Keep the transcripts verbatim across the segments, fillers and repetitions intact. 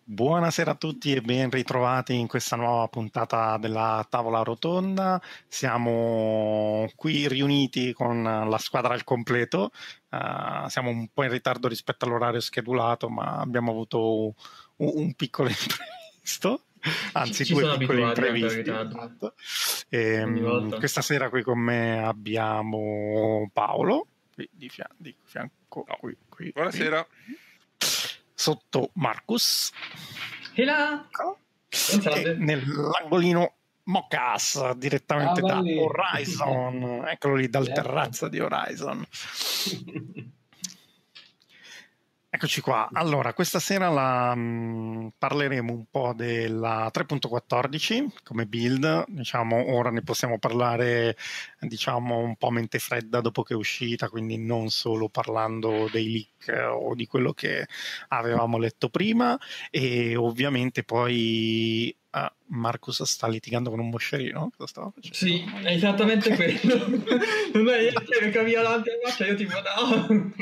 Buonasera a tutti e ben ritrovati in questa nuova puntata della Tavola Rotonda. Siamo qui riuniti con la squadra al completo. Uh, siamo un po' in ritardo rispetto all'orario schedulato, ma abbiamo avuto un, un piccolo imprevisto. Anzi, ci due sono piccoli abituati anche al imprevisti. ritardo. Esatto. E, Ogni volta. Questa sera qui con me abbiamo Paolo, qui di, fian- di fianco no. qui, qui. Buonasera. Qui. Sotto Marcus. E là! E nell'angolino Mocas, direttamente ah, da lì. Horizon. Eccolo lì dal Certo. terrazzo di Horizon. Eccoci qua. Allora, questa sera la, mh, parleremo un po' della tre punto quattordici come build. Diciamo, ora ne possiamo parlare, diciamo, un po' a mente fredda dopo che è uscita, quindi non solo parlando dei leak o di quello che avevamo letto prima. E ovviamente poi ah, Marcus sta litigando con un moscerino. Cosa stava facendo? Sì, è esattamente okay. quello. Non è io che cammino davanti alla faccia, io tipo no.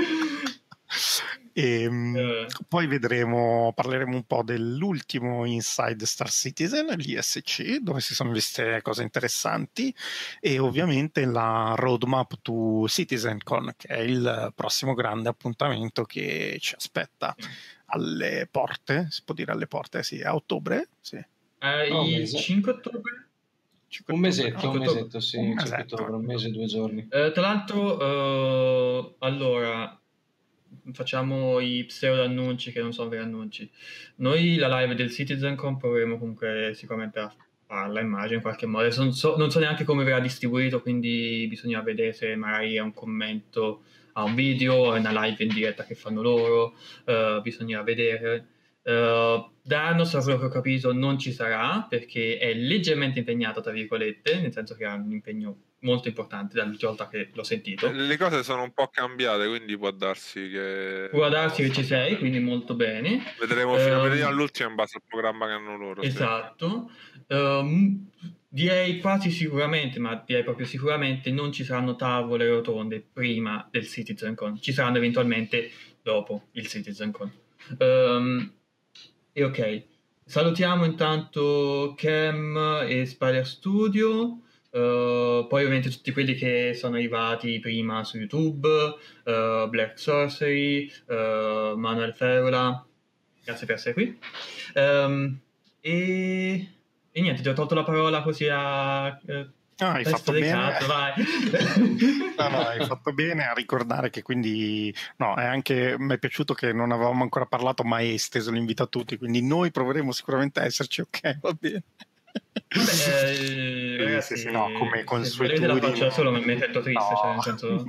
E, uh. Poi vedremo, parleremo un po' dell'ultimo Inside Star Citizen, l'I S C, dove si sono viste cose interessanti, e ovviamente la roadmap to CitizenCon, che è il prossimo grande appuntamento che ci aspetta alle porte, si può dire alle porte, sì, a ottobre? Sì. Eh, no, il cinque ottobre? Un mesetto, no? un mesetto, sì, un cinque mesetto. ottobre, un mese e due giorni. Eh, tra l'altro, uh, allora, facciamo i pseudo annunci che non sono veri annunci. Noi la live del CitizenCon proveremo comunque sicuramente a farla, immagino, in qualche modo. Non so, non so neanche come verrà distribuito, quindi bisogna vedere se magari è un commento a un video, è una live in diretta che fanno loro, uh, bisogna vedere. Uh, Danos, da quello che ho capito, non ci sarà perché è leggermente impegnato, tra virgolette, nel senso che ha un impegno molto importante dall'ultima volta che l'ho sentito. Le cose sono un po' cambiate, quindi può darsi che può darsi che ci sei, quindi molto bene. Vedremo fino um, a vedere all'ultimo in base al programma che hanno loro. Esatto. Sì. Um, direi quasi sicuramente, ma direi proprio sicuramente non ci saranno tavole rotonde prima del CitizenCon, ci saranno eventualmente dopo il CitizenCon. Um, e ok, salutiamo intanto Cam e Spider Studio. Uh, poi ovviamente tutti quelli che sono arrivati prima su YouTube, uh, Black Sorcery, uh, Manuel Ferola, grazie per essere qui. Um, e, e niente, ti ho tolto la parola così a... Uh, No, hai fatto bene. Cazzo, vai. No, no, hai fatto bene a ricordare che quindi no, è anche mi è piaciuto che non avevamo ancora parlato, ma hai esteso l'invito a tutti, quindi noi proveremo sicuramente a esserci, ok, va bene. Vabbè, eh, sì, ragazzi, sì, sì, no, come consuetudine la faccia solo mi sento triste, no. cioè nel senso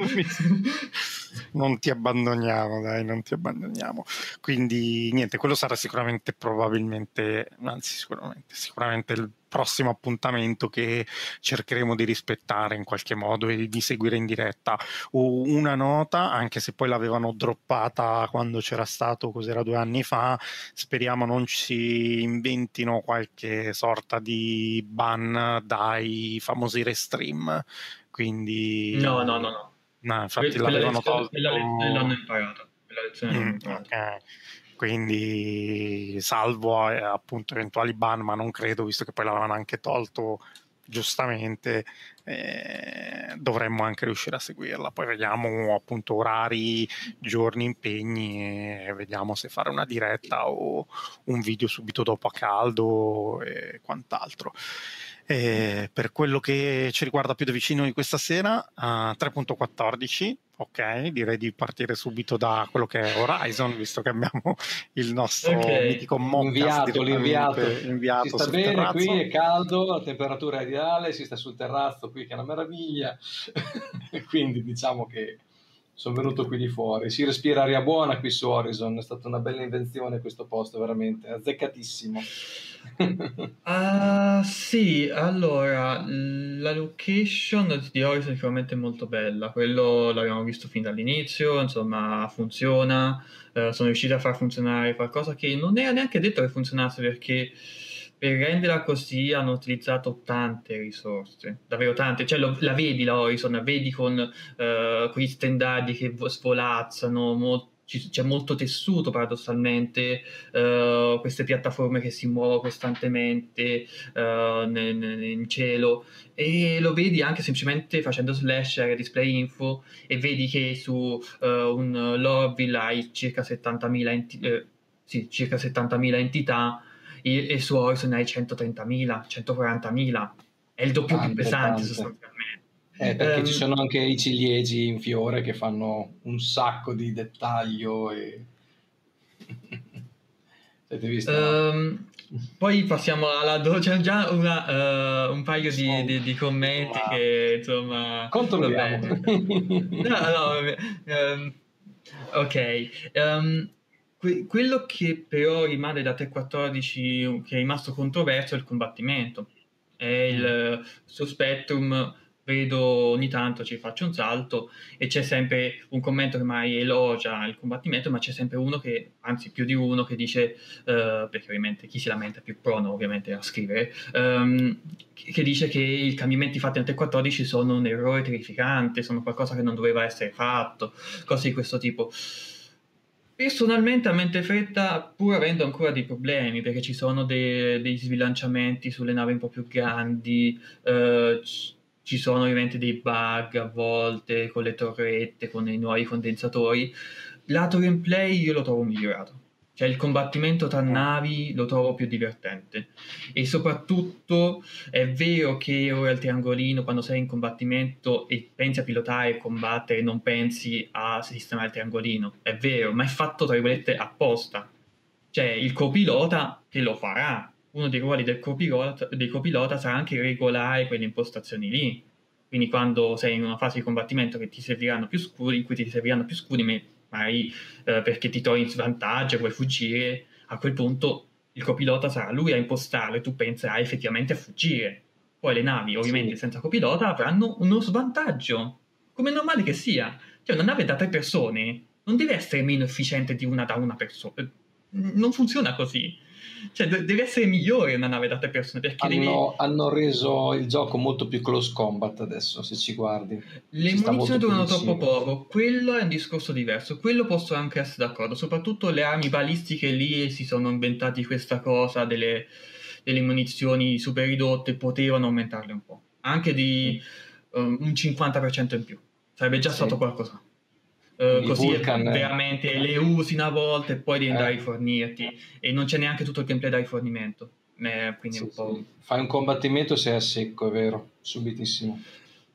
non ti abbandoniamo, dai, non ti abbandoniamo. Quindi niente, quello sarà sicuramente probabilmente, anzi sicuramente, sicuramente il prossimo appuntamento che cercheremo di rispettare in qualche modo e di seguire in diretta. Una nota, anche se poi l'avevano droppata quando c'era stato, cos'era due anni fa, speriamo non ci inventino qualche sorta di ban dai famosi restream. Quindi no, no, no, no. No, infatti quella l'avevano lezione, tolto. quella lezione l'hanno imparata. Quella lezione l'hanno Mm, imparata. okay. Quindi salvo eh, appunto eventuali ban, ma non credo, visto che poi l'avevano anche tolto giustamente, eh, dovremmo anche riuscire a seguirla. Poi vediamo appunto orari, giorni, impegni e vediamo se fare una diretta o un video subito dopo a caldo e quant'altro. E per quello che ci riguarda più da vicino di questa sera, uh, tre punto quattordici, ok, direi di partire subito da quello che è Horizon, visto che abbiamo il nostro okay. mitico Mocas inviato, l'inviato. inviato si sta sul bene terrazzo. Qui è caldo, la temperatura è ideale, si sta sul terrazzo qui che è una meraviglia quindi diciamo che sono venuto qui di fuori, si respira aria buona qui su Horizon, è stata una bella invenzione questo posto, veramente azzeccatissimo. Uh, sì, allora la location di Horizon è sicuramente molto bella, quello l'abbiamo visto fin dall'inizio, insomma funziona, uh, sono riusciti a far funzionare qualcosa che non era neanche detto che funzionasse, perché per renderla così hanno utilizzato tante risorse, davvero tante, cioè lo, la vedi la Horizon, la vedi con uh, quegli stendardi che svolazzano, molto, ci, c'è molto tessuto paradossalmente, uh, queste piattaforme che si muovono costantemente uh, nel, nel, in cielo, e lo vedi anche semplicemente facendo slash area display info e vedi che su uh, un Lorville hai circa settantamila, enti- eh, sì, circa settantamila entità e, e su Horizon hai centotrentamila, centoquarantamila, è il doppio Tante, più pesante tante. sostanzialmente. Eh, perché um, ci sono anche i ciliegi in fiore che fanno un sacco di dettaglio e... Avete visto, um, no? Poi passiamo alla do- c'è già una, uh, un paio di, di, di commenti Ma... che insomma Controlliamo. vabbè. no, no, vabbè. Um, ok, um, que- quello che però rimane da tre quattordici che è rimasto controverso è il combattimento. È il mm. su Spectrum vedo ogni tanto ci faccio un salto e c'è sempre un commento che mai elogia il combattimento, ma c'è sempre uno che, anzi più di uno, che dice, uh, perché ovviamente chi si lamenta è più prono ovviamente a scrivere, um, che dice che i cambiamenti fatti nel tre quattordici sono un errore terrificante, sono qualcosa che non doveva essere fatto, cose di questo tipo. Personalmente a mente fretta, pur avendo ancora dei problemi, perché ci sono dei, dei sbilanciamenti sulle navi un po' più grandi, eh, c- ci sono ovviamente dei bug a volte con le torrette, con i nuovi condensatori, lato gameplay io lo trovo migliorato. Cioè il combattimento tra navi lo trovo più divertente e soprattutto è vero che ora il triangolino, quando sei in combattimento e pensi a pilotare e combattere, non pensi a sistemare il triangolino, è vero, ma è fatto tra virgolette apposta. Cioè il copilota che lo farà, uno dei ruoli del copilota, del copilota sarà anche regolare quelle impostazioni lì. Quindi quando sei in una fase di combattimento che ti serviranno più scudi, in cui ti serviranno più scudi, magari eh, perché ti trovi in svantaggio, vuoi fuggire, a quel punto il copilota sarà lui a impostarlo e tu penserai effettivamente a fuggire. Poi le navi, ovviamente, Sì. senza copilota avranno uno svantaggio, come è normale che sia. Cioè una nave da tre persone non deve essere meno efficiente di una da una persona. Non funziona così. Cioè deve essere migliore una nave da tre persone perché Hanno, devi... hanno reso il gioco molto più close combat adesso, se ci guardi. Le Ci sta munizioni molto più durano troppo vicino. poco, quello è un discorso diverso, quello posso anche essere d'accordo, soprattutto le armi balistiche lì si sono inventati questa cosa delle, delle munizioni super ridotte, potevano aumentarle un po', anche di um, un cinquanta per cento in più, sarebbe già Sì. stato qualcosa. Uh, I così Vulcan, veramente le usi una volta e poi devi andare eh. a rifornirti e non c'è neanche tutto il gameplay da rifornimento, eh, quindi Sì, un po'... sì. Fai un combattimento sei a secco, è vero, subitissimo.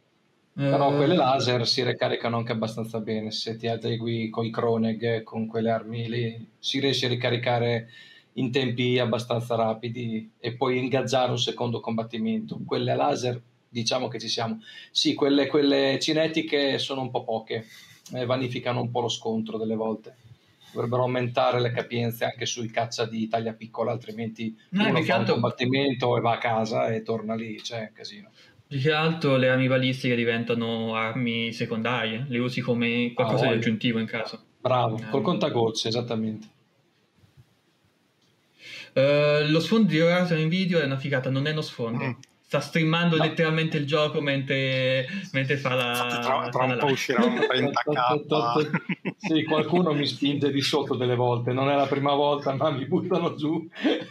Uh, Però quelle laser si ricaricano anche abbastanza bene, se ti adegui con i Kroneg, con quelle armi lì, si riesce a ricaricare in tempi abbastanza rapidi e poi ingaggiare un secondo combattimento. Quelle laser, diciamo che ci siamo. Sì, quelle, quelle cinetiche sono un po' poche, eh, vanificano un po' lo scontro delle volte. Dovrebbero aumentare le capienze anche sui caccia di taglia piccola, altrimenti no, uno più che fa un altro... combattimento e va a casa e torna lì, c'è un casino. Più che altro le armi balistiche diventano armi secondarie, le usi come qualcosa Ah, di voglio. aggiuntivo in caso. Bravo, Eh. col contagocce, esattamente. Uh, lo sfondo di Horizon in video è una figata, non è uno sfondo. Mm. Sta streamando No. letteralmente il gioco mentre, mentre fa la... Infatti tra, tra fa un la po' live. uscirà un trenta k. Sì, qualcuno mi spinge di sotto delle volte, non è la prima volta, ma mi buttano giù.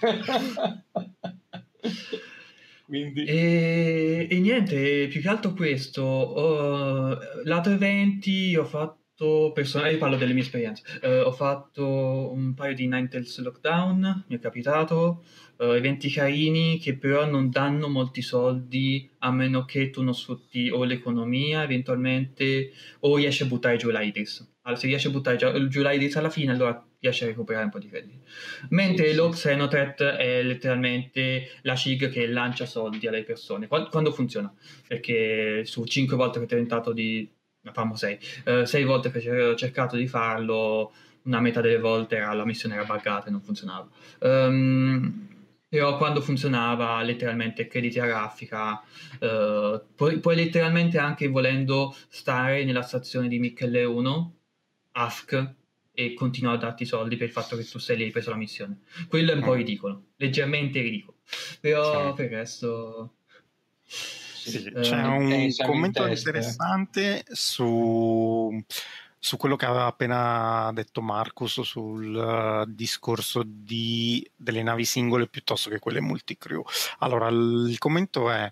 Quindi... E, e niente, più che altro questo. Oh, lato eventi ho fatto, personalmente parlo delle mie esperienze, eh, ho fatto un paio di Ninetales Lockdown, mi è capitato, eh, eventi carini che però non danno molti soldi a meno che tu non sfrutti o l'economia eventualmente o riesci a buttare giù l'Idris. Allora, se riesci a buttare giù l'Idris alla fine, allora riesci a recuperare un po' di crediti. Mentre Sì, lo sì. Xenotret è letteralmente la C I G che lancia soldi alle persone. Quando, quando funziona? Perché su cinque volte che ho tentato di... famo sei. Eh, sei volte che ho cercato di farlo, una metà delle volte era, la missione era buggata e non funzionava. Um, però quando funzionava letteralmente crediti a raffica, uh, puoi, puoi letteralmente anche volendo stare nella stazione di Michele uno, A F K, e continua a darti soldi per il fatto che tu sei lì e hai preso la missione. Quello è un po' ridicolo, leggermente ridicolo, però Sì. per il resto... Sì, Eh, c'è Eh, un siamo in commento test, eh. interessante su su quello che aveva appena detto Marcus sul uh, discorso di, delle navi singole piuttosto che quelle multicrew. Allora, il, il commento è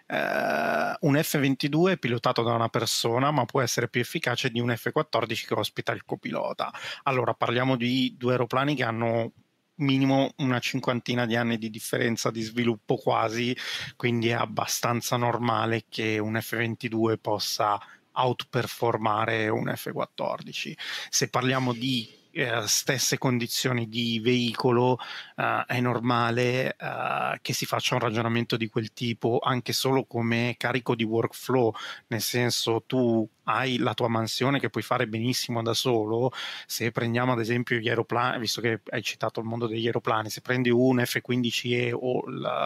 uh, un F ventidue è pilotato da una persona, ma può essere più efficace di un F quattordici che ospita il copilota. Allora, parliamo di due aeroplani che hanno minimo una cinquantina di anni di differenza di sviluppo quasi, quindi è abbastanza normale che un F ventidue possa outperformare un F quattordici. Se parliamo di eh, stesse condizioni di veicolo, eh, è normale eh, che si faccia un ragionamento di quel tipo anche solo come carico di workflow, nel senso tu hai la tua mansione che puoi fare benissimo da solo. Se prendiamo ad esempio gli aeroplani, visto che hai citato il mondo degli aeroplani, se prendi un F quindici E o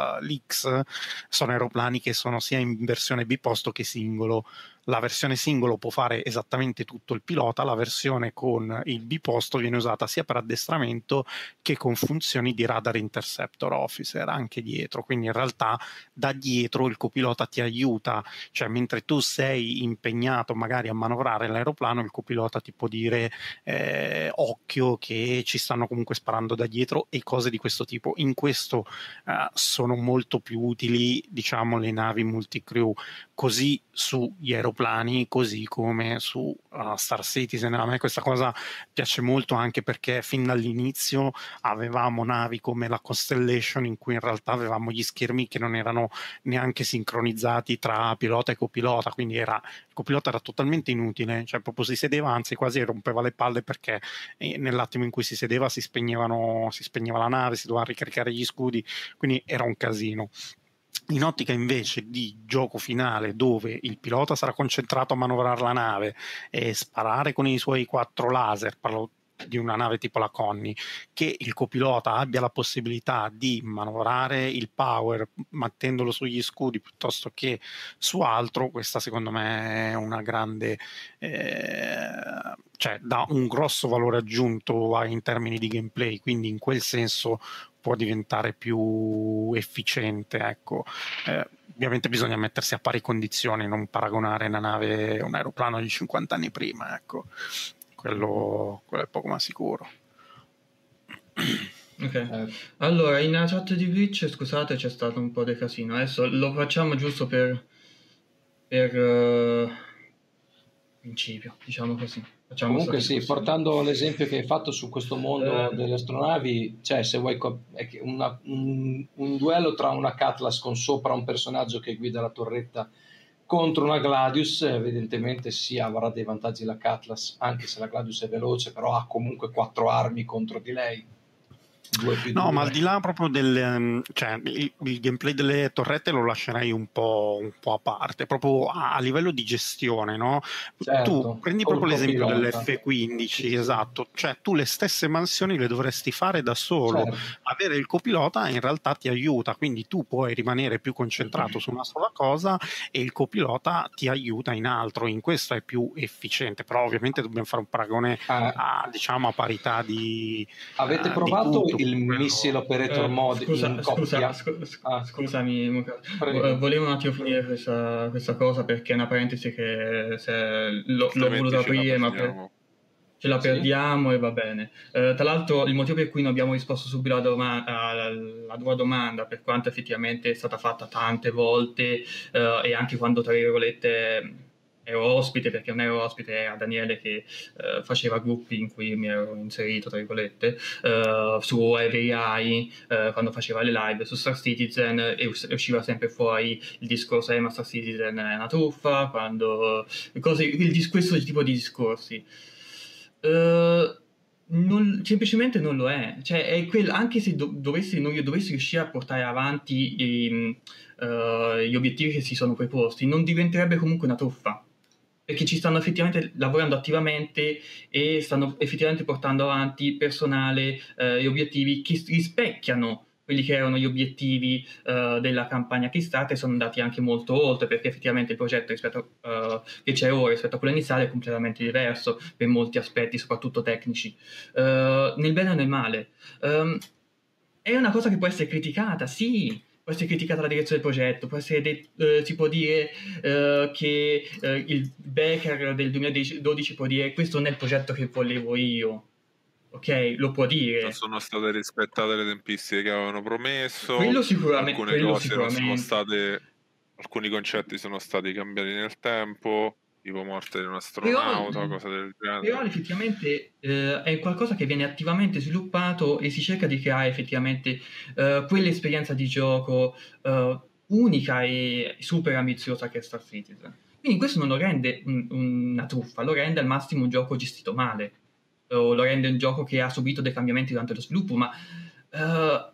l'X, sono aeroplani che sono sia in versione biposto che singolo. La versione singolo può fare esattamente tutto il pilota, la versione con il biposto viene usata sia per addestramento che con funzioni di radar interceptor officer anche dietro, quindi in realtà da dietro il copilota ti aiuta, cioè mentre tu sei impegnato magari a manovrare l'aeroplano, il copilota ti può dire eh, occhio che ci stanno comunque sparando da dietro e cose di questo tipo. In questo eh, sono molto più utili, diciamo, le navi multicrew, così sugli aeroplani, così come su uh, Star Citizen. A me questa cosa piace molto anche perché fin dall'inizio avevamo navi come la Constellation in cui in realtà avevamo gli schermi che non erano neanche sincronizzati tra pilota e copilota, quindi era, il copilota era totalmente inutile, cioè proprio si sedeva, anzi quasi rompeva le palle perché eh, nell'attimo in cui si sedeva si spegnevano, si spegneva la nave, si dovevano ricaricare gli scudi, quindi era un casino. In ottica invece di gioco finale, dove il pilota sarà concentrato a manovrare la nave e sparare con i suoi quattro laser, parlo di una nave tipo la Connie, che il copilota abbia la possibilità di manovrare il power mettendolo sugli scudi piuttosto che su altro, questa secondo me è una grande eh, cioè dà un grosso valore aggiunto in termini di gameplay, quindi in quel senso può diventare più efficiente, ecco. Eh, ovviamente bisogna mettersi a pari condizioni, non paragonare una nave, un aeroplano di cinquanta anni prima, ecco. Quello, quello è poco ma sicuro. Ok, eh. Allora in chat di Twitch, scusate, c'è stato un po' di casino, adesso lo facciamo giusto per per uh, principio, diciamo così. Facciamo Comunque sì, portando l'esempio che hai fatto su questo mondo eh. delle astronavi, cioè se vuoi una, un, un duello tra una Cutlass con sopra un personaggio che guida la torretta contro una Gladius, evidentemente sì, avrà dei vantaggi la Cutlass, anche se la Gladius è veloce, però ha comunque quattro armi contro di lei. Due più no, due. ma al di là proprio del cioè il, il gameplay delle torrette lo lascerei un po', un po' a parte, proprio a, a livello di gestione, no? Certo, tu prendi proprio l'esempio dell'F quindici, sì, esatto, cioè tu le stesse mansioni le dovresti fare da solo, certo. Avere il copilota in realtà ti aiuta, quindi tu puoi rimanere più concentrato su una sola cosa e il copilota ti aiuta in altro, in questo è più efficiente, però ovviamente dobbiamo fare un paragone ah. a, diciamo, a parità di avete uh, provato di tutto, il missile operator eh, mode scusa, in scusa, coppia? Scusa, ah. Scusami, volevo un attimo finire questa, questa cosa perché è una parentesi che se l'ho, l'ho voluto aprire ma per, ce la perdiamo sì. E va bene. Eh, tra l'altro il motivo per cui non abbiamo risposto subito alla, doma- alla, alla tua domanda, per quanto effettivamente è stata fatta tante volte eh, e anche quando tra virgolette ero ospite, perché non ero ospite, era Daniele che uh, faceva gruppi in cui mi ero inserito, tra virgolette, uh, su Every Eye, uh, quando faceva le live su Star Citizen, e us- usciva sempre fuori il discorso eh, ma Star Citizen è una truffa, quando cose, il, questo tipo di discorsi. Uh, non, semplicemente non lo è, cioè è quel, anche se do, dovessi, non io dovessi riuscire a portare avanti i, uh, gli obiettivi che si sono preposti, non diventerebbe comunque una truffa, perché ci stanno effettivamente lavorando attivamente e stanno effettivamente portando avanti personale eh, e obiettivi che rispecchiano quelli che erano gli obiettivi uh, della campagna Kickstarter, sono andati anche molto oltre, perché effettivamente il progetto rispetto uh, che c'è ora rispetto a quello iniziale è completamente diverso per molti aspetti, soprattutto tecnici, uh, nel bene e nel male. Um, è una cosa che può essere criticata, sì, può essere criticata la direzione del progetto, può essere det- eh, si può dire eh, che eh, il backer del duemiladodici può dire questo non è il progetto che volevo io, ok? Lo può dire. Non sono state rispettate le tempistiche che avevano promesso, Quello sicuramente, alcune quello cose non sono sicuramente. state, alcuni concetti sono stati cambiati nel tempo, tipo morte di un Però, astronauta, cose del però genere. effettivamente eh, è qualcosa che viene attivamente sviluppato e si cerca di creare effettivamente eh, quell'esperienza di gioco eh, unica e super ambiziosa che è Star Citizen. Quindi questo non lo rende un- una truffa, lo rende al massimo un gioco gestito male, o lo rende un gioco che ha subito dei cambiamenti durante lo sviluppo, ma eh,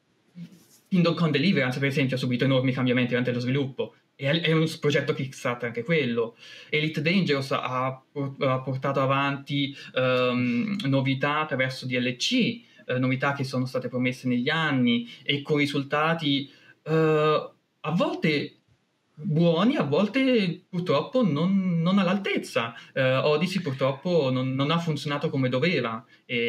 Kingdom Come Deliverance, per esempio, ha subito enormi cambiamenti durante lo sviluppo. E è, è un progetto Kickstarter anche quello. Elite Dangerous ha, ha portato avanti ehm, novità attraverso D L C, eh, novità che sono state promesse negli anni e con risultati eh, a volte buoni, a volte purtroppo non, non all'altezza. Eh, Odyssey purtroppo non, non ha funzionato come doveva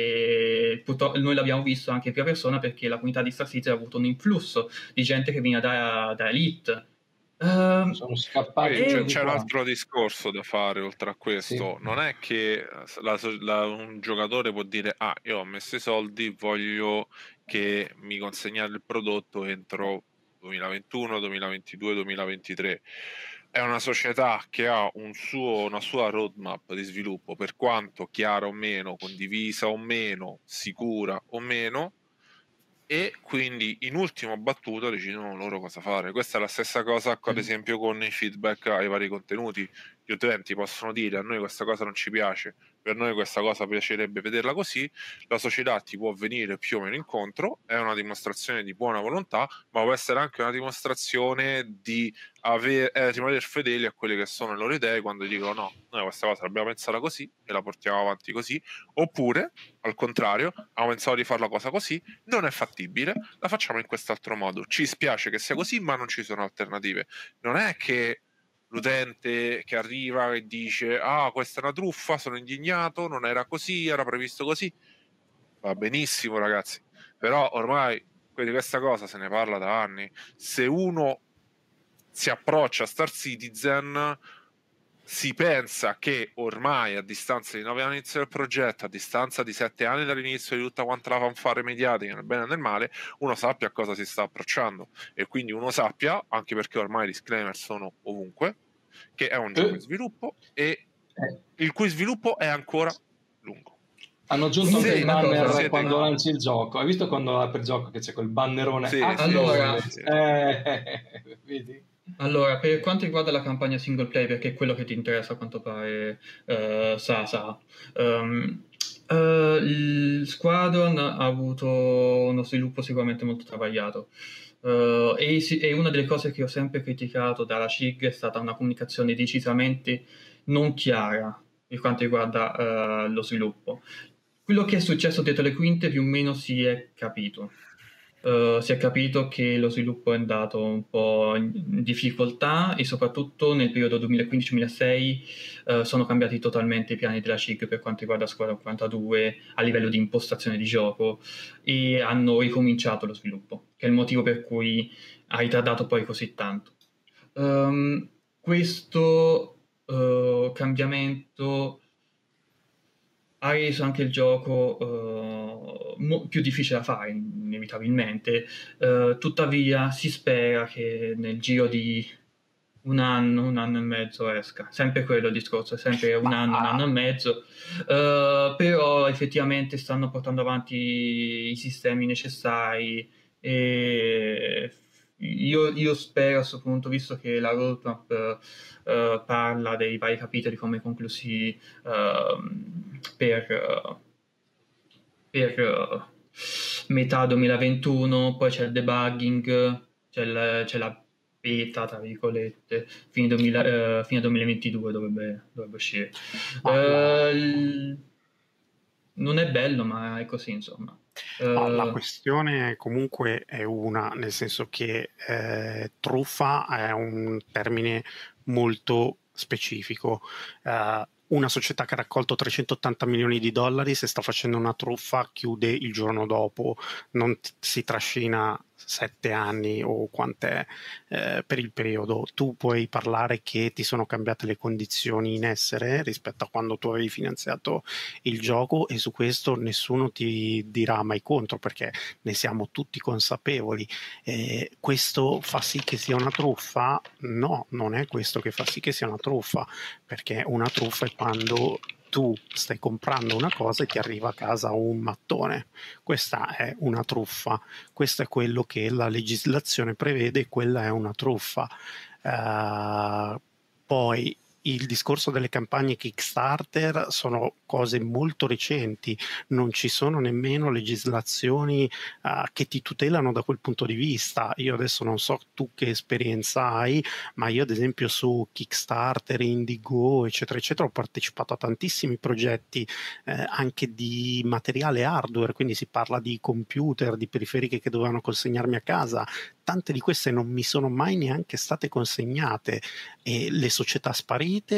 e purtroppo noi l'abbiamo visto anche in prima persona perché la comunità di Star Citizen ha avuto un influsso di gente che viene da, da Elite. Ehm, Sono scappati Poi e- c'è, tutti di c'è un qua. altro discorso da fare oltre a Sì. questo. Non è che la- la- un giocatore può dire: Ah, io ho messo i soldi, voglio che mi consegnate il prodotto entro duemilaventuno, duemilaventidue, duemilaventitré. È una società che ha un suo, una sua roadmap di sviluppo, per quanto chiara o meno, condivisa o meno, sicura o meno, e quindi in ultima battuta decidono loro cosa fare. Questa è la stessa cosa, ad Sì. esempio, con i feedback ai vari contenuti. Gli utenti possono dire: a noi questa cosa non ci piace, per noi questa cosa piacerebbe vederla così. La società ti può venire più o meno incontro, è una dimostrazione di buona volontà, ma può essere anche una dimostrazione di aver, eh, rimanere fedeli a quelle che sono le loro idee quando dicono: no, noi questa cosa l'abbiamo pensata così e la portiamo avanti così. Oppure, al contrario, abbiamo pensato di fare la cosa così, non è fattibile, la facciamo in quest'altro modo. Ci spiace che sia così, ma non ci sono alternative. Non è che l'utente che arriva e dice: ah, questa è una truffa, sono indignato, non era così, era previsto così. Va benissimo, ragazzi, però ormai di questa cosa se ne parla da anni. Se uno si approccia a Star Citizen, si pensa che ormai a distanza di nove anni dall'inizio del progetto, a distanza di sette anni dall'inizio di tutta quanta la fanfare mediatica, nel bene e nel male, uno sappia a cosa si sta approcciando e quindi uno sappia, anche perché ormai i disclaimer sono ovunque, che è un gioco in Eh, sviluppo e eh, il cui sviluppo è ancora lungo. Hanno aggiunto Comunque, anche il una banner cosa- quando siete- lanci il gioco. Hai visto quando apri il gioco che c'è quel bannerone? Sì, Ah, sì, Allora- sì, sì. Eh, vedi? Allora, per quanto riguarda la campagna single player, perché è quello che ti interessa a quanto pare, eh, sa, sa, ehm, eh, il Squadron ha avuto uno sviluppo sicuramente molto travagliato. Eh, e, si- e una delle cose che ho sempre criticato dalla C I G è stata una comunicazione decisamente non chiara per quanto riguarda eh, lo sviluppo. Quello che è successo dietro le quinte più o meno si è capito. Uh, si è capito che lo sviluppo è andato un po' in difficoltà e soprattutto nel periodo duemilaquindici duemilasei uh, sono cambiati totalmente i piani della C I G per quanto riguarda Squadron quarantadue a livello di impostazione di gioco e hanno ricominciato lo sviluppo, che è il motivo per cui ha ritardato poi così tanto. Um, questo uh, cambiamento ha reso anche il gioco uh, mo- più difficile da fare, inevitabilmente. Uh, tuttavia, si spera che nel giro di un anno, un anno e mezzo esca. Sempre quello il discorso, è sempre un Ma- anno, un anno e mezzo. Uh, però effettivamente stanno portando avanti i sistemi necessari e io, io spero a questo punto, visto che la roadmap uh, parla dei vari capitoli come conclusivi uh, per, uh, per uh, metà duemilaventuno, poi c'è il debugging, c'è, il, c'è la beta, tra virgolette, fine, duemila, uh, fine duemilaventidue dovrebbe, dovrebbe uscire. Ma la- Uh, il- non è bello, ma è così, insomma. Ma la Uh, questione comunque è una, nel senso che eh, truffa è un termine molto specifico. Eh, una società che ha raccolto trecentottanta milioni di dollari, se sta facendo una truffa, chiude il giorno dopo, non t- si trascina sette anni o quant'è eh, per il periodo, tu puoi parlare che ti sono cambiate le condizioni in essere rispetto a quando tu avevi finanziato il gioco, e su questo nessuno ti dirà mai contro, perché ne siamo tutti consapevoli. Eh, questo fa sì che sia una truffa? No, non è questo che fa sì che sia una truffa, perché una truffa è quando tu stai comprando una cosa e ti arriva a casa un mattone. Questa è una truffa, questo è quello che la legislazione prevede, quella è una truffa. Uh, poi il discorso delle campagne Kickstarter sono cose molto recenti, non ci sono nemmeno legislazioni uh, che ti tutelano da quel punto di vista. Io adesso non so tu che esperienza hai, ma io ad esempio su Kickstarter, Indigo, eccetera, eccetera, ho partecipato a tantissimi progetti eh, anche di materiale hardware, quindi si parla di computer, di periferiche che dovevano consegnarmi a casa. Tante di queste non mi sono mai neanche state consegnate, e le società sparite,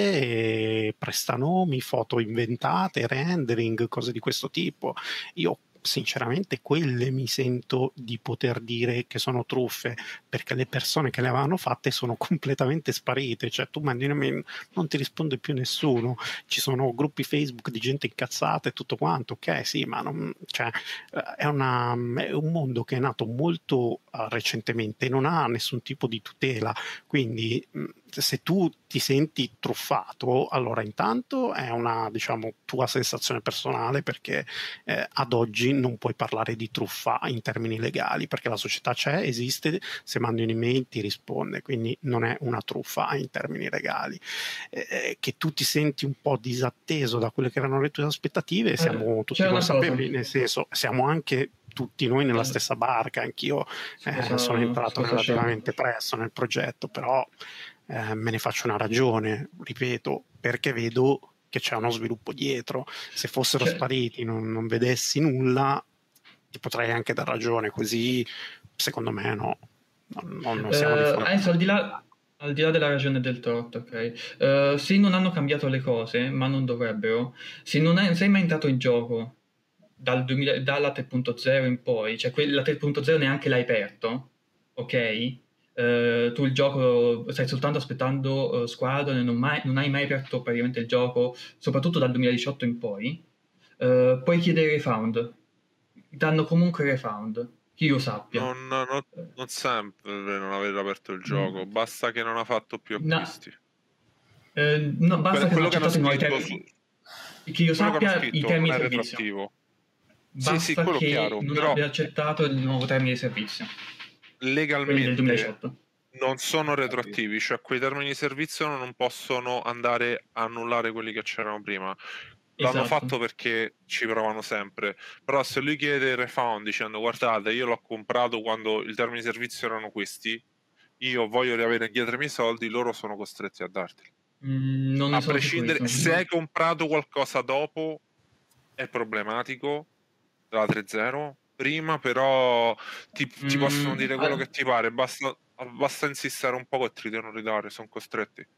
e prestanomi, foto inventate, rendering, cose di questo tipo. Io sinceramente quelle mi sento di poter dire che sono truffe, perché le persone che le avevano fatte sono completamente sparite, cioè tu mandi una mail, non ti risponde più nessuno, ci sono gruppi Facebook di gente incazzata e tutto quanto, ok, sì, ma non, cioè, è, una, è un mondo che è nato molto uh, recentemente e non ha nessun tipo di tutela, quindi mh, se tu ti senti truffato, allora intanto è una, diciamo, tua sensazione personale, perché eh, ad oggi non puoi parlare di truffa in termini legali, perché la società c'è, esiste, se mandi un'email ti risponde, quindi non è una truffa in termini legali. Eh, che tu ti senti un po' disatteso da quelle che erano le tue aspettative, siamo eh, tutti consapevoli, nel senso, siamo anche tutti noi nella stessa barca, anch'io eh, Scusa, sono entrato scusa, relativamente presto nel progetto, però eh, me ne faccio una ragione, ripeto, perché vedo che c'è uno sviluppo dietro. Se fossero cioè, spariti, non, non vedessi nulla, ti potrei anche dar ragione, così secondo me no, non, non siamo eh, di fronte. adesso, al di là, al di là della ragione del torto, ok? Uh, se non hanno cambiato le cose, ma non dovrebbero, se non hai, sei mai entrato in gioco dal duemila, dalla tre punto zero in poi, cioè la tre punto zero neanche l'hai aperto, ok? Uh, tu il gioco stai soltanto aspettando uh, Squadron e non, mai, non hai mai aperto praticamente il gioco, soprattutto dal duemiladiciotto in poi, uh, puoi chiedere refund, danno comunque refund, che io sappia. Non, non, non sempre non aver aperto il gioco, mm. basta che non ha fatto più acquisti. No, eh, no basta quello, che non ha accettato i nuovi termini. Su... Che io sappia che i termini di servizio. Retroattivo. Basta sì, sì, quello che chiaro, non però abbia accettato il nuovo termine di servizio. Legalmente del duemiladiciotto. Non sono retroattivi, cioè quei termini di servizio non possono andare a annullare quelli che c'erano prima. L'hanno Esatto. fatto perché ci provano sempre, però se lui chiede il refund dicendo guardate io l'ho comprato quando il termine di servizio erano questi, io voglio riavere indietro i miei soldi, loro sono costretti a darteli. Mm, non ne a sono prescindere, se hai comprato qualcosa dopo è problematico dalla tre zero, prima però ti, mm, ti possono dire quello ah. che ti pare, basta, basta insistere un po' e ti devono ridare, sono costretti.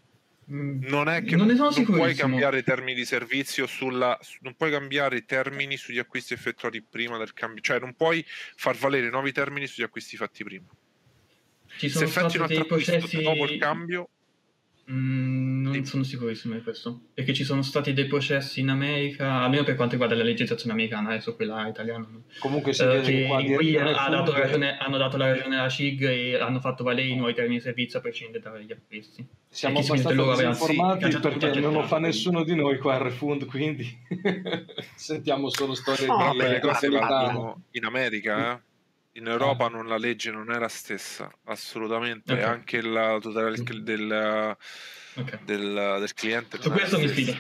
Non è che non, non, non puoi cambiare i termini di servizio sulla, non puoi cambiare i termini sugli acquisti effettuati prima del cambio, cioè non puoi far valere i nuovi termini sugli acquisti fatti prima. Ci sono se effetti un altro processi... acquisto dopo il cambio, mm, non sì. sono sicurissimo di questo, perché ci sono stati dei processi in America, almeno per quanto riguarda la legislazione americana, adesso quella italiana comunque si uh, che in cui ha dato ragione, hanno dato la ragione alla C I G e hanno fatto valere i nuovi termini di servizio a prescindere dagli acquisti. Siamo abbastanza disinformati sì, perché non lo fa nessuno di noi qua il refund, quindi sentiamo solo storie no, delle le cose vanno in America, eh? In Europa ah. non, la legge non è la stessa, assolutamente, okay. Anche la tutela del, del, okay. del, del cliente. Su questo mi sfido.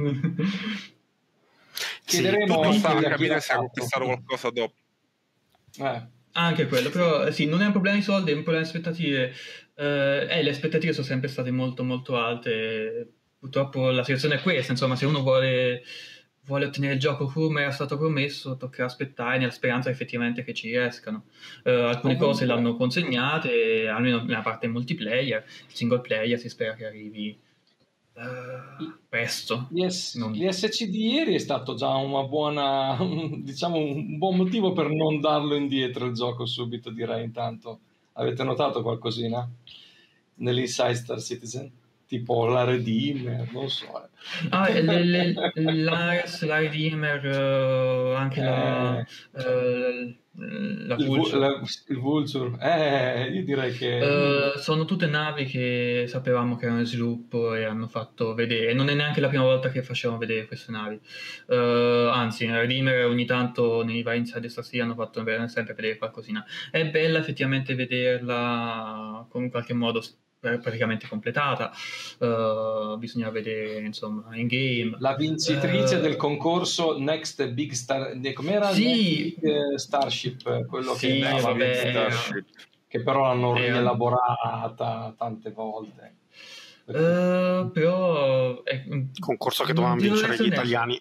Chiederemo sì, sta a capire se ha conquistato qualcosa dopo. Eh. Anche quello, però sì, non è un problema di soldi, è un problema di aspettative. Eh, eh, le aspettative sono sempre state molto molto alte. Purtroppo la situazione è questa, insomma, se uno vuole... vuole ottenere il gioco come era stato promesso, toccherà aspettare nella speranza effettivamente che ci riescano. Uh, alcune oh, cose l'hanno consegnate, almeno nella parte multiplayer, il single player si spera che arrivi uh, presto. L'I S- Non- L'I S C di ieri è stato già una buona, diciamo, un buon motivo per non darlo indietro il gioco subito, direi. Intanto avete notato qualcosina nell'Inside Star Citizen? Tipo la Redeemer, non so. eh. Ah, le, le, l'Ares, la Redeemer, eh, anche la, Eh, eh, la il, Vu- Vulture. la- il Vulture, eh, io direi che Eh, sono tutte navi che sapevamo che erano in sviluppo e hanno fatto vedere. Non è neanche la prima volta che facevano vedere queste navi. Eh, anzi, la Redeemer ogni tanto nei vari Inside Star Citizen hanno fatto vedere- sempre vedere qualcosina. È bella effettivamente vederla con in qualche modo s- praticamente completata. Eh, bisogna vedere insomma in game. la vincitrice Eh, del concorso Next Big Star, de- com'era? Sì. Next Big eh, Starship, quello Sì, che Next dava Big vabbè, era- Starship. che però l'hanno era- rielaborata tante volte. Eh, però è, Concorso che non dovevano devo vincere gli essere onesto. italiani.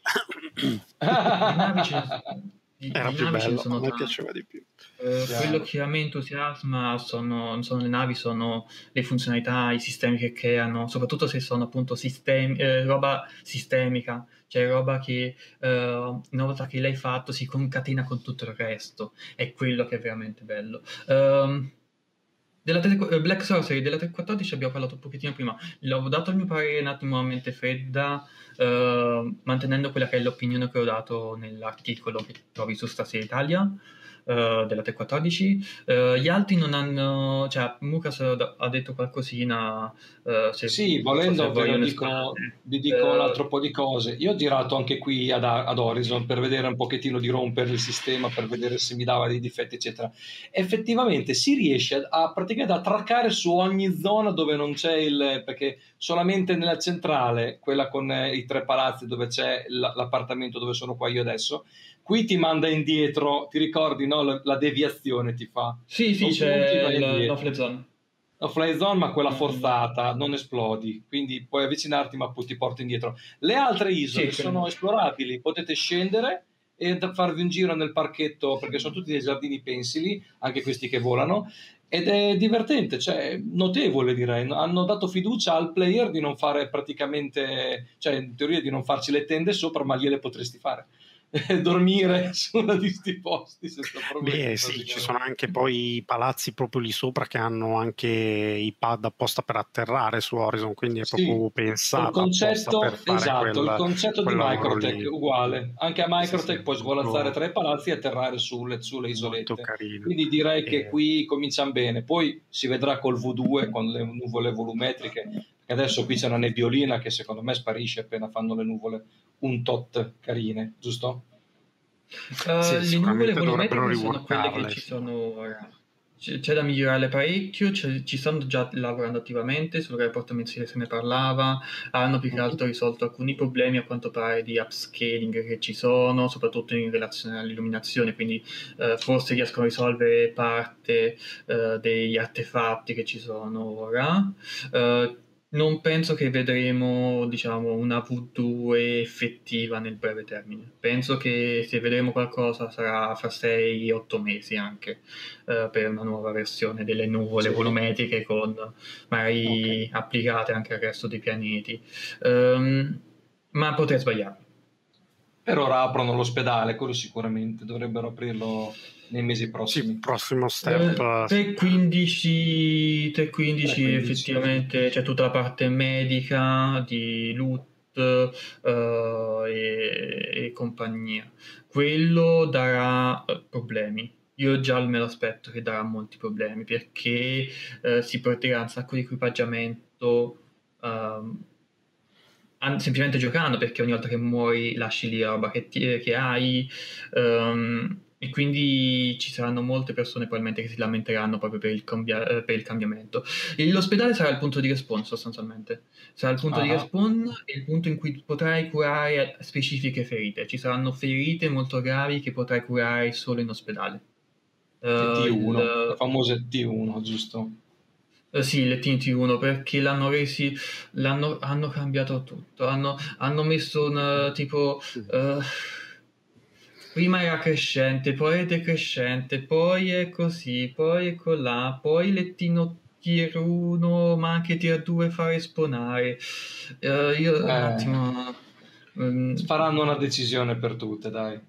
Di navi ce ne, di, Era di più navi ce ne bello, sono a me tante. piaceva di più. Eh, Chiaro. quello che a me entusiasma sono, sono le navi, sono le funzionalità, i sistemi che creano, soprattutto se sono appunto sistemi, eh, roba sistemica, cioè roba che eh, una volta che l'hai fatto si concatena con tutto il resto, è quello che è veramente bello. Ehm, della tre- Black Sorcery della tre quattordici abbiamo parlato un pochettino prima, l'ho dato il mio parere un attimo a mente fredda, eh, mantenendo quella che è l'opinione che ho dato nell'articolo che trovi su Stasera Italia, eh, della tre quattordici. Eh, gli altri non hanno, cioè Mucas ha ha detto qualcosina, eh, se, Sì, non so volendo se ve lo vogliono dico, espandere. vi dico un Eh, altro po' di cose. Io ho girato anche qui ad, ad Horizon per vedere un pochettino di rompere il sistema, per vedere se mi dava dei difetti, eccetera. Effettivamente si riesce a, a praticamente a traccare su ogni zona dove non c'è il... perché solamente nella centrale, quella con eh, i tre palazzi dove c'è l- l'appartamento dove sono qua io adesso, qui ti manda indietro, ti ricordi, no? La, la deviazione ti fa. sì, sì, Non punti, c'è vai il indietro. no fly zone. No fly zone, ma quella Mm. forzata, non esplodi, quindi puoi avvicinarti ma poi ti porti indietro. Le altre isole Sì, sono quello- esplorabili, potete scendere e da- farvi un giro nel parchetto, perché sono tutti dei giardini pensili, anche questi che volano, ed è divertente, cioè notevole direi. Hanno dato fiducia al player di non fare praticamente, cioè in teoria di non farci le tende sopra, ma gliele potresti fare. Dormire su uno di sti posti senza problemi. Beh, sì, ci sono anche poi i palazzi proprio lì sopra che hanno anche i pad apposta per atterrare su Horizon, quindi è Sì, proprio il pensato concetto, apposta per fare esatto, quel, il concetto di quel lavoro Microtech lì. è uguale. Anche a Sì, Microtech sì, puoi svolazzare molto- tra i palazzi e atterrare sulle, sulle molto isolette. carino. Quindi direi che Eh, qui cominciamo bene. Poi si vedrà col V due con le nuvole volumetriche. Perché adesso qui c'è una nebbiolina che secondo me sparisce appena fanno le nuvole un tot carine, giusto? Uh, Sì, le nuvole sicuramente dovrebbero volumetriche sono quelle che riworkarle, ci sì. sono ora. C- C'è da migliorarle parecchio, c'è- ci stanno già lavorando attivamente, sul report mensile se ne parlava, hanno più che altro risolto alcuni problemi a quanto pare di upscaling che ci sono, soprattutto in relazione all'illuminazione, quindi eh, forse riescono a risolvere parte eh, degli artefatti che ci sono ora. Eh, non penso che vedremo, diciamo, una V due effettiva nel breve termine. Penso che se vedremo qualcosa sarà fra sei otto mesi anche, eh, per una nuova versione delle nuvole Sì. volumetriche con magari applicate anche al resto dei pianeti. Ehm, ma potrei sbagliare. Per ora aprono l'ospedale, quello sicuramente dovrebbero aprirlo nei mesi Sì, prossimi. prossimo Eh, step. tre quindici, tre quindici tre quindici. effettivamente c'è tutta la parte medica di loot eh, e, e compagnia. Quello darà eh, problemi. Io già me lo aspetto che darà molti problemi perché eh, si porterà un sacco di equipaggiamento ehm, an- semplicemente giocando, perché ogni volta che muori lasci lì la roba che, ti- che hai, ehm, e quindi ci saranno molte persone probabilmente che si lamenteranno proprio per il, cambia- eh, per il cambiamento. E l'ospedale sarà il punto di respawn sostanzialmente, sarà il punto di Ah. respawn e il punto in cui potrai curare specifiche ferite. Ci saranno ferite molto gravi che potrai curare solo in ospedale. Le Eh, T uno, il- le famose T uno, giusto? eh, sì, le T N T uno perché l'hanno resi, l'hanno, hanno cambiato tutto, hanno, hanno messo un eh, tipo, eh, prima era crescente, poi è decrescente, poi è così, poi è colà, poi le T tier uno, ma anche tier due fa respawnare. Uh, io Eh. un attimo... um, Faranno una decisione per tutte, dai.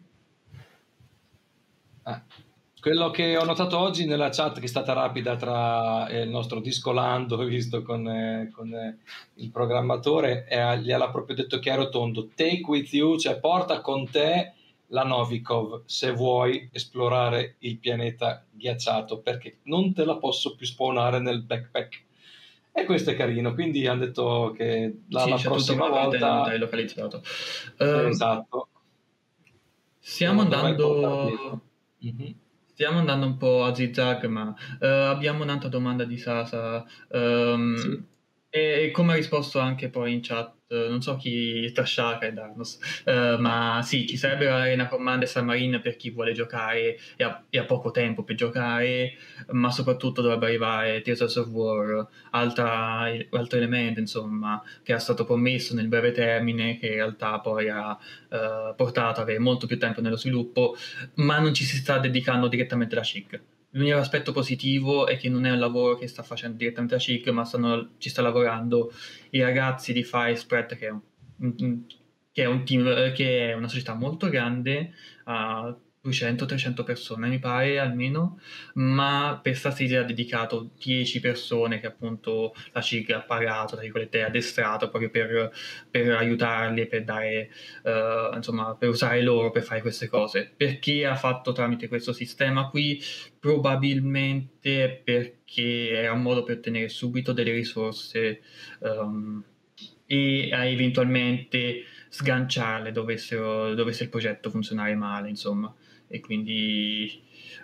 Eh. Quello che ho notato oggi nella chat, che è stata rapida tra eh, il nostro disco Lando, visto con, eh, con eh, il programmatore, è, gli ha proprio detto chiaro e tondo: take with you, cioè porta con te la Novikov se vuoi esplorare il pianeta ghiacciato, perché non te la posso più spawnare nel backpack. E questo è carino, quindi hanno detto che la, sì, la c'è prossima tutto volta... è localizzato. Um, esatto. Stiamo Lo dovrai portare andando... dietro. Mm-hmm. Stiamo andando un po' a zigzag, ma uh, abbiamo un'altra domanda di Sasa. Um, Sì. E come ha risposto anche poi in chat, non so chi, tra Shaka e Darnos, uh, ma sì, ci sarebbe l'Arena Commander Submarine per chi vuole giocare e ha, e ha poco tempo per giocare, ma soprattutto dovrebbe arrivare Tears of War, altra, altro elemento insomma, che era stato promesso nel breve termine, che in realtà poi ha uh, portato ad avere molto più tempo nello sviluppo, ma non ci si sta dedicando direttamente la C I G. L'unico aspetto positivo è che non è un lavoro che sta facendo direttamente la C I G, ma stanno, ci sta lavorando i ragazzi di Firespread, che è un, che è un team, che è una società molto grande, a duecento trecento persone mi pare almeno, ma per stasera ha dedicato dieci persone che appunto la C I G ha pagato, tra virgolette, addestrato proprio per, per aiutarli e per dare uh, insomma per usare loro per fare queste cose. Perché ha fatto tramite questo sistema qui? Probabilmente perché era un modo per ottenere subito delle risorse um, e eventualmente sganciarle dovessero, dovesse il progetto funzionare male, insomma, e quindi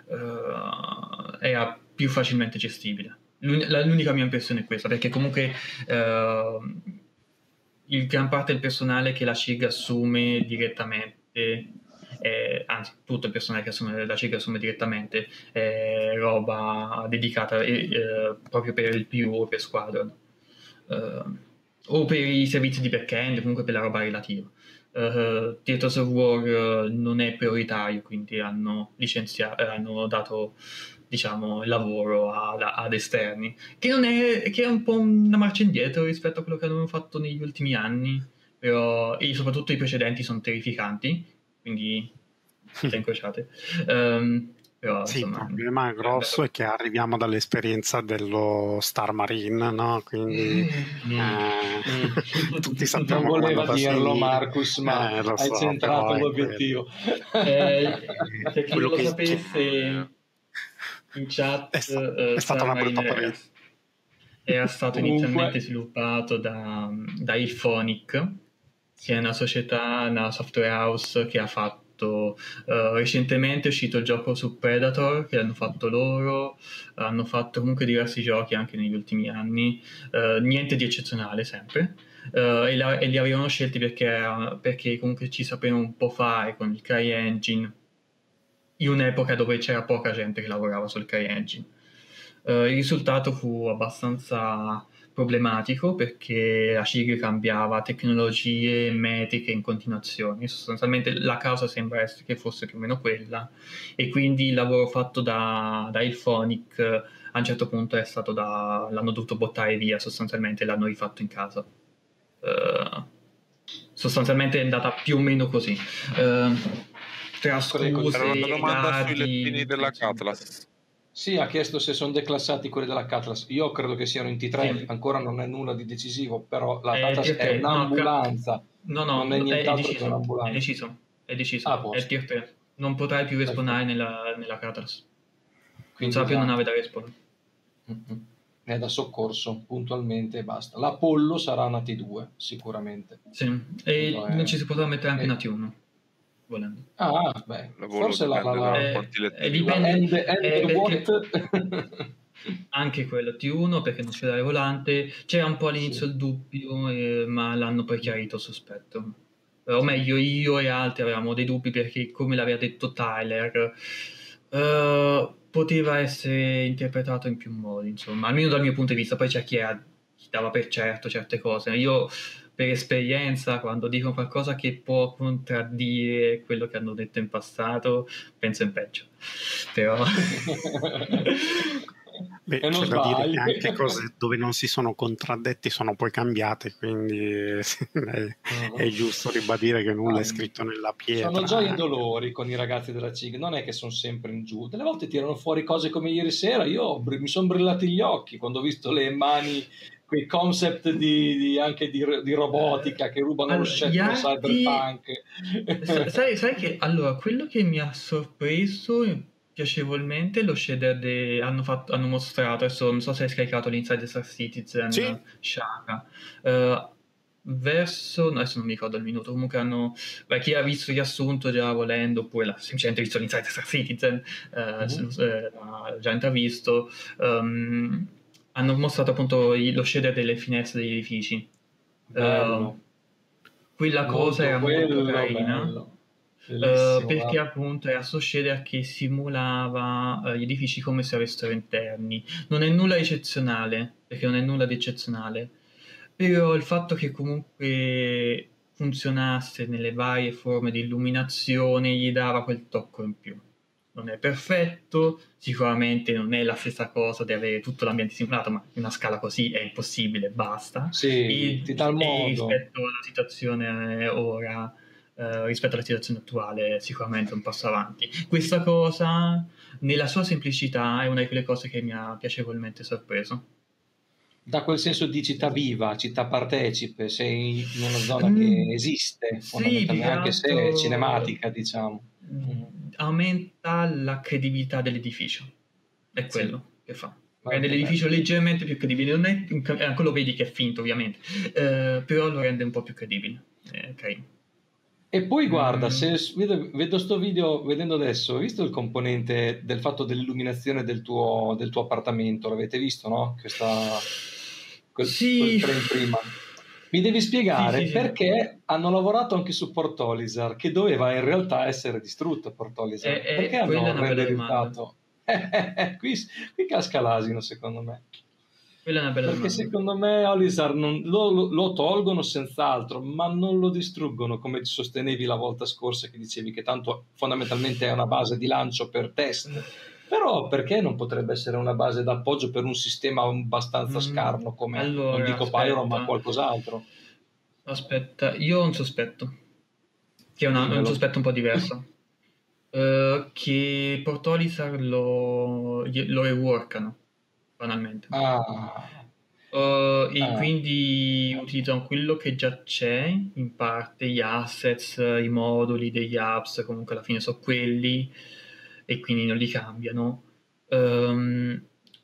uh, era più facilmente gestibile. L'unica mia impressione è questa, perché comunque uh, il gran parte del personale che la C I G assume direttamente, eh, anzi tutto il personale che assume, la C I G assume direttamente, è roba dedicata eh, eh, proprio per il P U o per Squadron, uh, o per i servizi di back-end, comunque per la roba relativa. Uh, Theaters of War uh, non è prioritario, quindi hanno licenziato, hanno dato diciamo il lavoro ad, ad esterni, che non è, che è un po' una marcia indietro rispetto a quello che avevano fatto negli ultimi anni, però, e soprattutto i precedenti sono terrificanti, quindi le incrociate. Um, però, sì, insomma, il problema grosso è che arriviamo dall'esperienza dello Star Marine, no? Quindi Mm. eh, tutti sappiamo non voleva quando dirlo finire. Marcus, ma eh, lo hai so, centrato però l'obiettivo. Eh, per chi quello non lo che sapesse, in chat è, sta- uh, è stata una brutta Submarine era, parete. era stato Comunque... inizialmente sviluppato da, da Ilphonic, sì. che è una società, una software house che ha fatto uh, recentemente è uscito il gioco su Predator, che hanno fatto loro, hanno fatto comunque diversi giochi anche negli ultimi anni, uh, niente di eccezionale sempre. Uh, e, la, e li avevano scelti perché, perché comunque ci sapevano un po' fare con il CryEngine in un'epoca dove c'era poca gente che lavorava sul CryEngine. Uh, il risultato fu abbastanza problematico perché la C I G cambiava tecnologie e metriche in continuazione. Sostanzialmente la causa sembra essere che fosse più o meno quella, e quindi il lavoro fatto da, da Ilphonic a un certo punto è stato da l'hanno dovuto buttare via, sostanzialmente l'hanno rifatto in casa. Uh, sostanzialmente è andata più o meno così. Uh, tra scuse, era una domanda dati, sui lettini della Catlas. Sì, ha chiesto se sono declassati quelli della Catlas. Io credo che siano in T tre, sì. Ancora non è nulla di decisivo, però la Eh, Catlas tier tre. è un'ambulanza. No, no, non è è nient'altro deciso, che un'ambulanza. È deciso, è deciso, Ah, è il tier tre. Non potrai più respawnare nella, nella Catlas. Non sarà più una nave da respawn. Mm-hmm. È da soccorso, puntualmente, e basta. L'Apollo sarà una T due, sicuramente. Sì, e è... non ci si potrà mettere anche è... una T uno, volendo. Ah, beh, forse la... la, la... Eh, eh, dipende, end, end eh, what? Anche quello T uno perché non c'era il volante, c'era un po' all'inizio sì. il dubbio, eh, ma l'hanno poi chiarito, sospetto. O meglio, io e altri avevamo dei dubbi perché, come l'aveva detto Tyler, uh, poteva essere interpretato in più modi, insomma, almeno dal mio punto di vista. Poi c'è chi, ha, chi dava per certo certe cose. Io, per esperienza, quando dicono qualcosa che può contraddire quello che hanno detto in passato, penso in peggio. Però... Beh, e non c'è da dire sbagli. che anche cose dove non si sono contraddetti sono poi cambiate, quindi è, è giusto ribadire che nulla è scritto nella pietra. Sono gioie e dolori con i ragazzi della C I G, non è che sono sempre in giù, delle volte tirano fuori cose come ieri sera, io mi sono brillati gli occhi quando ho visto le mani, quei concept di, di anche di, di robotica che rubano allora, lo scettro arti... cyberpunk. sai, sai che allora quello che mi ha sorpreso piacevolmente lo shader de... hanno, fatto, hanno mostrato, adesso non so se hai scaricato l'Inside Star Citizen, sì. Shaka uh, verso, no, adesso non mi ricordo il minuto, comunque hanno, beh, chi ha visto il riassunto già volendo, oppure l'ha semplicemente visto l'Inside Star Citizen uh, mm-hmm. eh, ha già intravisto, um, hanno mostrato appunto lo shader delle finestre degli edifici. Uh, quella molto cosa era molto carina. Bello. Uh, perché appunto era sto shader che simulava uh, gli edifici come se avessero interni. Non è nulla eccezionale, perché non è nulla di eccezionale, però il fatto che comunque funzionasse nelle varie forme di illuminazione gli dava quel tocco in più. Non è perfetto, sicuramente non è la stessa cosa di avere tutto l'ambiente simulato, ma in una scala così è impossibile, basta. Sì, e, ti dà il modo. E rispetto alla situazione ora, eh, rispetto alla situazione attuale, sicuramente un passo avanti. Questa cosa, nella sua semplicità, è una di quelle cose che mi ha piacevolmente sorpreso. Da quel senso di città viva, città partecipe, sei in una zona mm, che esiste, sì, anche se è cinematica, diciamo. Mm. Aumenta la credibilità dell'edificio, è quello sì. che fa. Rende l'edificio bello. leggermente più credibile, non è, anche lo vedi che è finto ovviamente, eh, però lo rende un po' più credibile. È carino. E poi guarda, mm. se vedo, vedo sto video, vedendo adesso, hai visto il componente del fatto dell'illuminazione del tuo, del tuo appartamento? L'avete visto, no? Questa, quel, sì. quel frame prima. Mi devi spiegare sì, sì, perché sì. hanno lavorato anche su Portolisar, che doveva in realtà essere distrutto Portolisar. Eh, perché eh, hanno renderizzato? Eh, eh, eh, qui, qui casca l'asino, secondo me. Quella è una bella Perché domanda. secondo me Olisar non, lo, lo, lo tolgono senz'altro, ma non lo distruggono come sostenevi la volta scorsa, che dicevi che tanto fondamentalmente è una base di lancio per test. Però perché non potrebbe essere una base d'appoggio per un sistema abbastanza scarno come, allora, non dico Pyro, ma qualcos'altro? Aspetta, io ho un sospetto, che è una, un sospetto un po' diverso, uh, che Portolisar lo, lo reworkano, banalmente. Ah. Uh, e ah. quindi utilizzano quello che già c'è, in parte, gli assets, i moduli degli apps, comunque alla fine sono quelli, e quindi non li cambiano. Um,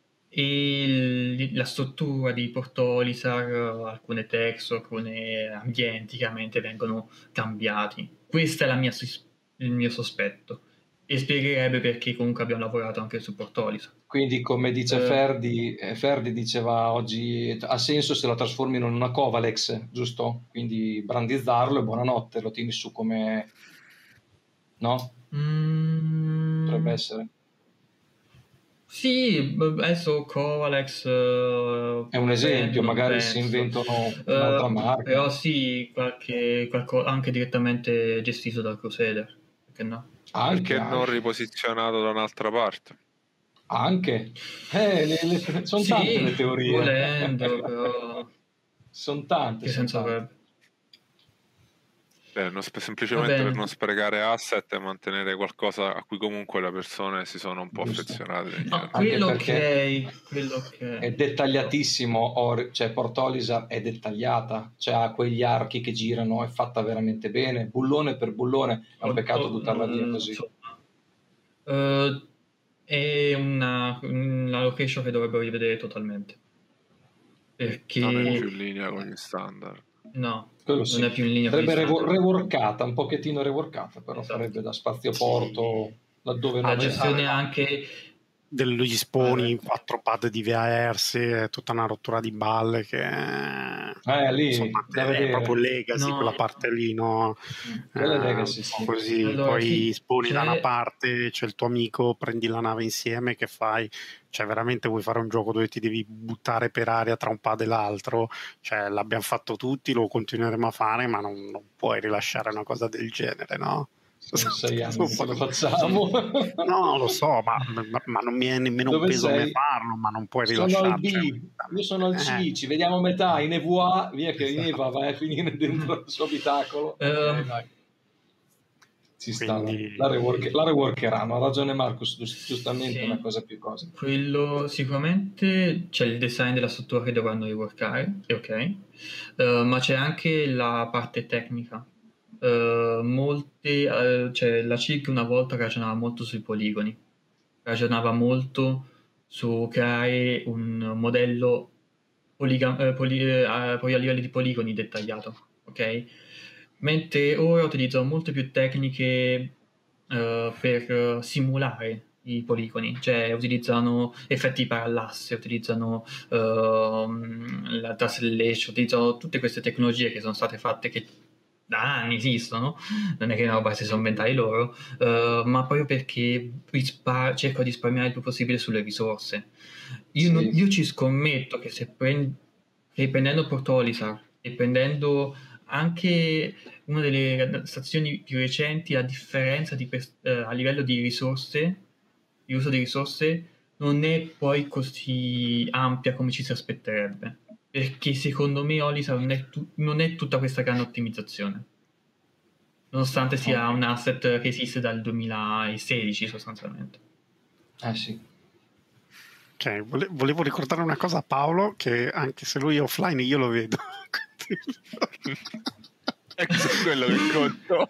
e la struttura di Portolisar, alcune texture, alcuni ambienti chiaramente vengono cambiati. Questo è la mia, il mio sospetto, e spiegherebbe perché comunque abbiamo lavorato anche su Portolisar. Quindi, come dice uh, Ferdi, eh, Ferdi diceva oggi, ha senso se la trasformino in una Covalex, giusto? Quindi brandizzarlo e buonanotte, lo tieni su come... no? Mm. Potrebbe essere. Sì, adesso Covalex uh, è un esempio, magari penso. si inventano un'altra uh, marca. Però sì, qualche, qualche, anche direttamente gestito dal Crusader, perché no? Anche, perché non riposizionato da un'altra parte. Anche? Eh, le, le, sono sì, tante le teorie. Volendo, però... sono tante. Che son senso tante. avrebbe? Beh, non, semplicemente per non sprecare asset e mantenere qualcosa a cui comunque le persone si sono un po' Giusto. affezionate. No, quello ok, quello ok. È dettagliatissimo, or, cioè Portolisar è dettagliata, cioè ha quegli archi che girano, è fatta veramente bene, bullone per bullone, è un Oh, peccato oh, buttarla via così. Uh, è una, una location che dovrebbero rivedere totalmente. Perché... non è più in linea con gli standard. No, quello sì. Non è più in linea. Sarebbe revo- reworkata, un pochettino reworkata, però esatto. farebbe da spazio-porto sì. laddove non la gestione anche degli sponi, quattro pad di V A R S, è tutta una rottura di balle che eh, lì, insomma, è proprio legacy, no. Quella parte lì, no? Quella eh, legacy, sì. Così, allora, poi sì, sponi c'è... da una parte, c'è il tuo amico, prendi la nave insieme, che fai? Cioè veramente vuoi fare un gioco dove ti devi buttare per aria tra un pad e l'altro? Cioè l'abbiamo fatto tutti, lo continueremo a fare, ma non, non puoi rilasciare una cosa del genere, no? sono sei anni che lo facciamo. No, lo so, ma, ma, ma non mi è nemmeno Dove un peso sei? me farlo, ma non puoi Sono al rilasciarci. B, io sono al C, Eh. ci vediamo a metà in E V A, via che Esatto. Eva vai a finire dentro il suo abitacolo. Eh, Ok, dai. Ci sta, Quindi- la, rework- la reworkeranno, ha ragione Marcus, giust- giustamente Sì. è una cosa più cosa. Quello sicuramente c'è il design della struttura che dovranno riworkare, è ok, Eh, ma c'è anche la parte tecnica. Eh, molte, eh, cioè, la C I G una volta ragionava molto sui poligoni, ragionava molto su creare un modello poliga- eh, poli- eh, poi a livello di poligoni dettagliato, ok? Mentre ora utilizzano molte più tecniche eh, per simulare i poligoni, cioè utilizzano effetti parallasse, utilizzano ehm, la tasellation, utilizzano tutte queste tecnologie che sono state fatte, che da anni esistono, non è che è una roba che si sono inventati loro, eh, ma proprio perché rispar- cercano di risparmiare il più possibile sulle risorse. Io, Sì. non- io ci scommetto che se prend- che prendendo Port Olisar e prendendo anche una delle stazioni più recenti, la differenza di quest- eh, a livello di risorse, di uso di risorse, non è poi così ampia come ci si aspetterebbe. Perché secondo me Olisar non è, tu- non è tutta questa grande ottimizzazione. Nonostante sia Ok. un asset che esiste dal duemilasedici sostanzialmente. Eh sì. Cioè, vole- volevo ricordare una cosa a Paolo, che anche se lui è offline io lo vedo. Ecco quello che conto.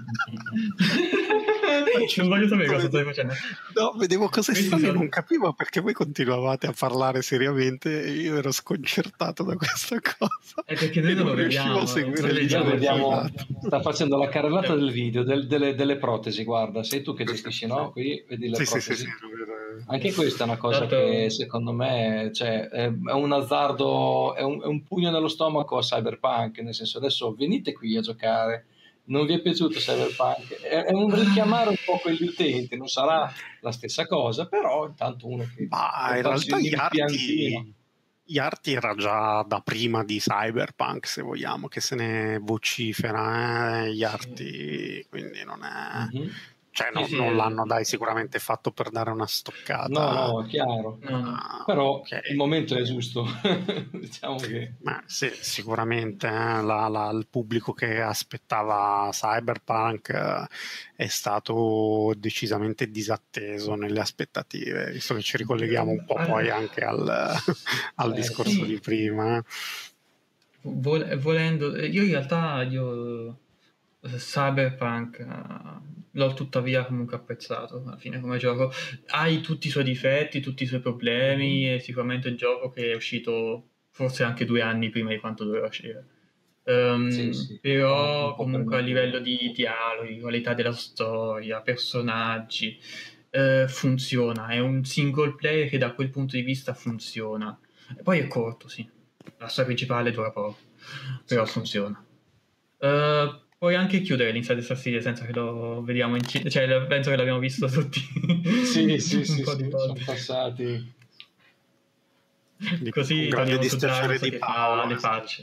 Non voglio sapere cosa stai facendo. No, vedevo cose Questi strane, sono- non capivo perché voi continuavate a parlare seriamente e io ero sconcertato da questa cosa. È perché noi E non lo riuscivo vediamo, a seguire non il leggiamo Noi il discorso. vediamo, feed. sta facendo la carrellata del video, del- delle, delle protesi, guarda, sei tu che gestisci, no? Qui vedi le Sì, sì, protesi. sì, sì, lo vedo. Anche questa è una cosa Tanto- che secondo me, cioè, è, è un azzardo, è un, è un pugno nello stomaco a Cyberpunk, nel senso adesso venite qui a giocare, non vi è piaciuto Cyberpunk, è, è un richiamare un po' quegli utenti, non sarà la stessa cosa, però intanto uno che Ma per in farsi realtà il piantino. Yarty, Yarty era già da prima di Cyberpunk, se vogliamo, che se ne vocifera, eh, Yarty, quindi non è... Mhm. Cioè, no- Sì, sì, non eh. l'hanno dai sicuramente fatto per dare una stoccata. No, no, è chiaro. No, no. Ah, Però ok. il momento è giusto, diciamo che... Ma sì, sicuramente eh, la- la- il pubblico che aspettava Cyberpunk eh, è stato decisamente disatteso nelle aspettative, visto che ci ricolleghiamo un po' poi anche al, al Eh, discorso sì. di prima. eh. Vol- volendo, io in realtà io Cyberpunk eh, l'ho tuttavia comunque apprezzato alla fine come gioco. Hai tutti i suoi difetti, tutti i suoi problemi, è sicuramente un gioco che è uscito forse anche due anni prima di quanto doveva uscire. Ehm, Sì, sì. Un però po' comunque a prematuro. livello di dialoghi, qualità della storia, personaggi, eh, funziona. È un single player che da quel punto di vista funziona. E poi è corto, sì. La storia principale dura poco, però Sì, sì. funziona. Eh, puoi anche chiudere l'Inside Star City senza che lo vediamo in ci- cioè penso che l'abbiamo visto tutti Sì, sì, un sì, po' sì, di sono volte. passati. Di- Così con grande torniamo su dispiacere Drangos di che Paolo. fa le facce.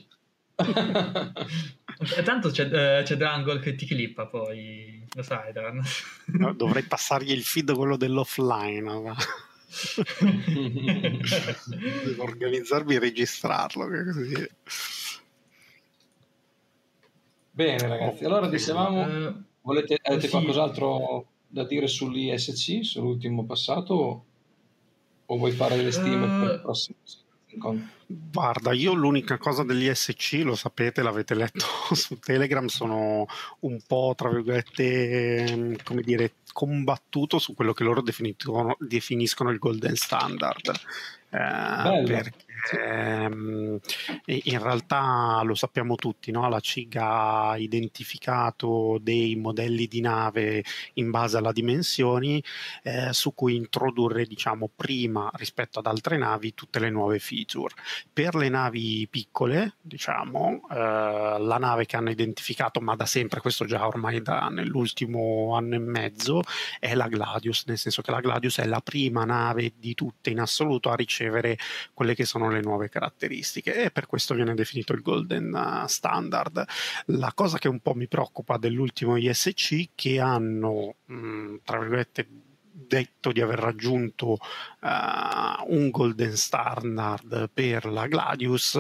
E tanto c'è, eh, c'è Drangol che ti clippa poi, lo sai, Dan. No, dovrei passargli il feed quello dell'offline. ma- Devo organizzarmi e registrarlo. che così. Bene ragazzi, allora Ok. dicevamo, Eh, volete, avete sì. qualcos'altro da dire sull'I S C, sull'ultimo passato, o vuoi fare le stime per il Eh, prossimo incontro? Guarda, io l'unica cosa degli S C, lo sapete, l'avete letto su Telegram, sono un po', tra virgolette, ehm, come dire, combattuto su quello che loro definiscono, definiscono il golden standard. Eh, Bello. perché ehm, in realtà lo sappiamo tutti, no? La C I G ha identificato dei modelli di nave in base alla dimensioni eh, su cui introdurre, diciamo, prima rispetto ad altre navi tutte le nuove feature. Per le navi piccole, diciamo, eh, la nave che hanno identificato, ma da sempre, questo già ormai da nell'ultimo anno e mezzo, è la Gladius, nel senso che la Gladius è la prima nave di tutte in assoluto a ricevere quelle che sono le le nuove caratteristiche, e per questo viene definito il golden standard. La cosa che un po' mi preoccupa dell'ultimo I S C, che hanno mh, tra virgolette detto di aver raggiunto uh, un golden standard per la Gladius,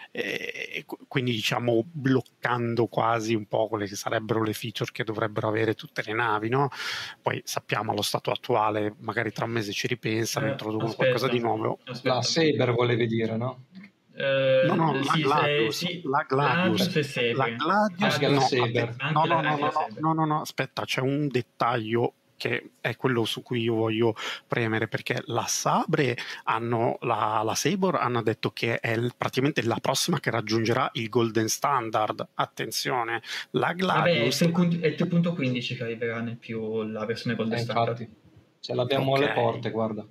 e quindi diciamo bloccando quasi un po' quelle che sarebbero le feature che dovrebbero avere tutte le navi, no? Poi sappiamo allo stato attuale, magari tra un mese ci ripensano, Eh, introducono aspetta, qualcosa di nuovo. aspetta. La Saber volevi dire, no? Eh, No, no, la sì, Gladius, eh, sì, la Gladius, Gladius e Saber. la Gladius, Anche la no, Saber. aspetta, Anche no, la- no, no, anche la no, Saber. no, no, no, aspetta, c'è un dettaglio che è quello su cui io voglio premere, perché la Sabre hanno la, la Saber hanno detto che è il- praticamente la prossima che raggiungerà il golden standard. Attenzione, la Vabbè, è Gladius, tre punto quindici che arriverà nel più la versione Gold Eh, Standard. infatti, ce l'abbiamo Ok. alle porte, guarda.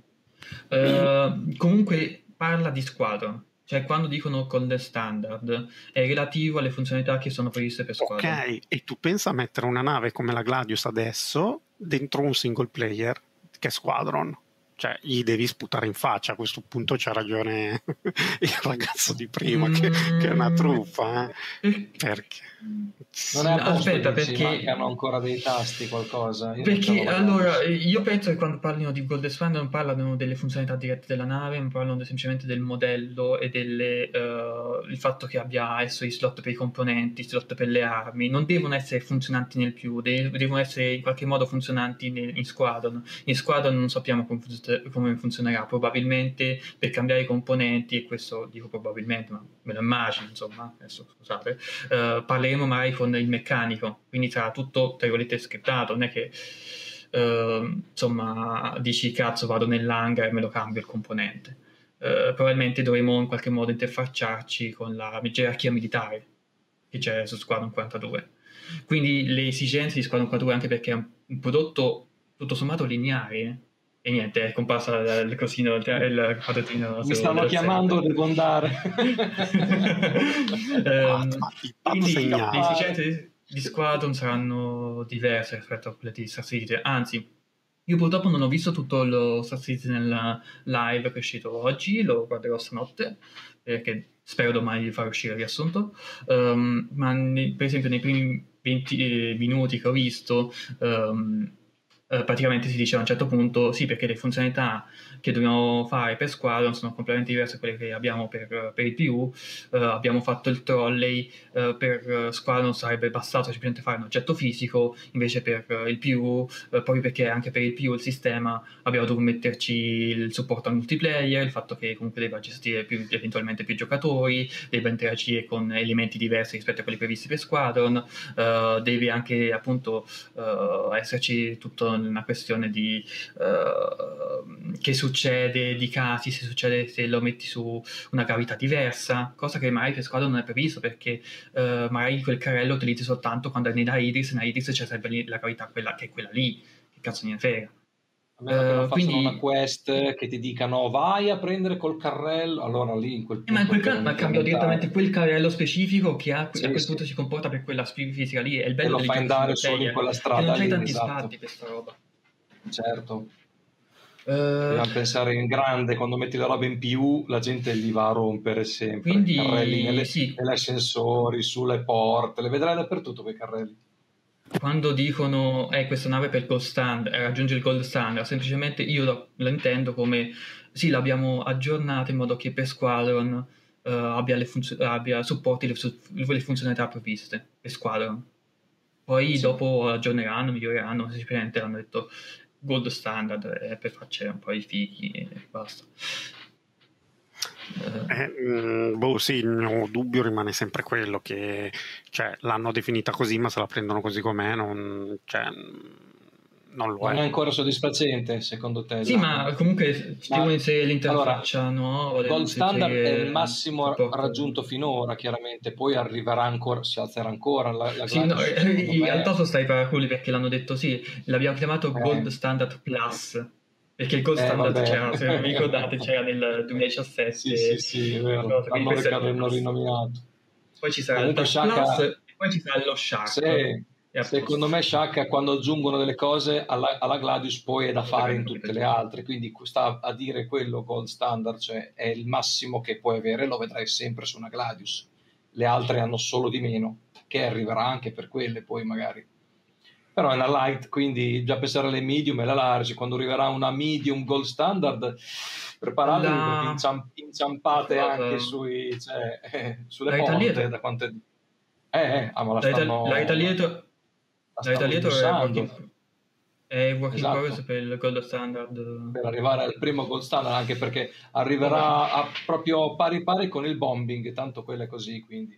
Eh, comunque parla di Squadron, cioè quando dicono Gold Standard è relativo alle funzionalità che sono previste per Squadron. ok, e tu pensa a mettere una nave come la Gladius adesso dentro un single player che è Squadron, cioè gli devi sputare in faccia. A questo punto c'ha ragione il ragazzo di prima, che, che è una truffa, eh? Perché? Non è a posto, Aspetta, dici, perché mancano ancora dei tasti, qualcosa? Io non Perché c'avevo la allora Gladius. io penso che quando parlino di Gold Standard non parlano delle funzionalità dirette della nave, ma parlano semplicemente del modello e del il fatto che abbia adesso i slot per i componenti, slot per le armi. Non devono essere funzionanti nel più, de- devono essere in qualche modo funzionanti nel- in Squadron. In Squadron non sappiamo come, funz- come funzionerà, probabilmente per cambiare i componenti, e questo dico probabilmente, ma me lo immagino, insomma, adesso scusate, eh, parleremo magari con il meccanico, quindi sarà tutto tra virgolette scriptato, non è che eh, insomma dici cazzo vado nell'hangar e me lo cambio il componente. Eh, probabilmente dovremo in qualche modo interfacciarci con la gerarchia militare che c'è su Squadron quarantadue, quindi le esigenze di Squadron quarantadue, anche perché è un, un prodotto tutto sommato lineare. E niente, è comparsa il cosino, il, il quadratino. Mi stanno chiamando, devo andare. Ehm, Ma il pad quindi le segnale. esigenze di, di Squadron saranno diverse rispetto a quelle di Star Citizen. Anzi, io purtroppo non ho visto tutto lo Star Citizen live che è uscito oggi, lo guarderò stanotte, perché spero domani di far uscire il riassunto. Um, ma ne, per esempio nei primi venti minuti che ho visto, um, Uh, praticamente si diceva a un certo punto sì, perché le funzionalità che dobbiamo fare per Squadron sono completamente diverse da quelle che abbiamo per, per il P U. Uh, abbiamo fatto il trolley, uh, per Squadron sarebbe bastato semplicemente fare un oggetto fisico, invece per uh, il P U, uh, proprio perché anche per il P U il sistema abbiamo dovuto metterci il supporto al multiplayer, il fatto che comunque debba gestire più, eventualmente più giocatori, debba interagire con elementi diversi rispetto a quelli previsti per Squadron, uh, deve anche appunto uh, esserci tutto una questione di uh, che succede di casi, se succede se lo metti su una gravità diversa, cosa che magari per Squadron non è previsto, perché uh, magari quel carrello utilizzi soltanto quando è nella Idris, e nella Idris c'è sempre la gravità quella, che è quella lì, che cazzo ne frega. A meno che non Uh, facciano quindi... una quest che ti dicano vai a prendere col carrello, allora lì in quel punto eh, ma in quel caso ma cambia direttamente quel carrello specifico che ha, sì, a quel sì. punto si comporta per quella fisica lì. È il bello e lo delle fai andare giochi solo in quella che strada non c'hai lì, tanti esatto. sbatti per sta roba. Certo. Uh, Dobbiamo pensare in grande, quando metti la roba in P U la gente li va a rompere sempre. Quindi, carrelli nelle, sì. negli ascensori, sulle porte, le vedrai dappertutto quei carrelli. Quando dicono eh, questa nave per gold standard, raggiunge il gold standard, semplicemente io lo, lo intendo come sì, l'abbiamo aggiornata in modo che per Squadron uh, abbia, le funzio- abbia supporti le, le funzionalità previste per Squadron. Poi sì. Dopo aggiorneranno, miglioreranno, semplicemente hanno detto gold standard eh, per farci un po' i fighi e basta. Eh, mh, boh, sì, il mio dubbio rimane sempre quello che, cioè, l'hanno definita così, ma se la prendono così com'è, non, cioè, non lo non è. è ancora soddisfacente, secondo te? Sì, ma comunque devono inserire l'interfaccia allora, nuova. Gold Standard è il massimo supporto raggiunto finora, chiaramente, poi arriverà ancora, si alzerà ancora la, la sì, no, in me... realtà sono stati paraculi perché l'hanno detto sì, l'abbiamo chiamato eh. Gold Standard Plus. Perché il Gold eh, Standard vabbè. c'era, se non vi ricordate, c'era nel duemiladiciassette. Sì, sì, sì, è vero. L'hanno, l'hanno rinominato. Poi ci sarà comunque il Shaka... Plus e poi ci sarà lo Shark. Sì, Secondo me Shaka, quando aggiungono delle cose alla, alla Gladius, poi è da fare in tutte le altre, quindi sta a dire quello gold standard, cioè è il massimo che puoi avere, lo vedrai sempre su una Gladius. Le altre hanno solo di meno, che arriverà anche per quelle poi magari. Però è una light, quindi già pensare alle medium e alla large, quando arriverà una medium gold standard, preparatevi La... perché inciamp- inciampate cosa... anche sui, cioè, eh, sulle la porte, Italietro. da quante... Eh, eh, ah, ma la La, stanno... la Italietro, la la Italietro è working, è working esatto. progress per il gold standard. Per arrivare al primo gold standard, anche perché arriverà a proprio pari pari con il bombing, tanto quello è così, quindi...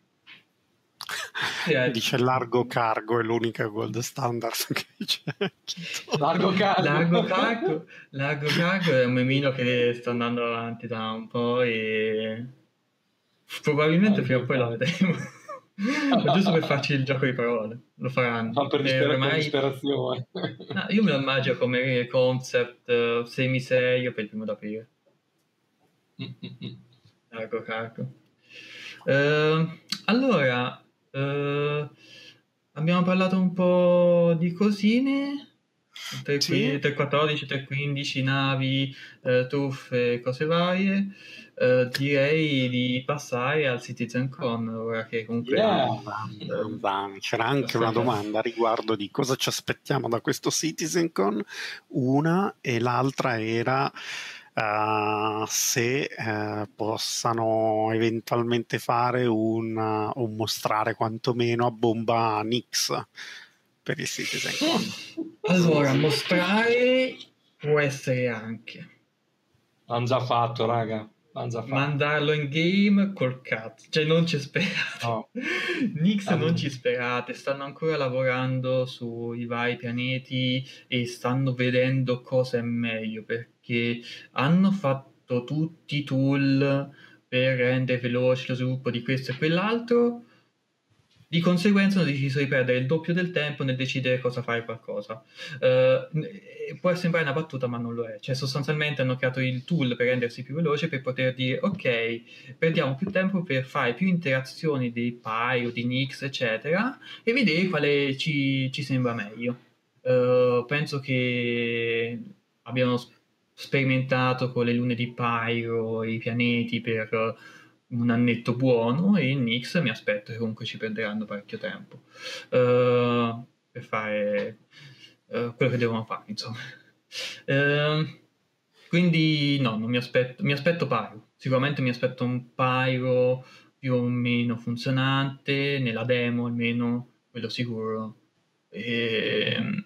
Dice largo cargo è l'unica gold standard che dice. Largo cargo. Largo cargo, largo cargo è un memino che sta andando avanti da un po' e probabilmente Largo prima o poi lo vedremo. Giusto per farci il gioco di parole, lo faranno. Ma per, disper- ormai... per disperazione. No, io me lo immagino come concept uh, semiserio per il primo d'aprile. Largo cargo. Uh, allora Uh, abbiamo parlato un po' di cosine, sì. tre quattordici, tre quindici, navi, uh, truffe, cose varie. Uh, direi di passare al CitizenCon ora che comunque yeah. uh, c'era anche una domanda a riguardo di cosa ci aspettiamo da questo CitizenCon, una, e l'altra era Uh, se uh, possano eventualmente fare un, uh, o mostrare quantomeno a bomba Nix per il CitizenCon. Allora, mostrare può essere anche l'hanno già fatto, raga, l'hanno già fatto. Mandarlo in game col cazzo, cioè non ci sperate. No. Nix um. non ci sperate, stanno ancora lavorando sui vari pianeti e stanno vedendo cosa è meglio, perché hanno fatto tutti i tool per rendere veloce lo sviluppo di questo e quell'altro, di conseguenza hanno deciso di perdere il doppio del tempo nel decidere cosa fare qualcosa. Uh, può sembrare una battuta, ma non lo è. Cioè, sostanzialmente hanno creato il tool per rendersi più veloce, per poter dire, ok, perdiamo più tempo per fare più interazioni dei Pi o di Nix, eccetera, e vedere quale ci, ci sembra meglio. Uh, penso che abbiano sperimentato con le lune di Pyro, i pianeti per un annetto buono, e in Nix mi aspetto che comunque ci prenderanno parecchio tempo uh, per fare uh, quello che devono fare, insomma. Uh, quindi no, non mi aspetto, mi aspetto Pyro, sicuramente mi aspetto un Pyro più o meno funzionante, nella demo almeno, quello sicuro, e,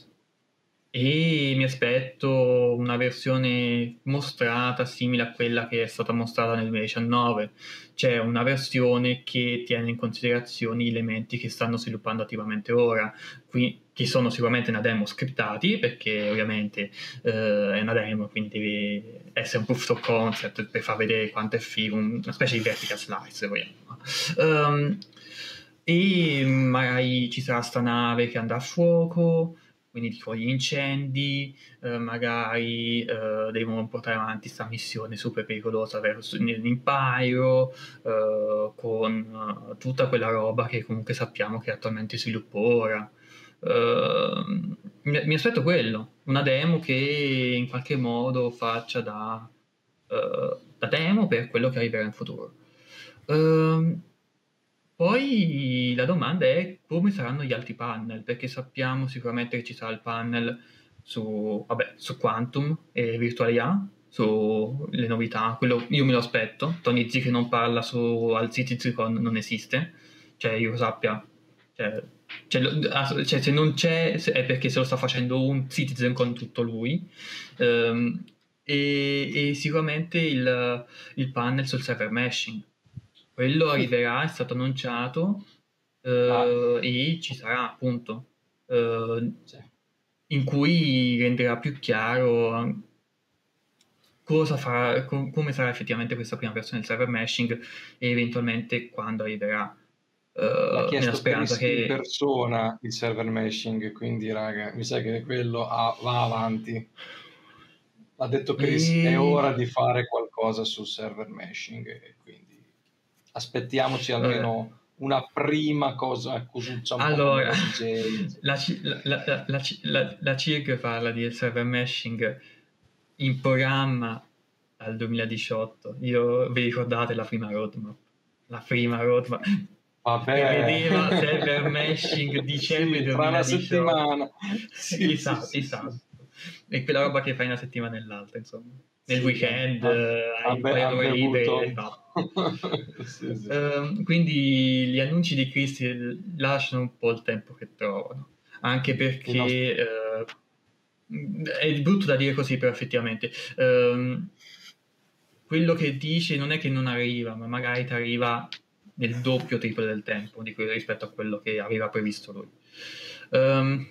e mi aspetto una versione mostrata simile a quella che è stata mostrata nel duemiladiciannove, cioè una versione che tiene in considerazione gli elementi che stanno sviluppando attivamente ora, qui, che sono sicuramente una demo scriptati, perché ovviamente eh, è una demo, quindi deve essere un proof of concept per far vedere quanto è figo, una specie di vertical slice, se vogliamo. Um, e magari ci sarà sta nave che andrà a fuoco, quindi tipo gli incendi, eh, magari eh, devono portare avanti questa missione super pericolosa verso l'Empire, eh, con uh, tutta quella roba che comunque sappiamo che attualmente sviluppo ora. Uh, mi, mi aspetto quello, una demo che in qualche modo faccia da, uh, da demo per quello che arriverà in futuro. Uh, Poi la domanda è come saranno gli altri panel, perché sappiamo sicuramente che ci sarà il panel su, vabbè, su Quantum e Virtual A I, sulle novità, quello io me lo aspetto. Tony Z che non parla su, al CitizenCon non esiste, cioè io sappia, cioè, cioè, cioè se non c'è è perché se lo sta facendo un CitizenCon tutto lui. Um, e, e sicuramente il, il panel sul server meshing. Quello arriverà, è stato annunciato, eh, ah. e ci sarà appunto, eh, in cui renderà più chiaro cosa farà, com- come sarà effettivamente questa prima versione del server meshing e eventualmente quando arriverà. L'ha chiesto nella speranza per che in persona il server meshing, quindi raga, mi sa che quello ha, va avanti. Ha detto che e... è ora di fare qualcosa sul server meshing, e quindi aspettiamoci almeno una prima cosa cosuccia un allora, po' come la, C- la, la, la, la, la, la C I G parla di server meshing in programma dal duemiladiciotto. Io vi ricordate la prima roadmap? La prima roadmap Vabbè. che vedeva server meshing dicembre sì, duemiladiciotto. tra una settimana. Sì, esatto, sì, esatto. Sì. E quella roba che fai una settimana e l'altra, insomma. Nel Sì, weekend ha, eh, hai un paio d'ore libere. sì, sì. Uh, quindi gli annunci di Christie lasciano un po' il tempo che trovano, anche perché uh, è brutto da dire così, però effettivamente uh, quello che dice non è che non arriva, ma magari ti arriva nel doppio o triplo del tempo di quello, rispetto a quello che aveva previsto lui. Um,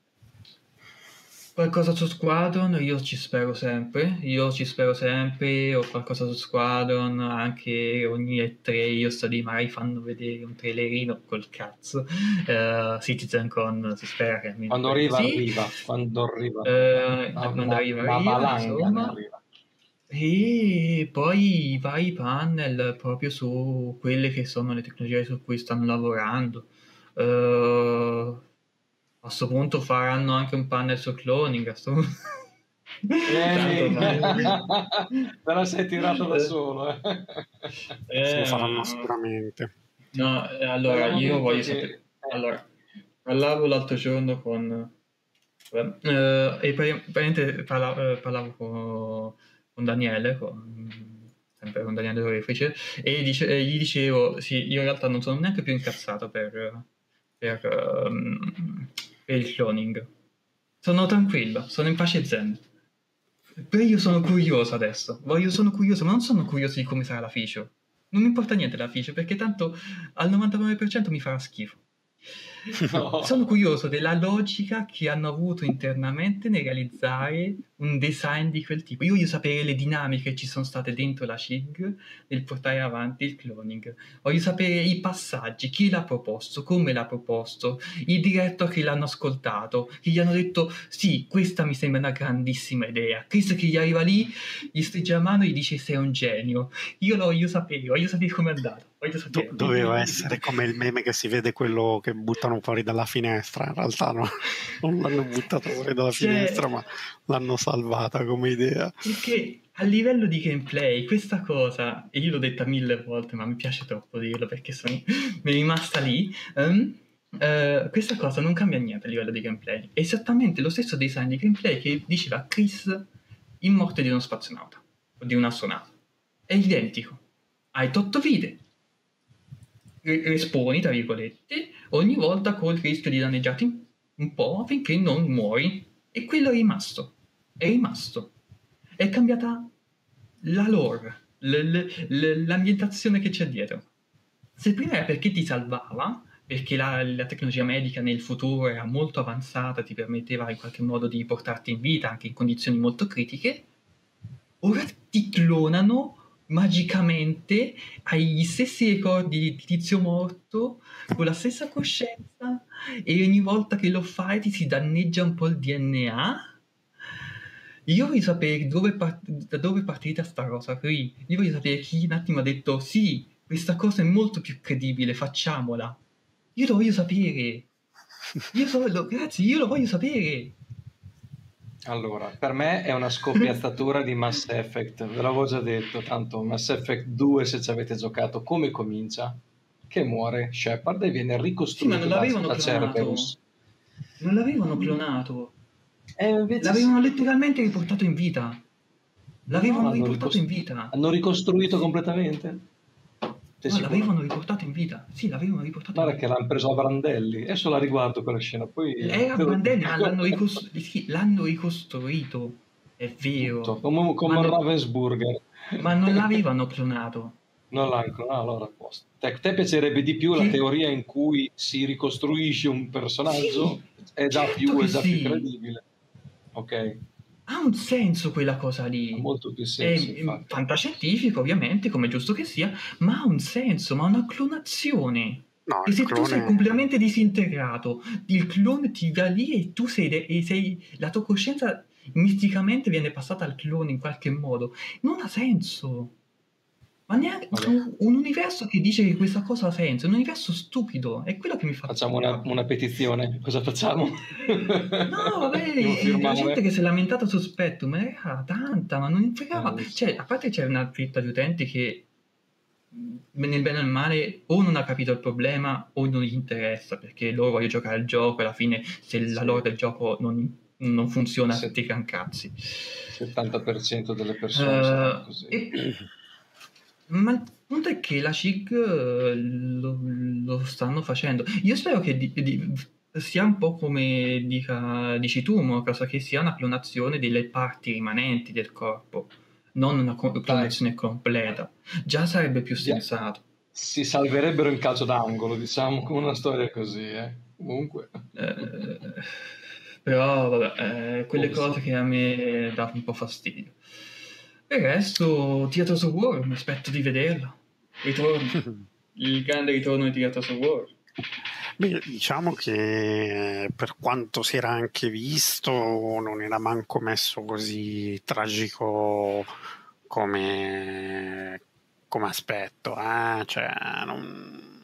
Qualcosa su Squadron, io ci spero sempre, io ci spero sempre, ho qualcosa su Squadron, anche ogni E tre io sto di magari fanno vedere un trailerino col cazzo, uh, CitizenCon si spera che almeno quando arriva sì. arriva, quando arriva, uh, una, quando una, arriva una arriva, valanga insomma, arriva. E poi i vari panel proprio su quelle che sono le tecnologie su cui stanno lavorando. Uh, a questo punto faranno anche un panel su cloning. A sto... Ehi, Tanto, te la sei tirato da solo. Eh. Se lo eh, faranno sicuramente. no, allora io voglio che... sapere. Allora, parlavo l'altro giorno con. Uh, e praticamente parlavo, parlavo con, con Daniele, con, sempre con Daniele Orefice, e, dice, e gli dicevo, sì, io in realtà non sono neanche più incazzato per, per, um, per il cloning. Sono tranquillo, sono in pace zen. Però io sono curioso adesso, voglio, sono curioso, ma non sono curioso di come sarà la feature. Non mi importa niente la feature, perché tanto al novantanove per cento mi farà schifo. No. Sono curioso della logica che hanno avuto internamente nel realizzare un design di quel tipo. Io voglio sapere le dinamiche che ci sono state dentro la C I G nel portare avanti il cloning. Voglio sapere i passaggi, chi l'ha proposto, come l'ha proposto, i director che l'hanno ascoltato, che gli hanno detto sì, questa mi sembra una grandissima idea. Chris che gli arriva lì, gli stringe la mano e gli dice sei un genio. Io lo voglio sapere, voglio sapere come è andato. Do- doveva essere come il meme che si vede, quello che buttano fuori dalla finestra. In realtà no, non l'hanno buttato fuori dalla cioè, finestra, ma l'hanno salvata come idea. Perché a livello di gameplay questa cosa, e io l'ho detta mille volte, ma mi piace troppo dirlo perché sono, mi è rimasta lì, um, uh, questa cosa non cambia niente a livello di gameplay. È esattamente lo stesso design di gameplay che diceva Chris in Morte di uno spazionauta o di un astronauta. È identico. Hai tot vite, responi tra virgolette ogni volta col rischio di danneggiarti un po' finché non muori, e quello è rimasto è rimasto è cambiata la lore, l- l- l'ambientazione che c'è dietro. Se prima era perché ti salvava, perché la, la tecnologia medica nel futuro era molto avanzata, ti permetteva in qualche modo di portarti in vita anche in condizioni molto critiche, ora ti clonano magicamente, hai gli stessi ricordi di tizio morto, con la stessa coscienza, e ogni volta che lo fai ti si danneggia un po' il D N A. Io voglio sapere dove part- da dove è partita sta cosa qui. Io voglio sapere chi un attimo ha detto sì, questa cosa è molto più credibile, facciamola. Io lo voglio sapere. Io so, lo, grazie, io lo voglio sapere. Allora, per me è una scoppiazzatura di Mass Effect, ve l'avevo già detto, tanto Mass Effect due, se ci avete giocato, come comincia? Che muore Shepard e viene ricostruito sì, ma non da, l'avevano da clonato. Cerberus. Non l'avevano clonato. E invece l'avevano sì. letteralmente riportato in vita. L'avevano No, riportato ricost- in vita. Hanno ricostruito completamente? Sei No, sicuro? l'avevano riportato in vita. Sì, l'avevano riportato Guarda in che vita. l'hanno preso a brandelli. Adesso la riguardo quella scena. Poi Era te lo Brandelli, ma dico. l'hanno, ricostru- sì, l'hanno ricostruito. È vero. Tutto, come, come Ma un non- Ravensburger. Ma non l'avevano clonato. Non l'hanno clonato, allora a posto. Te, te piacerebbe di più la Sì. teoria in cui si ricostruisce un personaggio? Sì, È già, certo più, è che già sì. più credibile. Ok, Ha un senso quella cosa ha lì. molto più È senso, è infatti. fantascientifico, ovviamente, come è giusto che sia, ma ha un senso, ma ha una clonazione. No, E il se tu sei clone completamente disintegrato, il clone ti va lì e tu sei, de- e sei la tua coscienza misticamente viene passata al clone in qualche modo. Non ha senso. Ma neanche un, un universo che dice che questa cosa ha senso, un universo stupido, è quello che mi fa... Facciamo una, una petizione, cosa facciamo? No, vabbè, la gente che si è lamentata su Spectrum era tanta, ma non fregava. Eh, cioè, a parte c'è una fitta di utenti che nel bene o nel male o non ha capito il problema o non gli interessa, perché loro vogliono giocare al gioco e alla fine se sì. la loro del gioco non, non funziona, Se, ti cancazzi. settanta per cento delle persone uh, saranno così. E, ma il punto è che la C I G lo, lo stanno facendo. Io spero che di, di, sia un po' come dica, dici tu, cosa che sia una clonazione delle parti rimanenti del corpo, non una clonazione completa. Già sarebbe più sensato. Si salverebbero in calcio d'angolo, diciamo, con una storia così, eh. Comunque. Eh, però, vabbè, eh, quelle oh, cose sì. che a me dà un po' fastidio. Per il resto, Theaters of War, mi aspetto di vederlo. Ritorno. Il grande ritorno di Theaters of War. Beh, diciamo che per quanto si era anche visto, non era manco messo così tragico come, come aspetto. Eh? Cioè, non...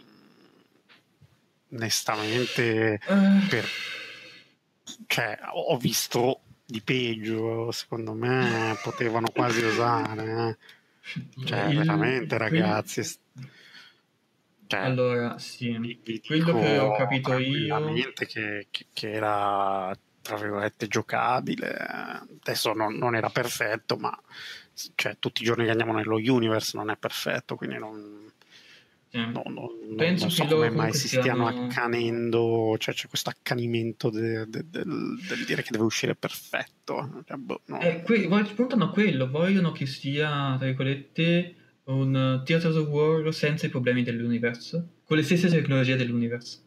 onestamente, uh. per... cioè, ho visto di peggio, secondo me potevano quasi osare, eh. Cioè il, veramente ragazzi, cioè, allora sì, vi, vi quello che ho capito io che, che, che era tra virgolette giocabile, adesso non, non era perfetto, ma cioè, tutti i giorni che andiamo nello universe non è perfetto, quindi non No, no, Penso non so che come loro mai si stiano siano... accanendo, cioè c'è questo accanimento de, de, de, del dire che deve uscire perfetto. Cioè, boh, no. eh, que- puntano a quello, vogliono che sia, tra virgolette, un Theaters of War senza i problemi dell'universo, con le stesse tecnologie dell'universo.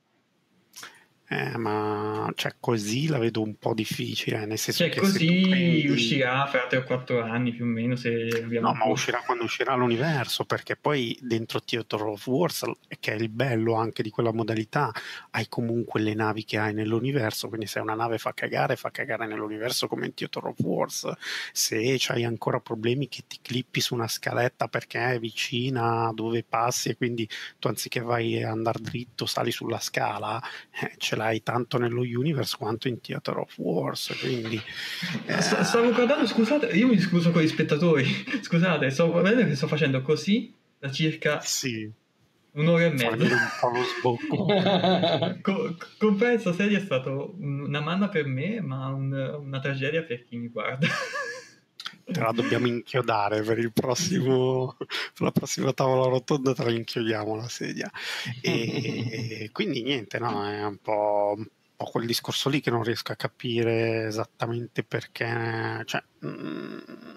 Eh, ma cioè, così la vedo un po' difficile, nel senso cioè, che così se tu prendi... uscirà fra tre o quattro anni più o meno, se abbiamo... No, ma uscirà quando uscirà l'universo, perché poi dentro Theater of Wars, che è il bello anche di quella modalità, hai comunque le navi che hai nell'universo, quindi se una nave fa cagare, fa cagare nell'universo come in Theater of Wars. Se c'hai ancora problemi che ti clippi su una scaletta perché è vicina dove passi e quindi tu anziché vai a andare dritto sali sulla scala, eh, ce l'hai tanto nello universe quanto in Theater of Wars, quindi eh... stavo guardando, scusate, io mi scuso con gli spettatori, scusate, sto vedendo che sto facendo così da circa sì. un'ora e mezza. Un po' lo sbocco. con, con questa serie è stato una manna per me, ma un, una tragedia per chi mi guarda. Te la dobbiamo inchiodare per il prossimo per la prossima tavola rotonda, te la inchiodiamo la sedia, e quindi niente, no, è un po', un po' quel discorso lì che non riesco a capire esattamente perché, cioè mh,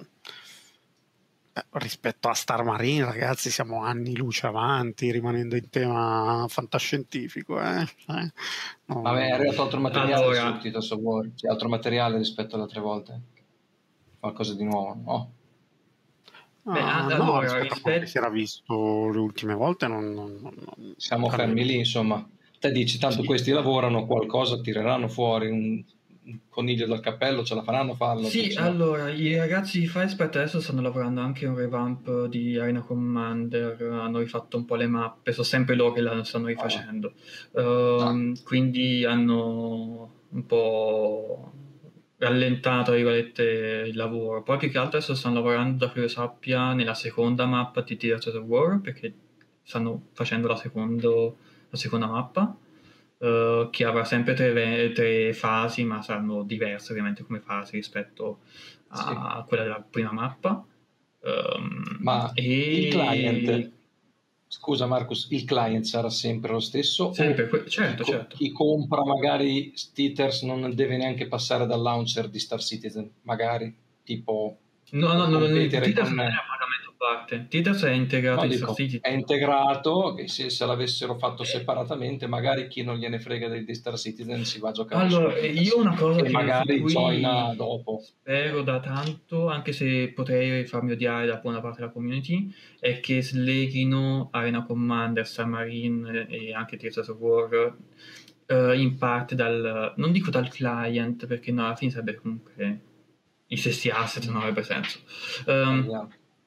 rispetto a Star Marine, ragazzi, siamo anni luce avanti, rimanendo in tema fantascientifico, eh? Eh? No, vabbè, è arrivato altro materiale allora... su Theaters of War, c'è altro materiale rispetto alle altre volte, qualcosa di nuovo, no? Beh, ah, allora, no, rispetto rispetto... a quello che si era visto le ultime volte non, non, non, siamo non fermi lì, insomma. Te dici, tanto sì. Questi lavorano, qualcosa tireranno fuori, un, un coniglio dal cappello, ce la faranno farlo? Sì, allora, i ragazzi di Firespect adesso stanno lavorando anche un revamp di Arena Commander, hanno rifatto un po' le mappe, sono sempre loro che la stanno rifacendo, oh. uh, ah. Quindi hanno un po' rallentato il lavoro. Poi più che altro adesso stanno lavorando, da quello che sappia, nella seconda mappa di Theaters of War, perché stanno facendo la, secondo, la seconda mappa, uh, che avrà sempre tre, tre fasi, ma saranno diverse ovviamente come fasi rispetto a sì. quella della prima mappa. Um, ma e... il client, scusa Marcus, il client sarà sempre lo stesso? Sempre, que- certo, chi, certo. Chi compra magari Theaters non deve neanche passare dal launcher di Star Citizen, magari, tipo... No, no, no, Theaters non è a pagamento a parte. Theaters è integrato no, in dico, Star Citizen. È integrato, che se, se l'avessero fatto eh. separatamente, magari chi non gliene frega di, di Star Citizen si va a giocare. Allora, io una cosa che magari joina dopo. Spero da tanto, anche se potrei farmi odiare da buona parte della community, è che sleghino Arena Commander, Star Marine e anche Theaters of War uh, in parte dal, non dico dal client, perché no, alla fine sarebbe comunque i stessi asset, non avrebbe senso, um,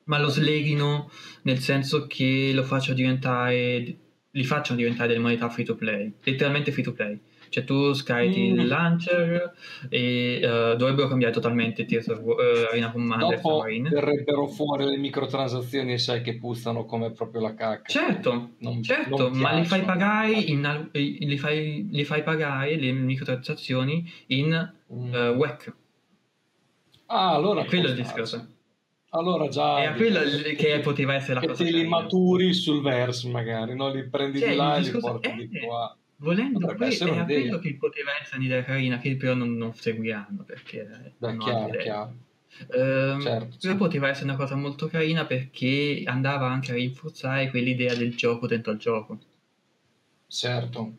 ma lo sleghino nel senso che lo faccia diventare, li facciano diventare delle monetà free to play, letteralmente free to play. Cioè tu scarichi Mm. il launcher e uh, dovrebbero cambiare totalmente Tears of War, uh, Arena Commander e Dopo Submarine. verrebbero fuori le microtransazioni e sai che puzzano come proprio la cacca. Certo, Non- certo, non ma li fai piacciono. pagare in al- eh, li fai, li fai pagare le microtransazioni in Mm. uh, W E C. Ah, allora E quello è il può starsi. discorso. Allora già E a quello l- che poteva essere la che cosa te li carina. maturi sul verso magari, no? Li prendi Cioè, di là il e li discorso porti è, di qua. volendo, Potrebbe que- essere era un'idea. quello che poteva essere un'idea carina, che però non, non seguiranno perché Beh, hanno chiaro, altre idee. chiaro. Ehm, Certo, però sì. poteva essere una cosa molto carina perché andava anche a rinforzare quell'idea del gioco dentro al gioco. Certo.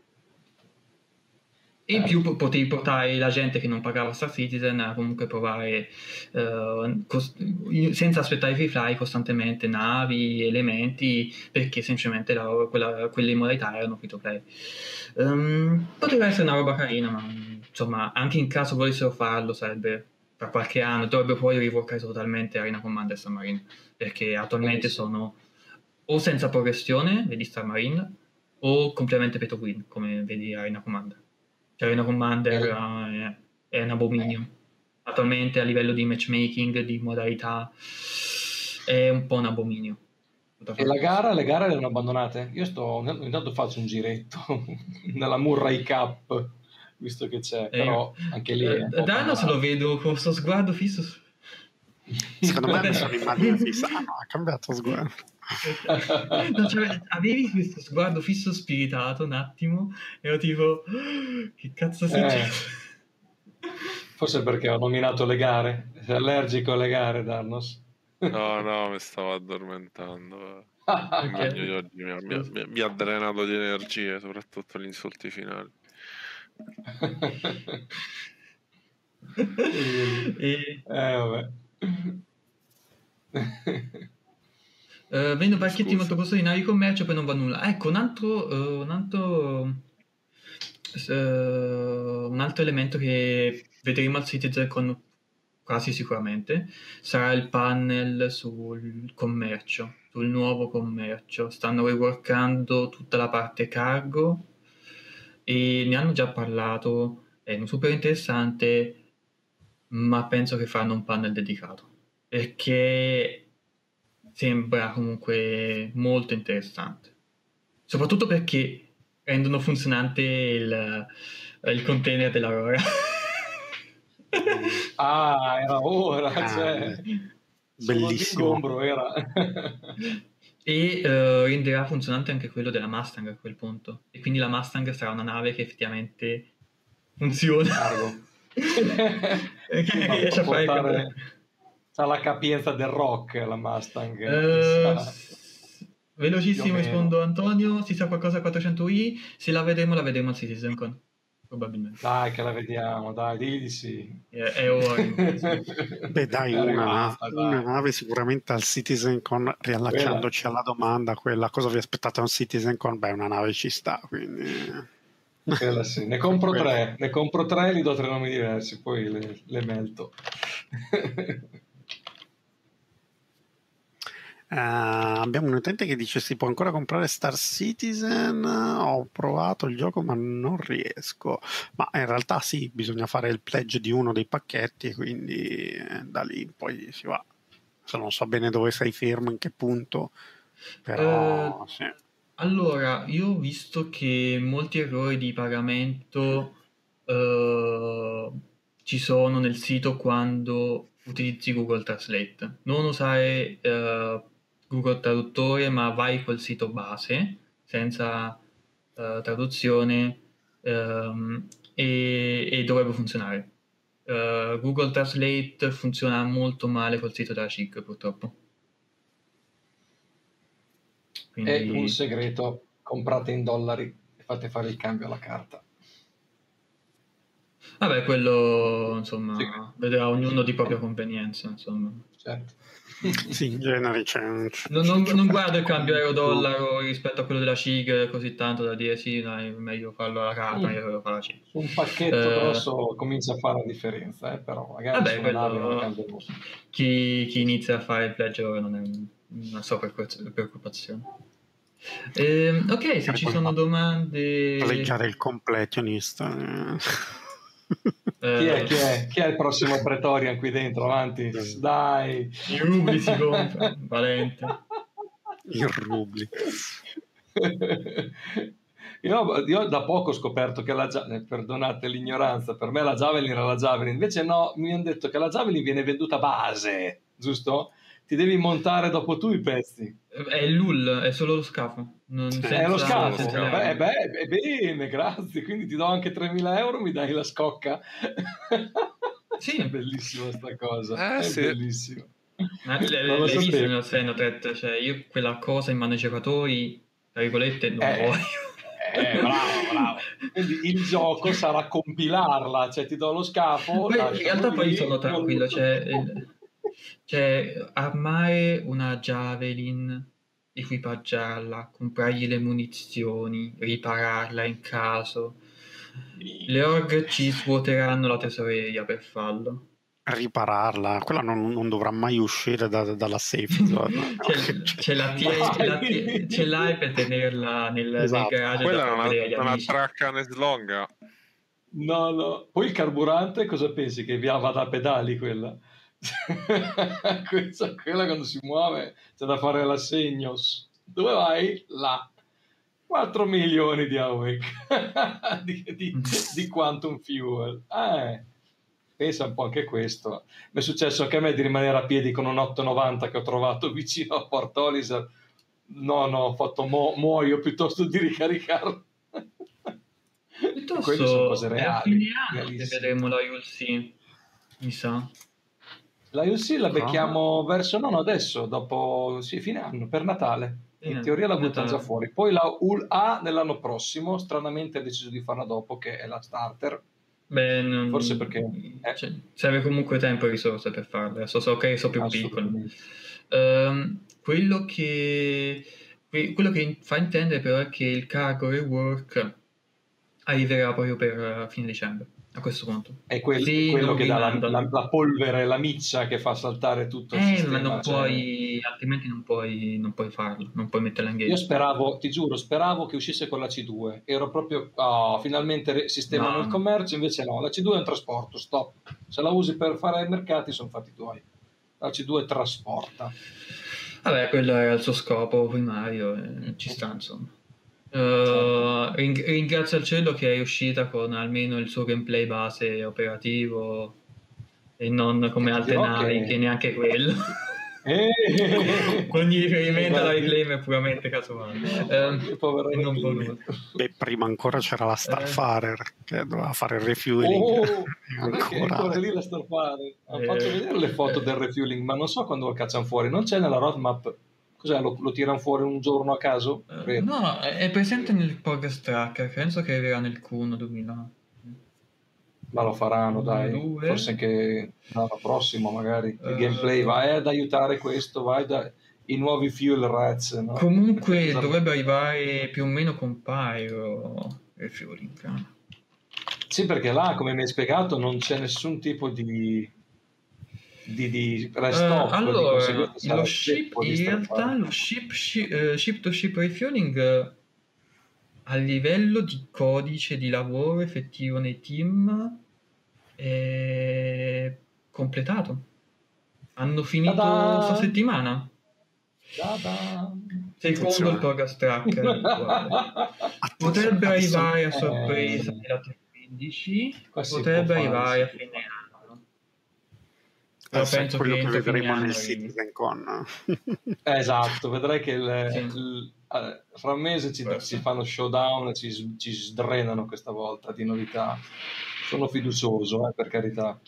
E in Certo. più po- potevi portare la gente che non pagava Star Citizen a comunque provare eh, cos- senza aspettare free fly costantemente navi, elementi, perché semplicemente la, quella, quelle modalità erano free to play. Um, poteva essere una roba carina, ma insomma, anche in caso volessero farlo, sarebbe tra qualche anno, dovrebbero poi riworkare totalmente Arena Commander e Star Marine, perché attualmente Eh, sì. sono o senza progressione, vedi Star Marine, o completamente pay to win, come vedi Arena Commander. Cioè Arena Commander Eh. uh, è, è un abominio. Attualmente a livello di matchmaking, di modalità, è un po' un abominio. E la gara, le gare le hanno abbandonate? Io sto, intanto faccio un giretto nella Murray Cup, visto che c'è, però anche lì è un po' Dano se lo abbandonato. vedo con questo sguardo fisso. su- Secondo me Vabbè. mi sono immaginato fissa. Ah, no, ha cambiato sguardo. No, cioè, avevi questo sguardo fisso spiritato un attimo, ero tipo, che cazzo Eh. succede? Forse perché ho nominato le gare, sei allergico alle gare, Darnos? No, no, mi stavo addormentando. Ok. L'impegno di oggi mi ha, mi, ha, mi ha- mi ha drenato di energie, soprattutto gli insulti finali. E, Eh, vabbè. eh, vendono pacchetti Scusa. molto costosi di navi di commercio, poi non va nulla. Ecco, un altro, eh, un altro, eh, un altro elemento che vedremo al CitizenCon quasi sicuramente sarà il panel sul commercio, sul nuovo commercio. Stanno reworkando tutta la parte cargo e ne hanno già parlato, è super interessante, ma penso che faranno un panel dedicato perché sembra comunque molto interessante, soprattutto perché rendono funzionante il, il container dell'Aurora. Ah, era ora, Ah, cioè, solo bellissimo. l'ingombro era. E eh, renderà funzionante anche quello della Mustang a quel punto, e quindi la Mustang sarà una nave che effettivamente funziona. Cargo. che Sì, che ma riesce a può fare portare- c'ha la capienza del rock la Mustang. Eh, chissà. s- velocissimo Più o meno. rispondo Antonio, si sa qualcosa a quattrocento i, se la vedremo la vedremo al CitizenCon, probabilmente. Dai che la vediamo, dai, digli di sì. È, è ora. Beh, dai, È una, arrivata, una dai. nave sicuramente al CitizenCon, riallacciandoci alla domanda, quella cosa vi aspettate a un CitizenCon? Beh, una nave ci sta, quindi... Quella sì. Ne compro tre, ne compro tre, li do tre nomi diversi, poi le, le melto. Eh, abbiamo un utente che dice si può ancora comprare Star Citizen, ho provato il gioco ma non riesco, ma in realtà sì, bisogna fare il pledge di uno dei pacchetti e quindi eh, da lì poi si va. Se non so bene dove sei fermo, in che punto, però Eh, sì. Allora, io ho visto che molti errori di pagamento eh, ci sono nel sito quando utilizzi Google Translate. Non usare eh, Google Traduttore, ma vai col sito base, senza eh, traduzione, ehm, e, e dovrebbe funzionare. Eh, Google Translate funziona molto male col sito della C I C, purtroppo. È Quindi... un segreto, comprate in dollari e fate fare il cambio alla carta. Vabbè, quello insomma Sì. vedrà ognuno di propria convenienza, insomma. certo. Sì, in genere c'è un... Non, non, non guardo il cambio euro-dollaro rispetto a quello della C I G così tanto da dire sì, dai, è meglio farlo alla carta, Mm. meglio farlo alla C I G. Su un pacchetto Eh, grosso comincia a fare la differenza, eh, però magari Vabbè, su una nave non quello, cambia molto. chi, chi inizia a fare il pledge ora non è una sua preoccupazione. Eh, ok, se ci sono domande... Leggiare il completionist. Eh, Chi è, chi è? Chi è il prossimo Praetorian qui dentro? Avanti, dai. I rubli si compra, Valente. Il rubli. Io, io da poco ho scoperto che la Ja- eh, perdonate l'ignoranza, per me la Javelin era la Javelin, invece no, mi hanno detto che la Javelin viene venduta base, giusto? Ti devi montare dopo tu i pezzi. È il L U L, è solo lo scafo. Non, senza, È lo scafo. senza le Beh, armi. beh, beh, bene, grazie. Quindi ti do anche tremila euro, mi dai la scocca. Sì. È bellissima sta cosa. Eh, è sì. bellissimo. Ma le, Non lo l'hai visto sapevo. nel Xenotret? Cioè, io quella cosa in mano ai giocatori, tra virgolette, non Eh, voglio. Eh, bravo, bravo. Quindi il gioco sarà compilarla, cioè ti do lo scafo. Poi, in lascialo realtà poi lì, sono tranquillo, non- cioè, il- cioè armare una Javelin, equipaggiarla, comprargli le munizioni, ripararla in caso. Le org ci svuoteranno la tesoreria per farlo. Ripararla, quella non, non dovrà mai uscire da- dalla safe zone. c'è, c'è la T I, la T- ce l'hai per tenerla nel, Esatto. nel garage Quella da è far una, vedere agli una amici. tracca neslonga. No, no. Poi il carburante, cosa pensi? Che via va da pedali quella? Questa- quella quando si muove c'è da fare l'assegno. Dove vai? Là. quattro milioni di awake di, di, di quantum fuel. Eh, pensa un po' anche questo. Mi è successo anche a me di rimanere a piedi con un ottocentonovanta che ho trovato vicino a Port Olisar. No, no, ho fatto mo- muoio piuttosto di ricaricarlo. Piuttosto Quelle sono cose è a reali, fine anno che realissime. vedremo la U L C, mi sa. La U C la Cosa? becchiamo verso non adesso, dopo sì, fine anno, per Natale. In Eh, teoria la buttano Natale. già fuori. Poi la U L A nell'anno prossimo, stranamente ha deciso di farla dopo, che è la starter. Beh, non- Forse perché eh, cioè, serve comunque tempo e risorse per farle. Adesso so che sono più piccoli. assolutamente. Ehm, quello che que- quello che fa intendere però è che il cargo rework arriverà proprio per eh, fine dicembre, a questo punto. È quel- Sì, quello non che dà la, rimandano. la- la polvere, la miccia che fa saltare tutto il Eh, sistema. ma non cioè- puoi, altrimenti non puoi, non puoi farlo, non puoi metterla in Io game. speravo, ti giuro, speravo che uscisse con la C due. Ero proprio, oh, finalmente re- sistemano No. il commercio, invece no, la C due è un trasporto, stop. Se la usi per fare i mercati sono fatti tuoi. La C due trasporta. Vabbè, quello era il suo scopo primario, eh, ci sta insomma. Uh, ring- ringrazio al cielo che è uscita con almeno il suo gameplay base operativo e non come E ti altre dirò navi che- che neanche quello. Eh, Ogni riferimento alla guardi- reclaim è puramente casuale. Eh, Povero e non Reclaim. voluto. Beh, prima ancora c'era la Starfarer che doveva fare il refueling. Oh, E guarda che è ancora lì la Starfire. Eh, Faccio vedere le foto eh. del refueling, ma non so quando lo cacciano fuori. Non c'è nella roadmap. Cos'è? Lo, lo tirano fuori un giorno a caso? Eh, Credo. no, è è presente nel progress tracker, penso che arriverà nel Q uno duemila. Ma lo faranno, dai. Due. Forse anche l'anno prossimo, magari. Il Eh. gameplay vai ad aiutare questo, vai da i nuovi fuel rats. No? Comunque Cosa- dovrebbe arrivare più o meno con Pyro refueling. eh. Sì, perché là, come mi hai spiegato, non c'è nessun tipo di di, di Eh, restop. di allora, conseguenza sarà lo ship, zeppo di in Starfire. realtà lo ship, shi- eh, ship to ship refueling eh, a livello di codice di lavoro effettivo nei team è completato. Hanno finito Ta-da! questa settimana. Ta-da! Secondo Attenzione. il progress tracker attuale. Potrebbe Adesso- arrivare a Eh. sorpresa nella tre quindici, Qua si potrebbe può fare, arrivare a si fine anno. eh, Però sì, penso quello che che entro fine vedremo anno nel arrivi. CitizenCon. Eh, esatto, vedrai che il- Sì. il- eh, fra un mese ci, Questo. ci fanno showdown e ci, ci sdrenano questa volta di novità. Sono fiducioso, eh, per carità.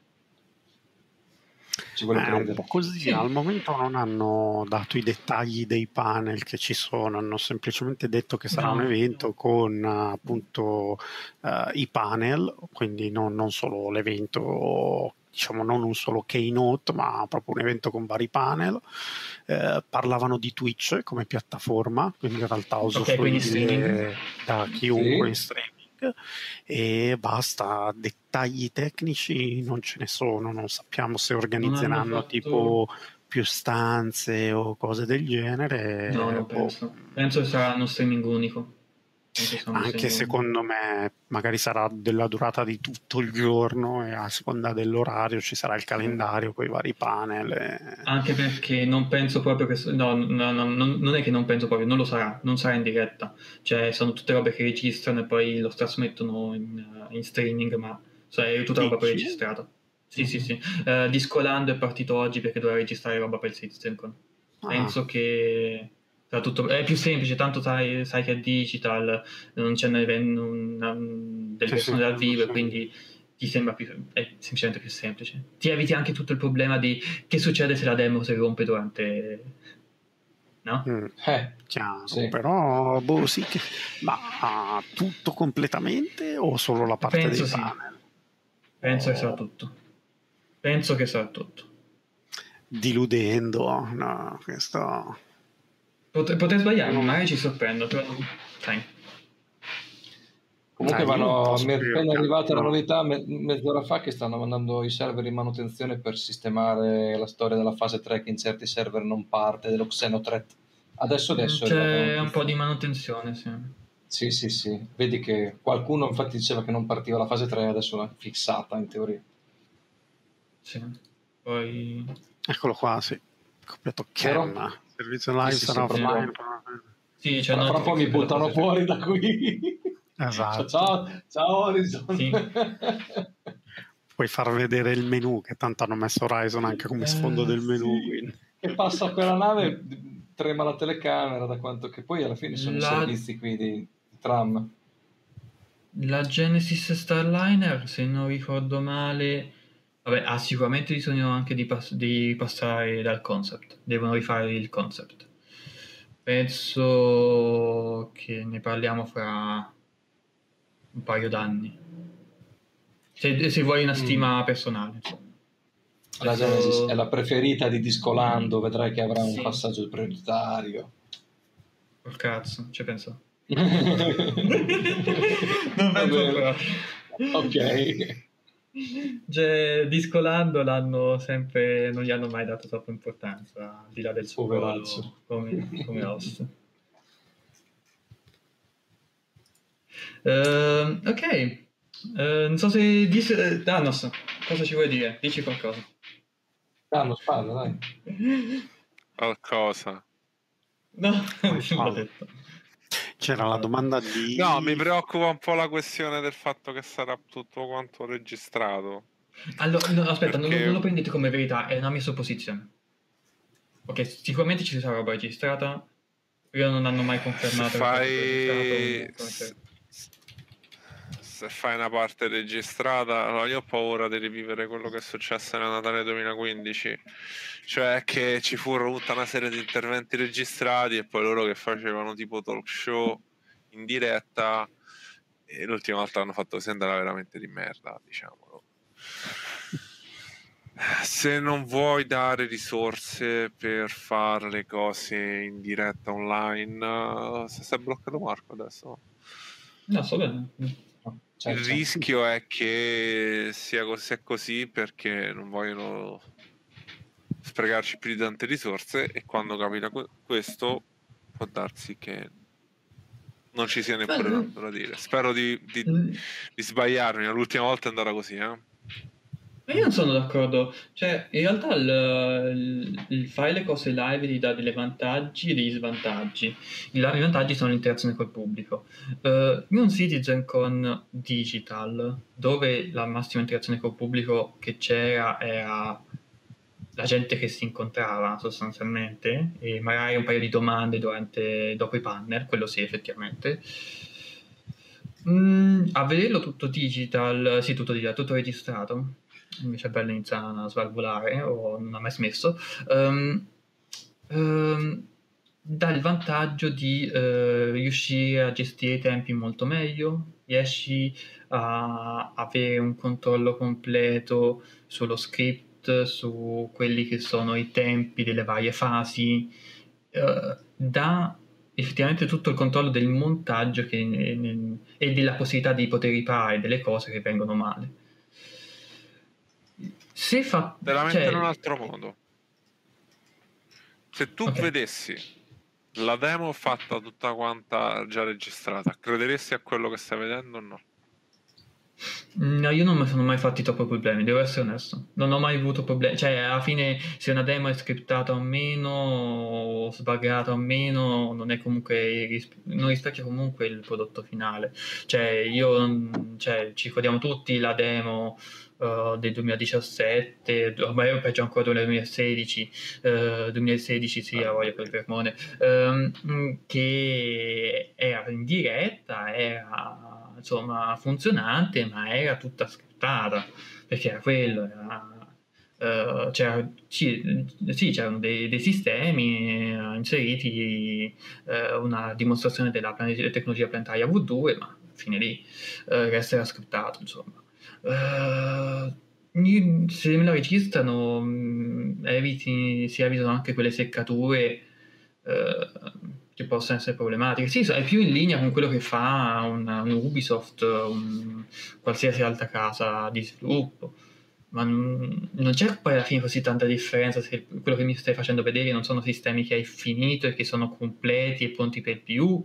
Ci vuole Eh, un credere. po' così, Sì. al momento non hanno dato i dettagli dei panel che ci sono, hanno semplicemente detto che sarà No. un evento con appunto eh, i panel, quindi non, non solo l'evento diciamo non un solo keynote, ma proprio un evento con vari panel. Eh, parlavano di Twitch come piattaforma, quindi in realtà usufruibile okay, da chiunque sì. in streaming, e basta. Dettagli tecnici non ce ne sono, non sappiamo se organizzeranno fatto... tipo più stanze o cose del genere. No, non boh. penso. Penso che sarà uno streaming unico. Anche secondo me magari sarà della durata di tutto il giorno e a seconda dell'orario ci sarà il calendario con i vari panel e... anche perché non penso proprio che no, no, no, non è che non penso proprio, non lo sarà, non sarà in diretta, cioè sono tutte robe che registrano e poi lo trasmettono in, in streaming, ma cioè, è tutta roba poi registrata. Sì, sì, sì. Uh, Discolando è partito oggi perché doveva registrare roba per il CitizenCon. Ah. Penso che tutto, è più semplice, tanto sai, sai che è digital, non c'è una, delle persone dal vivo, e quindi ti sembra più, è semplicemente più semplice. Ti eviti anche tutto il problema di che succede se la demo si rompe durante, no? Mm, eh, chiaro, sì. Però boh, sì che... ma tutto completamente o solo la parte Penso dei sì. panel? Penso oh. che sarà tutto. Penso che sarà tutto. Diludendo, no, questo... Potrei, potrei sbagliare, ma magari ci sorprendo, però sai. Comunque vanno, mi è appena arrivata la novità me, mezz'ora fa che stanno mandando i server in manutenzione per sistemare la storia della fase tre che in certi server non parte, dello Xenothreat. Adesso adesso c'è un po' di manutenzione, sì. Sì, sì, sì. Vedi che qualcuno infatti diceva che non partiva la fase tre, adesso l'ha fissata in teoria. Sì. Poi... Eccolo qua, sì. Copiato Ken. Servizio live sì, sarà sì, offline. Sì, cioè fra, fra poi mi buttano fuori da qui. Esatto. Ciao, ciao Horizon. Sì. Puoi far vedere il menu, che tanto hanno messo Horizon anche come sfondo eh, del menu. Sì. Quindi. Che passa quella nave, trema la telecamera, da quanto che poi alla fine sono la... i servizi qui di, di tram. La Genesis Starliner, se non ricordo male, vabbè, ha sicuramente bisogno anche di, pass- di passare dal concept, devono rifare il concept. Penso che ne parliamo fra un paio d'anni, se, se vuoi una stima mm. personale. La Genesis è la preferita di Discolando, mm. vedrai che avrà sì. un passaggio prioritario. Col cazzo, ci penso. Non penso però. Ok. Cioè, Discolando l'hanno sempre, non gli hanno mai dato troppa importanza al di là del suo ruolo come, come host. Uh, ok, uh, non so se dice Thanos, cosa ci vuoi dire? Dici qualcosa. Thanos, parla, dai. Qualcosa. No, non l'ho detto. C'era la domanda di... No, mi preoccupa un po' la questione del fatto che sarà tutto quanto registrato. Allora, no, aspetta, perché... non, non lo prendete come verità, è una mia supposizione. Ok, sicuramente ci sarà roba registrata, io non hanno mai confermato. Se fai... Se... se fai una parte registrata, allora io ho paura di rivivere quello che è successo nel Natale duemilaquindici, cioè che ci furono tutta una serie di interventi registrati e poi loro che facevano tipo talk show in diretta, e l'ultima volta l'hanno fatto sembra veramente di merda, diciamolo. Se non vuoi dare risorse per fare le cose in diretta online, se sei bloccato Marco adesso? No, sto bene. Il rischio è che sia così, così perché non vogliono sprecarci più di tante risorse, e quando capita questo può darsi che non ci sia neppure tanto da dire. Spero di, di, di sbagliarmi, l'ultima volta è andata così, eh? Io non sono d'accordo, cioè in realtà il, il, il fare le cose live ti dà dei vantaggi e degli svantaggi. I, I vantaggi sono l'interazione col pubblico. Uh, in un CitizenCon digital, dove la massima interazione col pubblico che c'era era la gente che si incontrava sostanzialmente, e magari un paio di domande durante, dopo i panel, quello sì effettivamente. Mm, a vederlo tutto digital, sì tutto digital, tutto registrato, il mio cervello inizia a svalvolare o non ha mai smesso, um, um, dà il vantaggio di uh, riuscire a gestire i tempi molto meglio, riesci a avere un controllo completo sullo script, su quelli che sono i tempi delle varie fasi, eh, dà effettivamente tutto il controllo del montaggio che, ne, e della possibilità di poter riparare delle cose che vengono male. Se fa, veramente cioè, in un altro modo, se tu okay. vedessi la demo fatta tutta quanta già registrata, crederesti a quello che stai vedendo o no? No, io non mi sono mai fatti troppo problemi, devo essere onesto. Non ho mai avuto problemi. Cioè, alla fine, se una demo è scriptata o meno, o sbagliata o meno, non è comunque. Non rispecchia comunque il prodotto finale. Cioè, io. Cioè, ci ricordiamo tutti la demo uh, del duemiladiciassette, ormai peggio ancora del duemilasedici. Uh, duemilasedici, sì, a voglia per il Vermone. Um, che era in diretta, era. Insomma, funzionante, ma era tutta scriptata, perché era quello, era, uh, c'era, sì, sì, c'erano dei, dei sistemi uh, inseriti, uh, una dimostrazione della planet- tecnologia planetaria V due, ma fine lì, uh, il resto era scriptato, insomma. Uh, se me la registrano, mh, eviti, si evitano anche quelle seccature uh, che possono essere problematiche. Sì, è più in linea con quello che fa un, un Ubisoft, un, qualsiasi altra casa di sviluppo, ma non, non c'è poi alla fine così tanta differenza se quello che mi stai facendo vedere non sono sistemi che hai finito e che sono completi e pronti per più,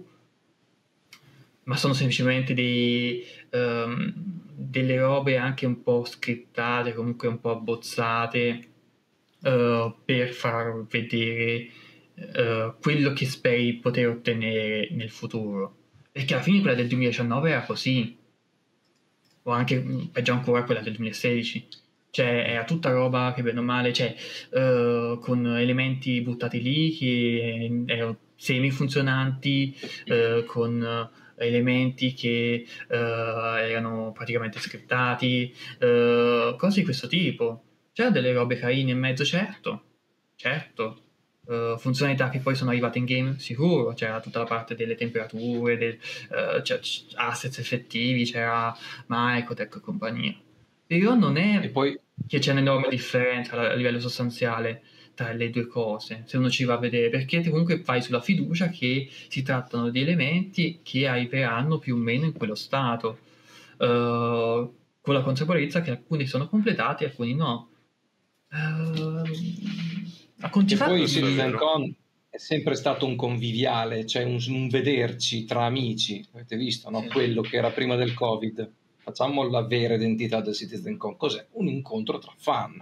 ma sono semplicemente dei, um, delle robe anche un po' scriptate, comunque un po' abbozzate, uh, per far vedere Uh, quello che speri poter ottenere nel futuro, perché alla fine quella del duemiladiciannove era così, o anche peggio ancora quella del duemilasedici, cioè era tutta roba che bene o male, cioè uh, con elementi buttati lì che erano semi funzionanti, uh, con uh, elementi che uh, erano praticamente scriptati, uh, cose di questo tipo. C'erano delle robe carine in mezzo, certo, certo. Uh, funzionalità che poi sono arrivate in game, sicuro, c'era tutta la parte delle temperature, del, uh, cioè, assets effettivi, c'era Microtech e compagnia. Però non è E poi che c'è un'enorme differenza a livello sostanziale tra le due cose, se uno ci va a vedere, perché comunque vai sulla fiducia che si trattano di elementi che arriveranno più o meno in quello stato, uh, con la consapevolezza che alcuni sono completati e alcuni no. Uh, e poi CitizenCon è sempre stato un conviviale, cioè un, un vederci tra amici, avete visto, no? Sì. Quello che era prima del Covid, facciamo la vera identità del CitizenCon, cos'è? Un incontro tra fan.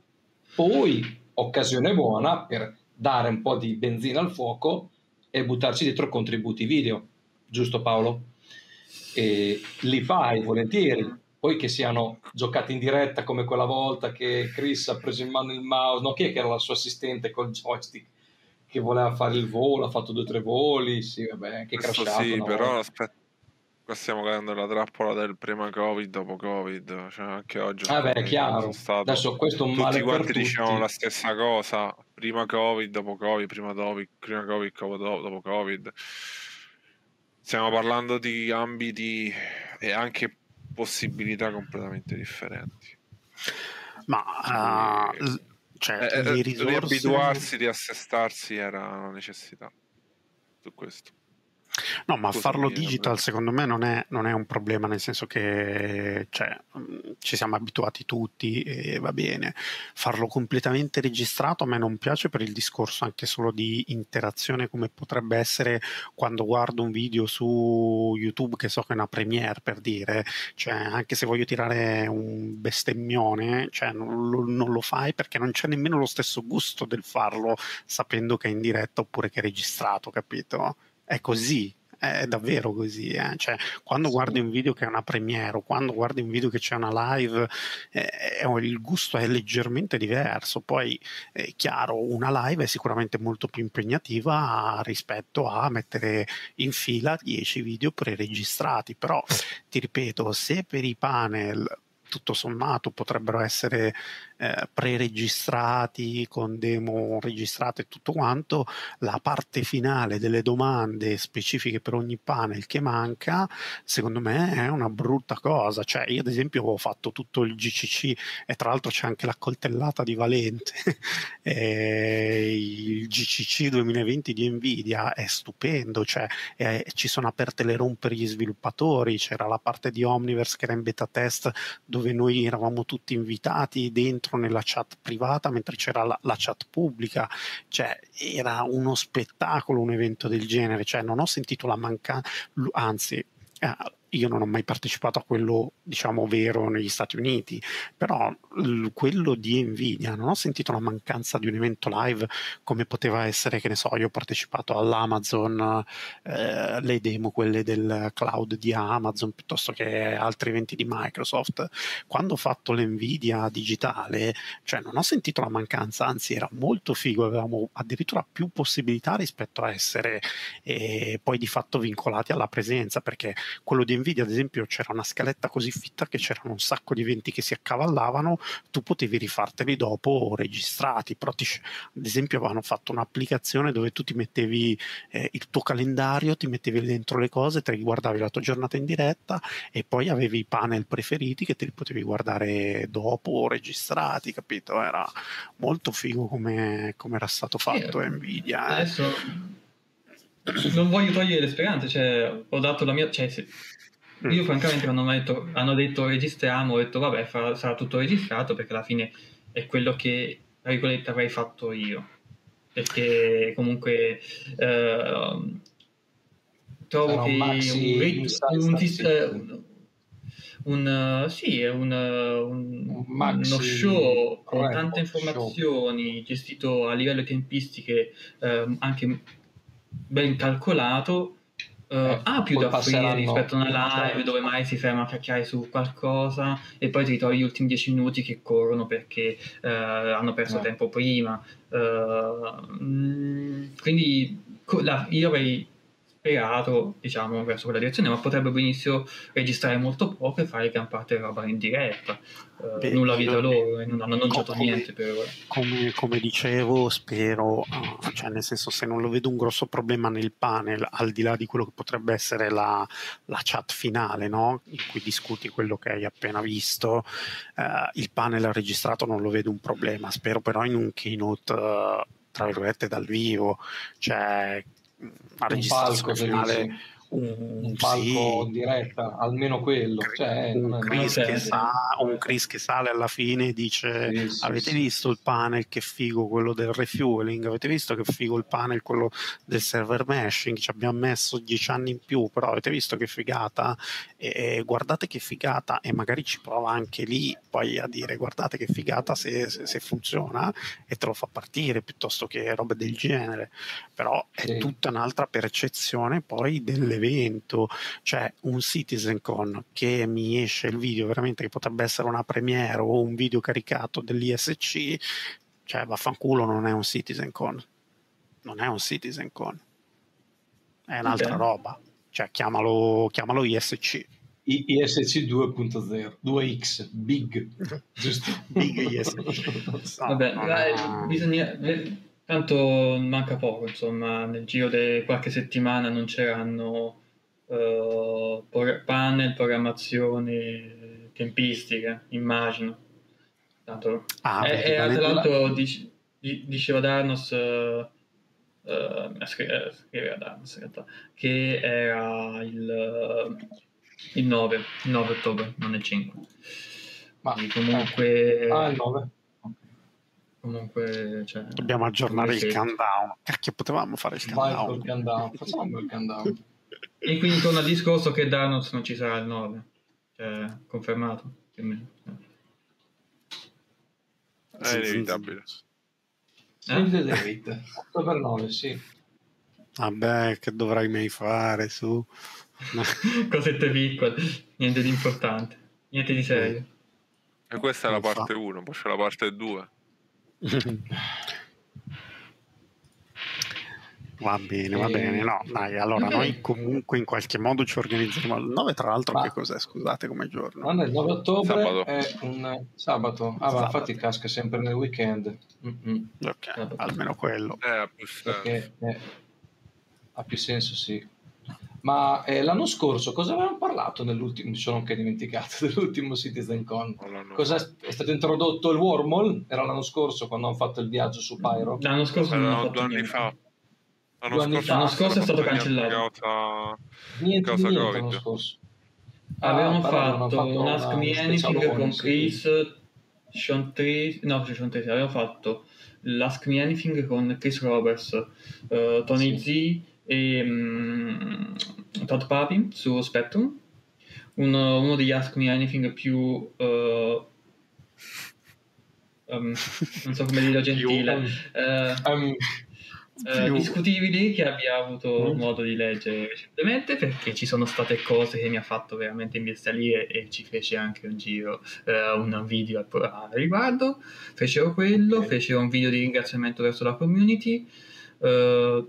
Poi occasione buona per dare un po' di benzina al fuoco e buttarci dietro contributi video, giusto Paolo? E li fai volentieri. Poi che siano giocati in diretta come quella volta che Chris ha preso in mano il mouse, no, chi è che era la sua assistente col joystick che voleva fare il volo, ha fatto due o tre voli, sì vabbè, che crashato. Sì, però volta. aspetta, qua stiamo cadendo nella trappola del prima Covid, dopo Covid, cioè anche oggi Ah beh, è chiaro. stato, adesso questo è un tutti male quanti per tutti. dicevano la stessa cosa, prima Covid, dopo Covid, prima Covid, prima Covid, dopo Covid. Stiamo parlando di ambiti e anche possibilità completamente differenti. Ma uh, cioè, eh, le risorse... riabituarsi, riassestarsi era una necessità su questo. No, ma Scusami, farlo digital secondo me non è, non è un problema, nel senso che cioè, ci siamo abituati tutti e va bene. Farlo completamente registrato a me non piace per il discorso anche solo di interazione, come potrebbe essere quando guardo un video su YouTube che so che è una premiere, per dire, cioè anche se voglio tirare un bestemmione, cioè non lo, non lo fai perché non c'è nemmeno lo stesso gusto del farlo sapendo che è in diretta oppure che è registrato, capito? È così, è davvero così, eh? Cioè, quando sì. guardi un video che è una premiere o quando guardi un video che c'è una live, eh, il gusto è leggermente diverso. Poi è chiaro, una live è sicuramente molto più impegnativa rispetto a mettere in fila dieci video preregistrati, però ti ripeto, se per i panel tutto sommato potrebbero essere eh, pre-registrati con demo registrate e tutto quanto, la parte finale delle domande specifiche per ogni panel che manca, secondo me è una brutta cosa. Cioè, io ad esempio ho fatto tutto il G C C e tra l'altro c'è anche la coltellata di Valente. E il G C C duemilaventi di Nvidia è stupendo, cioè eh, ci sono aperte le room per gli sviluppatori, c'era la parte di Omniverse che era in beta test dove noi eravamo tutti invitati dentro nella chat privata mentre c'era la, la chat pubblica, cioè era uno spettacolo un evento del genere, cioè non ho sentito la mancanza, anzi eh, io non ho mai partecipato a quello diciamo vero negli Stati Uniti, però l- quello di Nvidia non ho sentito la mancanza di un evento live come poteva essere, che ne so, io ho partecipato all'Amazon, eh, le demo quelle del cloud di Amazon piuttosto che altri eventi di Microsoft. Quando ho fatto l'Nvidia digitale, cioè non ho sentito la mancanza, anzi era molto figo, avevamo addirittura più possibilità rispetto a essere eh, poi di fatto vincolati alla presenza, perché quello di Nvidia ad esempio c'era una scaletta così fitta che c'erano un sacco di eventi che si accavallavano, tu potevi rifarteli dopo registrati, però ti, ad esempio avevano fatto un'applicazione dove tu ti mettevi eh, il tuo calendario, ti mettevi dentro le cose, te li guardavi la tua giornata in diretta e poi avevi i panel preferiti che te li potevi guardare dopo registrati, capito? Era molto figo come, come era stato fatto Sì, Nvidia. Eh. Adesso non voglio togliere le speranze, cioè ho dato la mia... Cioè, se, io francamente quando hanno detto, hanno detto registriamo, ho detto vabbè fa, sarà tutto registrato perché alla fine è quello che tra virgolette avrei fatto io, perché comunque eh, trovo Sarà un che maxi un, rit- Insight un, Star tis- eh, System. un, un, uh, sì, è un, uh, un- Un uno maxi show con tante report show. informazioni, gestito a livello di tempistiche eh, anche ben calcolato. Uh, Eh, ha più poi da offrire rispetto a passeranno, una live certo. dove mai si ferma a chiacchierare su qualcosa e poi ti ritrovi gli ultimi dieci minuti che corrono perché uh, hanno perso Eh. tempo prima. Uh, mh, quindi co- la, io avrei sperato, diciamo, verso quella direzione, ma potrebbe benissimo registrare molto poco e fare gran parte della roba in diretta. Uh, Beh, nulla io- vita loro e non hanno annunciato come, niente per ora. come, come dicevo, spero, uh, cioè nel senso, se non lo vedo un grosso problema nel panel, al di là di quello che potrebbe essere la, la chat finale, no? In cui discuti quello che hai appena visto, uh, il panel registrato non lo vedo un problema. Spero però in un keynote, uh, tra virgolette, dal vivo, cioè una Un registrazione palco, se finale. dici. Un, Un palco sì, in diretta, almeno quello. Cioè, un non è Chris, male. che Ok, sa, un Eh, Chris che sale alla fine e dice Sì, sì, avete sì. visto il panel che figo quello del refueling, avete visto che figo il panel quello del server meshing, ci abbiamo messo dieci anni in più, però avete visto che figata, e, e guardate che figata, e magari ci prova anche lì poi a dire guardate che figata se, se, se funziona, e te lo fa partire piuttosto che robe del genere. Però è Sì. tutta un'altra percezione poi dell'evento, cioè un CitizenCon che mi esce il video veramente che potrebbe essere una premiere o un video caricato dell'I S C, cioè vaffanculo, non è un CitizenCon, non è un CitizenCon, è un'altra ok. roba, cioè chiamalo, chiamalo I S C. I- ISC due punto zero, due X, big, giusto? Big I S C. No, Vabbè, non eh, è... bisogna, eh, tanto manca poco, insomma, nel giro di qualche settimana non c'erano eh, por- panel, programmazione, tempistiche, immagino. Tanto, Ah, e, vedi, e tra Valente... l'altro dic- di- diceva Darnos, eh, eh, scri- scriveva Darnos in realtà, che era il, il nove, il nove ottobre, non il cinque. Ma, Quindi comunque... eh. Ah, il nove. Ok. Comunque, cioè, Dobbiamo aggiornare il rispetto. countdown. Cacchio, potevamo fare il Vai countdown. col countdown, facciamo un bel countdown. E quindi torna al discorso che Darnos non ci sarà il nove, cioè confermato più o meno. È inevitabile. Save the date, ottobre nove, sì. Vabbè, che dovrai mai fare su? Cosette piccole, niente di importante, niente di serio. E questa è la Non fa. parte uno, poi c'è la parte due. Va bene, va E- bene. No, dai, allora Ok. noi comunque in qualche modo ci organizzeremo. Il nove, tra l'altro, Ma- che cos'è? Scusate, come giorno? Ah, no, il nove ottobre Sabato. è un sabato. Ah, ma Sabato. infatti casca sempre nel weekend. Mm-mm. Ok, Sabato. almeno quello. Eh, ha più senso. Perché eh, ha più senso, sì. Ma eh, l'anno scorso cosa avevamo parlato nell'ultimo? Mi sono anche dimenticato dell'ultimo CitizenCon. Non l'hanno Cosa fatto. è stato introdotto il wormhole? Era l'anno scorso quando hanno fatto il viaggio su Pyro. L'anno scorso non ho Erano fatto due anni niente. fa. L'anno Due anni scorso fa. L'anno non scorso è stato stato fatto niente cancellato. Causa, Niente, causa niente Covid. l'anno scorso. Ah, Avevamo però avevano fatto un una- Ask Me uno Anything specialone, con sì. Chris, Sean Tracy, no, Sean Tracy, avevamo fatto l'Ask Me Anything con Chris Roberts, eh, Tony Sì. Z e mm, Todd Papin su Spectrum. Uno, uno degli Ask Me Anything più eh, um, non so come dirlo gentile, Um, eh, um, eh, Più- discutibili, che abbia avuto Mm. modo di leggere recentemente, perché ci sono state cose che mi ha fatto veramente imbestialire e ci fece anche un giro, eh, un video a, a riguardo. Fecero quello, Ok. fecero un video di ringraziamento verso la community, eh,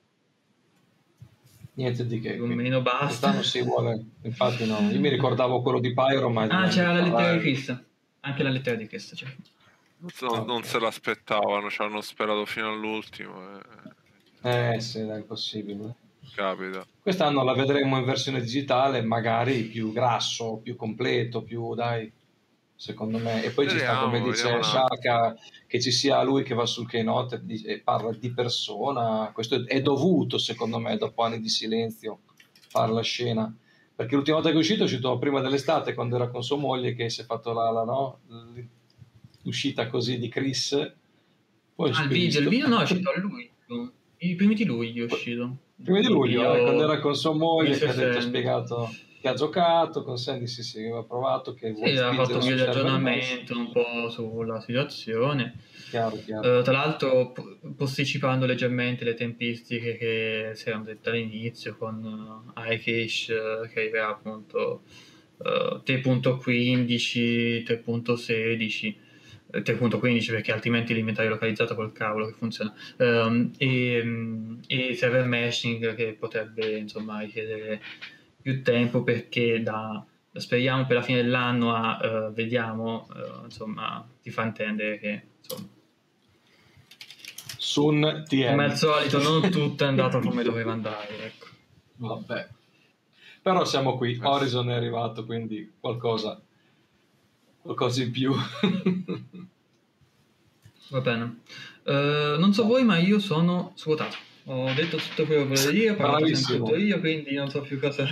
Niente di che. più o quindi. meno basta. Quest'anno si vuole, infatti no. Io mi ricordavo quello di Pyro, ma è due Ah, anni c'era la fa. lettera di Eh. Chris, anche la lettera di Chris c'è. Non, non Ok. se l'aspettavano, ci hanno sperato fino all'ultimo. Eh. Eh sì, dai, è possibile. Capita. Quest'anno la vedremo in versione digitale, magari più grasso, più completo, più dai, secondo me. E poi ci sta, come Vediamo, dice vediamo un attimo. Shaka, che ci sia lui che va sul keynote e di- e parla di persona. Questo è- è dovuto, secondo me, dopo anni di silenzio, fare la scena. Perché l'ultima volta che è uscito è uscito prima dell'estate, quando era con sua moglie, che si è fatto la, la, no? l'uscita così di Chris. Poi Ah, il video, il visto. video no, è uscito a luglio, i primi di luglio è uscito. Prima di luglio, eh, quando era con sua moglie, Chris che e ha detto, ha Sandy. spiegato che ha giocato con Sandy, sì, sì, aveva provato, che Sì, vuole aveva fatto spingere un sul video di server mesh. aggiornamento un po' sulla situazione. Chiaro, chiaro. Eh, tra l'altro po- posticipando leggermente le tempistiche che si erano dette all'inizio con uh, iCache, eh, che arriverà appunto eh, tre punto quindici, tre punto sedici, eh, tre punto quindici perché altrimenti l'inventario localizzato col cavolo che funziona, Ehm, e, mm, e server meshing che potrebbe insomma richiedere più tempo, perché da speriamo per la fine dell'anno a eh, vediamo, eh, insomma ti fa intendere che insomma Sun T M. come al solito non tutto è andato come doveva andare, ecco. Vabbè. Però siamo qui, Eh. Horizon è arrivato, quindi qualcosa, qualcosa in più. Va bene. Eh, non so voi, ma io sono svuotato. Ho detto tutto quello che volevo dire, ho parlato sempre Bravissimo. tutto io, quindi non so più cosa.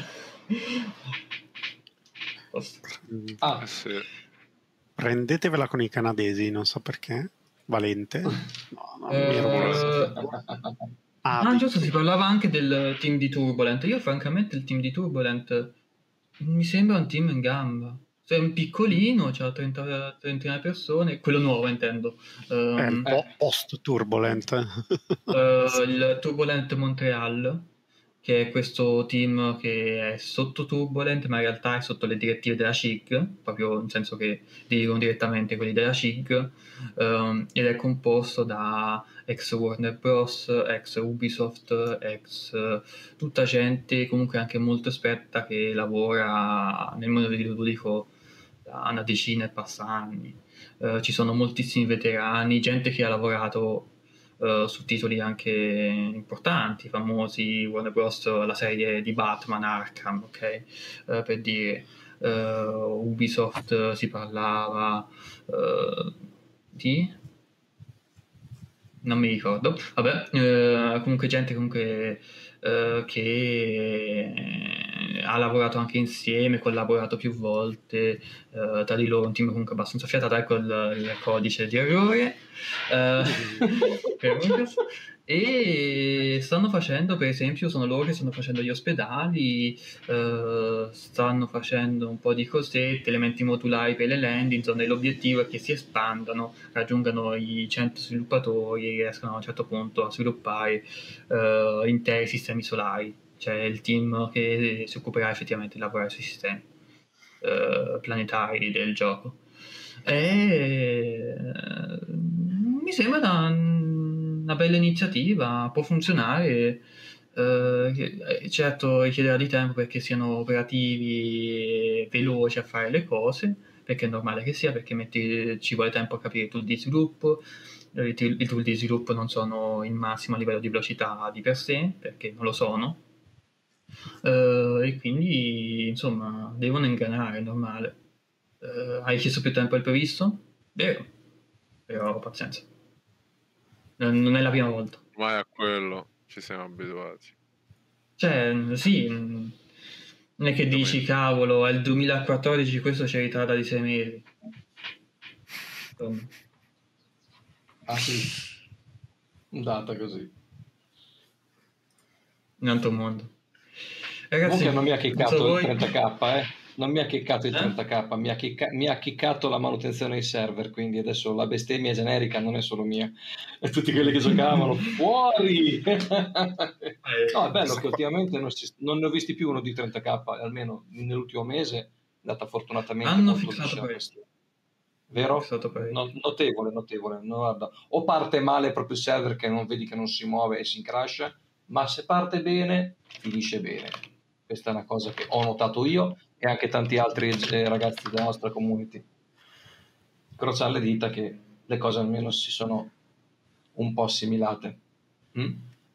Posto. Ah, Eh sì. Prendetevela con i canadesi, non so perché. Valente? No, no, mi ero Eh, preso. Ah, Ah, di- giusto, si parlava anche del team di Turbulent. Io, francamente, il team di Turbulent mi sembra un team in gamba. Cioè, è un piccolino, c'ha trenta, trentina persone, quello nuovo intendo. è il Ehm, po- post-turbulent. eh, il Turbulent Montreal, che è questo team che è sotto Turbulent, ma in realtà è sotto le direttive della C I G, proprio nel senso che dirigono direttamente quelli della C I G, ehm, ed è composto da ex Warner Bros, ex Ubisoft, ex eh, tutta gente comunque anche molto esperta che lavora nel mondo videoludico da una decina e passa anni. Eh, ci sono moltissimi veterani, gente che ha lavorato eh, su titoli anche importanti, famosi, Warner Bros, la serie di Batman Arkham, ok? Eh, per dire, eh, Ubisoft eh, si parlava eh, di... non mi ricordo, vabbè, eh, comunque gente comunque eh, che ha lavorato anche insieme, collaborato più volte, eh, tra di loro un team comunque abbastanza fiatato, ecco il, il codice di errore. Eh, per Lucas. E stanno facendo, per esempio, sono loro che stanno facendo gli ospedali, eh, stanno facendo un po' di cosette, elementi modulari per le landing zone, e l'obiettivo è che si espandano, raggiungano i cento sviluppatori e riescano a un certo punto a sviluppare eh, interi sistemi solari, cioè il team che si occuperà effettivamente di lavorare sui sistemi eh, planetari del gioco. E eh, mi sembra da una bella iniziativa, può funzionare. Eh, certo richiederà di tempo perché siano operativi e veloci a fare le cose, perché è normale che sia, perché metti, ci vuole tempo a capire i tool di sviluppo. I tool di sviluppo non sono il massimo a livello di velocità di per sé, perché non lo sono, uh, e quindi insomma devono ingranare, è normale. Uh, hai chiesto più tempo del previsto? Vero, però pazienza, non è la prima volta. Ma è a quello, ci siamo abituati. Cioè, sì, non è che dici cavolo, è il duemilaquattordici, questo ci ritarda di sei mesi. Insomma. Ah sì, andata così. In altro mondo. Ragazzi, comunque non mi ha chiccato so il trenta K, eh? Non mi ha chiccato il eh? trenta K, mi ha, chicca- mi ha chiccato la manutenzione dei server, quindi adesso la bestemmia generica non è solo mia, e tutti quelli che giocavano fuori! No, è bello che ultimamente non, si, non ne ho visti più uno di trenta K, almeno nell'ultimo mese è andata fortunatamente hanno molto fissato liscia. questo. Vero? No, notevole, notevole. No, guarda, o parte male proprio il server che non vedi che non si muove e si incrasha, ma se parte bene, finisce bene. Questa è una cosa che ho notato io e anche tanti altri eh, ragazzi della nostra community. Crociare le dita che le cose almeno si sono un po' assimilate. Mm?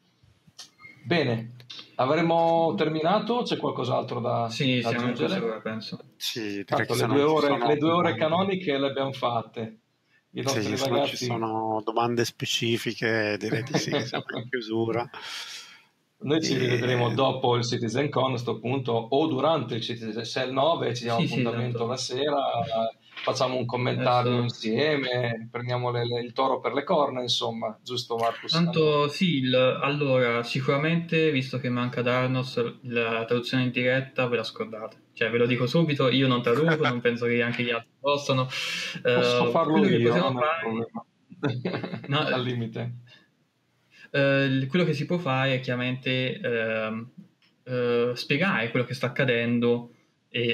Bene, avremo terminato? C'è qualcos'altro da sì, aggiungere? Sì, ora, penso. Sì, Tanto le due ore, le due ore canoniche le abbiamo fatte. I nostri sì, ragazzi... se non ci sono domande specifiche, direi di sì, siamo in chiusura. Noi ci e... rivedremo dopo il CitizenCon a questo punto, o durante il Citizen, se è il nove ci diamo sì, appuntamento sì, la sera, facciamo un commentario Adesso... insieme, prendiamo le, le, il toro per le corna, insomma, giusto Marcus? Tanto sì, il, allora sicuramente, visto che manca Darnos, la traduzione in diretta ve la scordate, cioè ve lo dico subito, io non traduco, non penso che anche gli altri possano. Posso uh, farlo quello io, che possiamo non è fare... un problema, no, al limite. Uh, quello che si può fare è chiaramente uh, uh, spiegare quello che sta accadendo e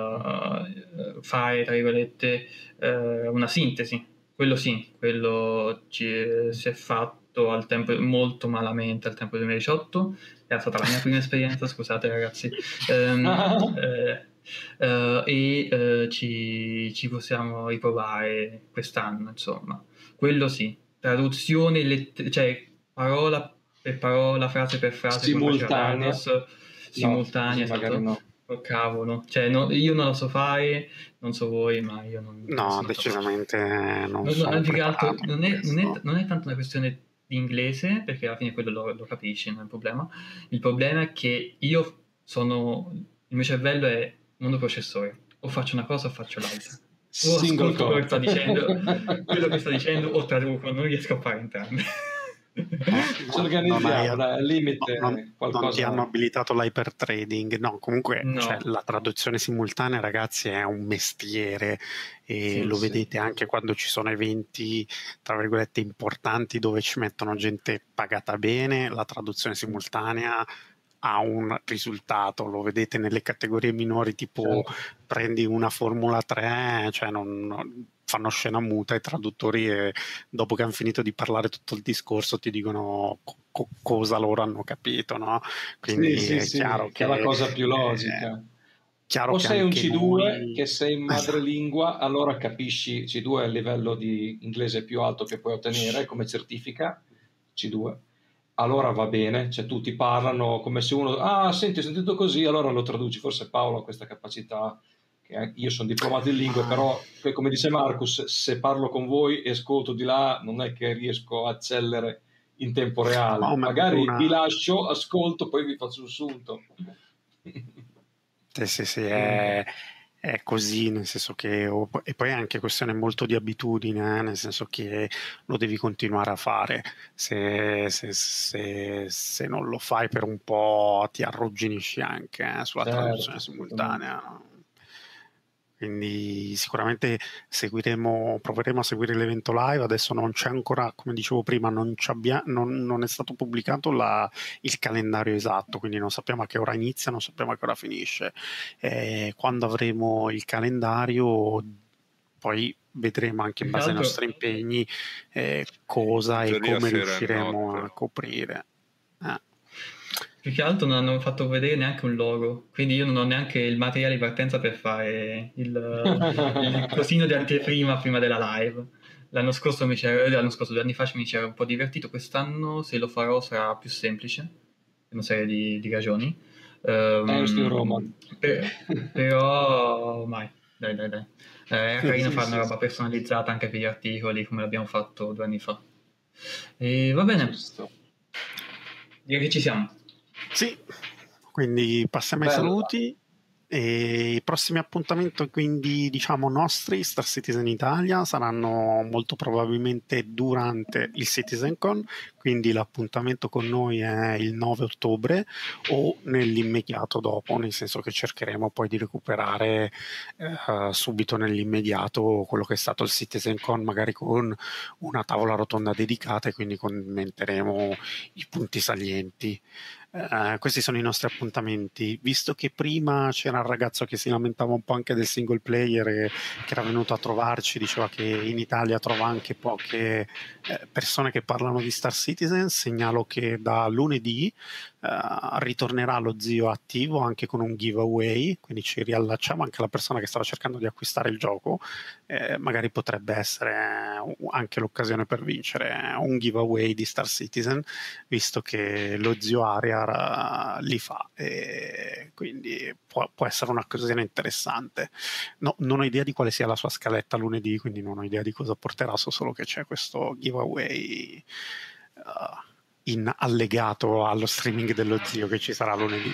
uh, fare, tra virgolette, uh, una sintesi. Quello sì, quello ci, si è fatto al tempo, molto malamente al tempo del duemiladiciotto, era stata la mia prima esperienza, scusate ragazzi, um, eh, uh, e uh, ci, ci possiamo riprovare quest'anno, insomma. Quello sì, traduzione, lett- cioè parola per parola, frase per frase, simultanea, simultanea, no, magari no. Oh, cavolo, cioè, no, io non la so fare, non so voi, ma io non... No, non decisamente non, non, sono più che altro, non, è, non, è, questo. non è tanto una questione di inglese, perché alla fine quello lo, lo capisci, non è un problema. Il problema è che io sono... il mio cervello è monoprocessore, o faccio una cosa o faccio l'altra. O ascolto quello che sta dicendo, quello che sta dicendo, o traduco, non riesco a fare entrambe. Ci organizziamo, dai, al limite no, non, qualcosa... non ti hanno abilitato l'hypertrading, no, comunque no. Cioè, la traduzione simultanea, ragazzi, è un mestiere e sì, lo sì. vedete anche quando ci sono eventi tra virgolette importanti dove ci mettono gente pagata bene, la traduzione simultanea ha un risultato, lo vedete nelle categorie minori, tipo certo. Prendi una Formula tre, cioè non, non fanno scena muta i traduttori e dopo che hanno finito di parlare tutto il discorso ti dicono co- cosa loro hanno capito, no? Quindi sì, sì, è sì, chiaro che, che è la cosa più logica. Eh, chiaro o che sei un anche C due noi... che sei in madrelingua, allora capisci, C due è il livello di inglese più alto che puoi ottenere come certifica, C due, allora va bene, cioè tutti parlano come se uno, ah senti ho sentito così, allora lo traduci, forse Paolo ha questa capacità, che io sono diplomato in lingue, però come dice Marcus, se parlo con voi e ascolto di là, non è che riesco a accellere in tempo reale, Oh, magari una... vi lascio, ascolto, poi vi faccio un sunto. Sì, sì, sì, è, è così, nel senso che, e poi è anche questione molto di abitudine, eh, nel senso che lo devi continuare a fare, se, se, se, se non lo fai per un po' ti arrugginisci anche eh, sulla certo, traduzione simultanea, no? Quindi sicuramente seguiremo, proveremo a seguire l'evento live. Adesso non c'è ancora, come dicevo prima, non, abbia, non, non è stato pubblicato la, il calendario esatto, quindi non sappiamo a che ora inizia, non sappiamo a che ora finisce. Eh, quando avremo il calendario poi vedremo anche in Più che base ai altro- nostri impegni eh, cosa In e teoria come sera e riusciremo notte. a coprire. Eh. Più che altro non hanno fatto vedere neanche un logo, quindi io non ho neanche il materiale di partenza per fare il, il cosino di anteprima prima della live. L'anno scorso mi c'era, l'anno scorso, due anni fa mi c'era un po' divertito, quest'anno se lo farò sarà più semplice, per una serie di, di ragioni. Ehm, Eh, io sto in Roma. per- però, mai, dai, dai, dai. Eh, era carino Sì, fare sì, una roba sì. personalizzata anche per gli articoli, come l'abbiamo fatto due anni fa. E va bene, Giusto. direi che ci siamo. Sì, quindi passiamo ai Bella. saluti. E i prossimi appuntamenti, quindi diciamo nostri, Star Citizen Italia, saranno molto probabilmente durante il CitizenCon, quindi l'appuntamento con noi è il nove ottobre o nell'immediato dopo, nel senso che cercheremo poi di recuperare eh, subito nell'immediato quello che è stato il CitizenCon, magari con una tavola rotonda dedicata, e quindi commenteremo i punti salienti. Uh, questi sono i nostri appuntamenti. Visto che prima c'era un ragazzo che si lamentava un po' anche del single player e che era venuto a trovarci, diceva che in Italia trova anche poche eh, persone che parlano di Star Citizen, segnalo che da lunedì uh, ritornerà lo zio attivo anche con un giveaway, quindi ci riallacciamo anche alla persona che stava cercando di acquistare il gioco, eh, magari potrebbe essere anche l'occasione per vincere un giveaway di Star Citizen, visto che lo zio Aria li fa, e quindi può, può essere un'occasione interessante. No, non ho idea di quale sia la sua scaletta lunedì, quindi non ho idea di cosa porterà, so solo che c'è questo giveaway uh, in allegato allo streaming dello zio che ci sarà lunedì.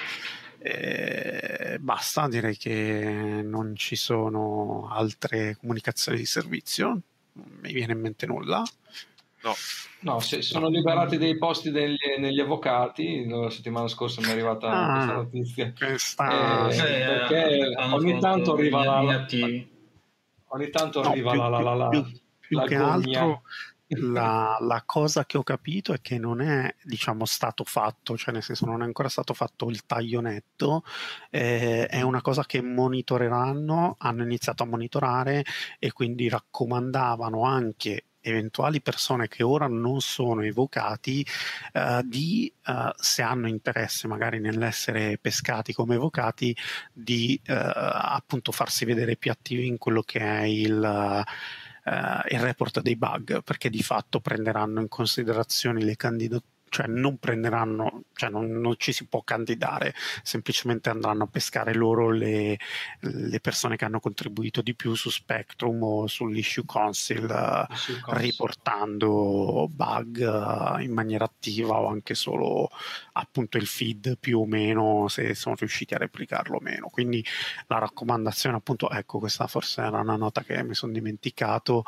E basta, direi che non ci sono altre comunicazioni di servizio, non mi viene in mente nulla. No. No, se sono liberati dei posti degli, negli avvocati. La settimana scorsa mi è arrivata Ah, questa notizia. questa... Eh, sì. Eh, perché hanno ogni tanto tolto arriva in- la, inattivi. ogni tanto No, arriva più, la, la, più- la, la, più- più la che gogna. altro la, la cosa che ho capito è che non è, diciamo, stato fatto, cioè nel senso non è ancora stato fatto il taglio netto, eh, è una cosa che monitoreranno, hanno iniziato a monitorare, e quindi raccomandavano anche eventuali persone che ora non sono evocati eh, di, eh, se hanno interesse magari nell'essere pescati come evocati, di eh, appunto farsi vedere più attivi in quello che è il Uh, il report dei bug, perché di fatto prenderanno in considerazione le candidature, cioè non prenderanno, cioè non, non ci si può candidare, semplicemente andranno a pescare loro le, le persone che hanno contribuito di più su Spectrum o sull'Issue Council, uh, Issue Council. riportando bug uh, in maniera attiva o anche solo appunto il feed più o meno, se sono riusciti a replicarlo o meno. Quindi la raccomandazione, appunto, ecco, questa forse era una nota che mi sono dimenticato,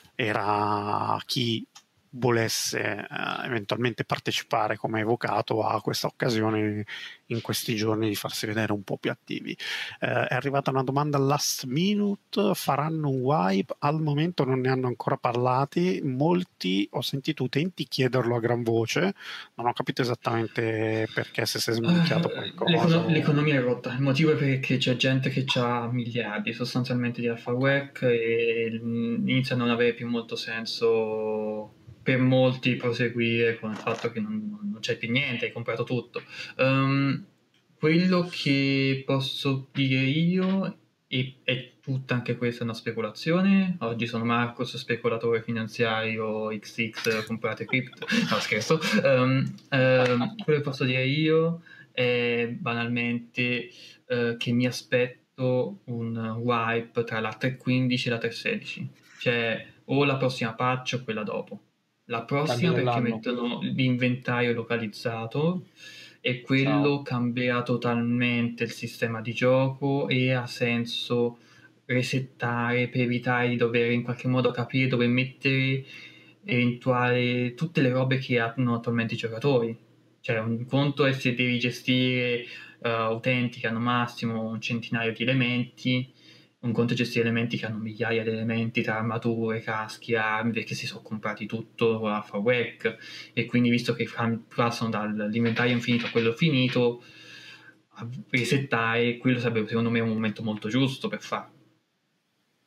era chi volesse eh, eventualmente partecipare come evocato a questa occasione in questi giorni di farsi vedere un po' più attivi. Eh, è arrivata una domanda last minute: faranno un wipe? Al momento non ne hanno ancora parlati, molti ho sentito utenti chiederlo a gran voce, non ho capito esattamente perché, se si è sminchiato Uh, qualcosa. l'econo- l'economia è rotta, il motivo è perché c'è gente che ha miliardi sostanzialmente di alpha work e mm, inizia a non avere più molto senso per molti proseguire con il fatto che non, non c'è più niente, hai comprato tutto. Um, quello che posso dire io, e è tutta anche questa una speculazione, oggi sono Marcos, speculatore finanziario X X, comprate cripto, no scherzo, um, um, quello che posso dire io è banalmente uh, che mi aspetto un wipe tra la tre quindici e la tre sedici, cioè o la prossima patch o quella dopo. La prossima Cambia perché dell'anno. mettono l'inventario localizzato e quello Ciao. cambierà totalmente il sistema di gioco e ha senso resettare per evitare di dover in qualche modo capire dove mettere eventuali tutte le robe che hanno attualmente i giocatori. Cioè un conto è se devi gestire uh, utenti che hanno massimo un centinaio di elementi, un conto è gestire elementi che hanno migliaia di elementi tra armature, caschi, armi, perché si sono comprati tutto a Far Whack, e quindi visto che passano dall'inventario infinito a quello finito, a resettare, quello sarebbe secondo me un momento molto giusto per farlo.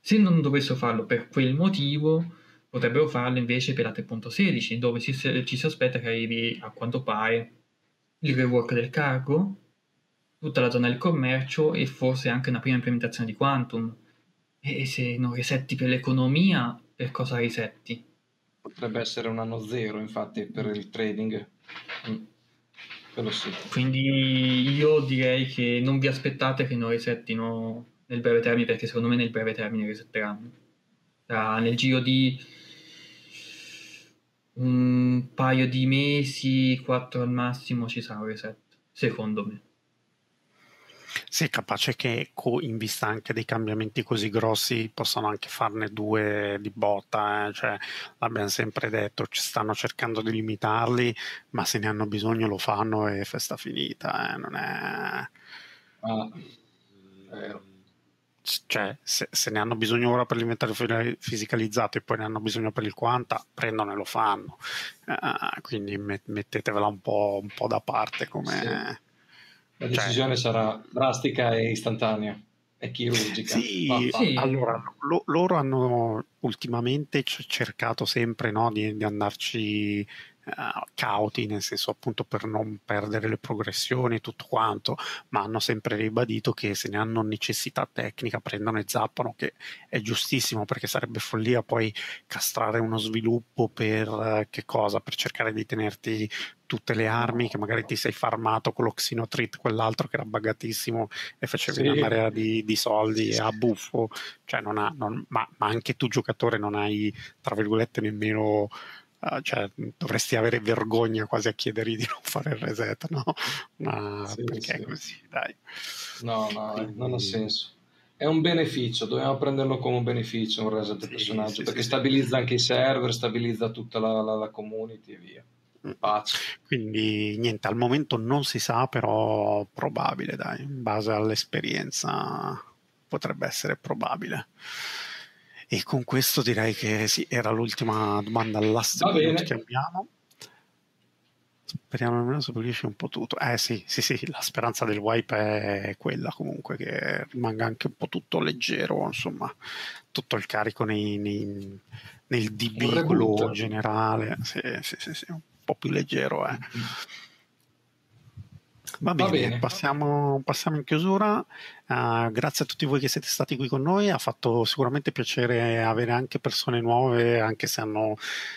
Se non dovessero farlo per quel motivo, potrebbero farlo invece per la tre punto sedici, dove ci, ci si aspetta che arrivi, a quanto pare, il rework del cargo, tutta la zona del commercio e forse anche una prima implementazione di Quantum. E se non risetti per l'economia, per cosa risetti? Potrebbe essere un anno zero, infatti, per il trading. Mm. Quello sì. Quindi io direi che non vi aspettate che non risettino nel breve termine, perché secondo me nel breve termine risetteranno. Tra, nel giro di un paio di mesi, quattro al massimo, ci sarà un reset, secondo me. Sì, è capace che in vista anche dei cambiamenti così grossi possano anche farne due di botta, eh? Cioè, l'abbiamo sempre detto, ci stanno cercando di limitarli, ma se ne hanno bisogno lo fanno e festa finita, eh? Non è... Ah, vero. Cioè, se, se ne hanno bisogno ora per l'inventario fisicalizzato e poi ne hanno bisogno per il quanta, prendono e lo fanno. Uh, quindi met- mettetevela un po', un po' da parte come... Sì. La decisione cioè, sarà drastica e istantanea, è chirurgica. Sì, sì. Allora, lo, loro hanno ultimamente cercato sempre, no, di, di andarci uh, cauti, nel senso appunto per non perdere le progressioni e tutto quanto, ma hanno sempre ribadito che se ne hanno necessità tecnica prendono e zappano, che è giustissimo, perché sarebbe follia poi castrare uno sviluppo per uh, che cosa? Per cercare di tenerti tutte le armi che magari ti sei farmato con l'Oxinotrit, quell'altro che era buggatissimo e facevi sì. una marea di, di soldi e a buffo, cioè non ha, non, ma, ma anche tu giocatore non hai tra virgolette nemmeno uh, cioè dovresti avere vergogna quasi a chiedergli di non fare il reset, no? Ma sì, perché sì. È così, dai. No, no, Quindi... non ha senso. È un beneficio, dobbiamo prenderlo come un beneficio un reset del sì, personaggio, sì, perché sì, stabilizza anche i server, stabilizza tutta la, la, la community e via. Pace. Quindi niente, al momento non si sa, però probabile, dai, in base all'esperienza potrebbe essere probabile. E con questo direi che sì, era l'ultima domanda last minute che abbiamo. Speriamo almeno si pulisce un po' tutto. Eh sì, sì, sì, la speranza del wipe è quella comunque, che rimanga anche un po' tutto leggero, insomma, tutto il carico nei, nei, nel D B, quello generale. Sì, sì, sì, sì, un po' più leggero, eh. Va bene, Va bene. Passiamo, passiamo in chiusura. Uh, grazie a tutti voi che siete stati qui con noi. Ha fatto sicuramente piacere avere anche persone nuove, anche se hanno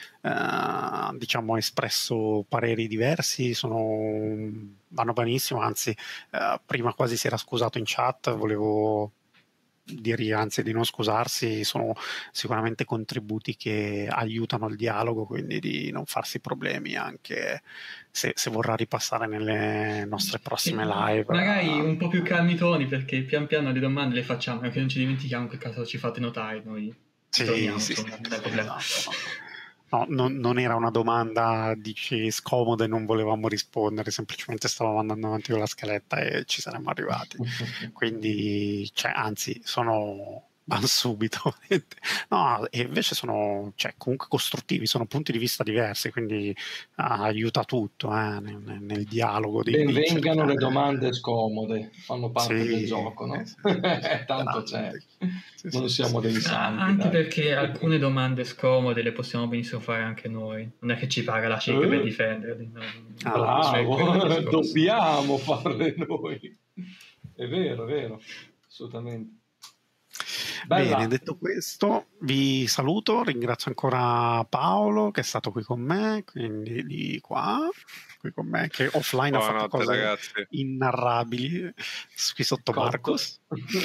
uh, diciamo espresso pareri diversi. Sono, vanno benissimo. Anzi, uh, prima quasi si era scusato in chat. Volevo dire anzi di non scusarsi, sono sicuramente contributi che aiutano il dialogo, quindi di non farsi problemi anche se, se vorrà ripassare nelle nostre prossime live. Magari un po' più calmi toni, perché pian piano le domande le facciamo, perché non ci dimentichiamo che caso ci fate notare, noi sì, torniamo, sì, insomma, sì, non è problema. Esatto. No, non, non era una domanda, dici, scomoda e non volevamo rispondere, semplicemente stavamo andando avanti con la scaletta e ci saremmo arrivati. Quindi, cioè, anzi, sono... vanno subito. No, e invece sono, cioè, comunque costruttivi, sono punti di vista diversi, quindi ah, aiuta tutto eh, nel, nel dialogo. Di, Benvengano di le domande scomode, fanno parte sì, del gioco, no? Sì, Tanto c'è. Sì, non sì, siamo sì. dei santi. Anche dai. perché alcune domande scomode le possiamo benissimo fare anche noi. Non è che ci paga la C I G uh, per difenderli. No? Bravo, dobbiamo farle noi. È vero, è vero, assolutamente. Bella. Bene, detto questo, vi saluto, ringrazio ancora Paolo che è stato qui con me, quindi di qua, qui con me, che offline Buonanotte, ha fatto cose ragazzi. Innarrabili qui sotto Cotto. Marcos.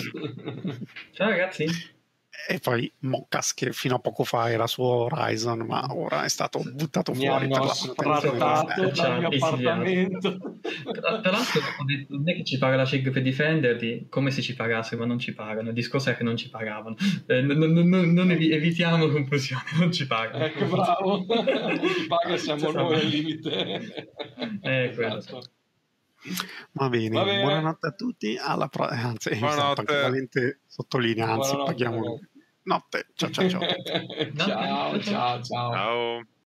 Ciao ragazzi. E poi Moccas che fino a poco fa era su Horizon, ma ora è stato buttato Mi fuori per la sfrattato dal mio appartamento. Tra, tra l'altro non è che ci paga la C I G per difenderti, come se ci pagassero, ma non ci pagano. Il discorso è che non ci pagavano. Eh, non, non, non, non evi- evitiamo confusione, non ci pagano. Ecco, bravo. Non ci paga, siamo noi al limite. Eh, esatto. Va bene, Va bene, buonanotte a tutti, alla pro- anzi, esatto, anche Valente sottolinea, anzi, buonanotte, paghiamo ragazzi. notte, ciao ciao ciao. ciao, ciao, ciao. Ciao.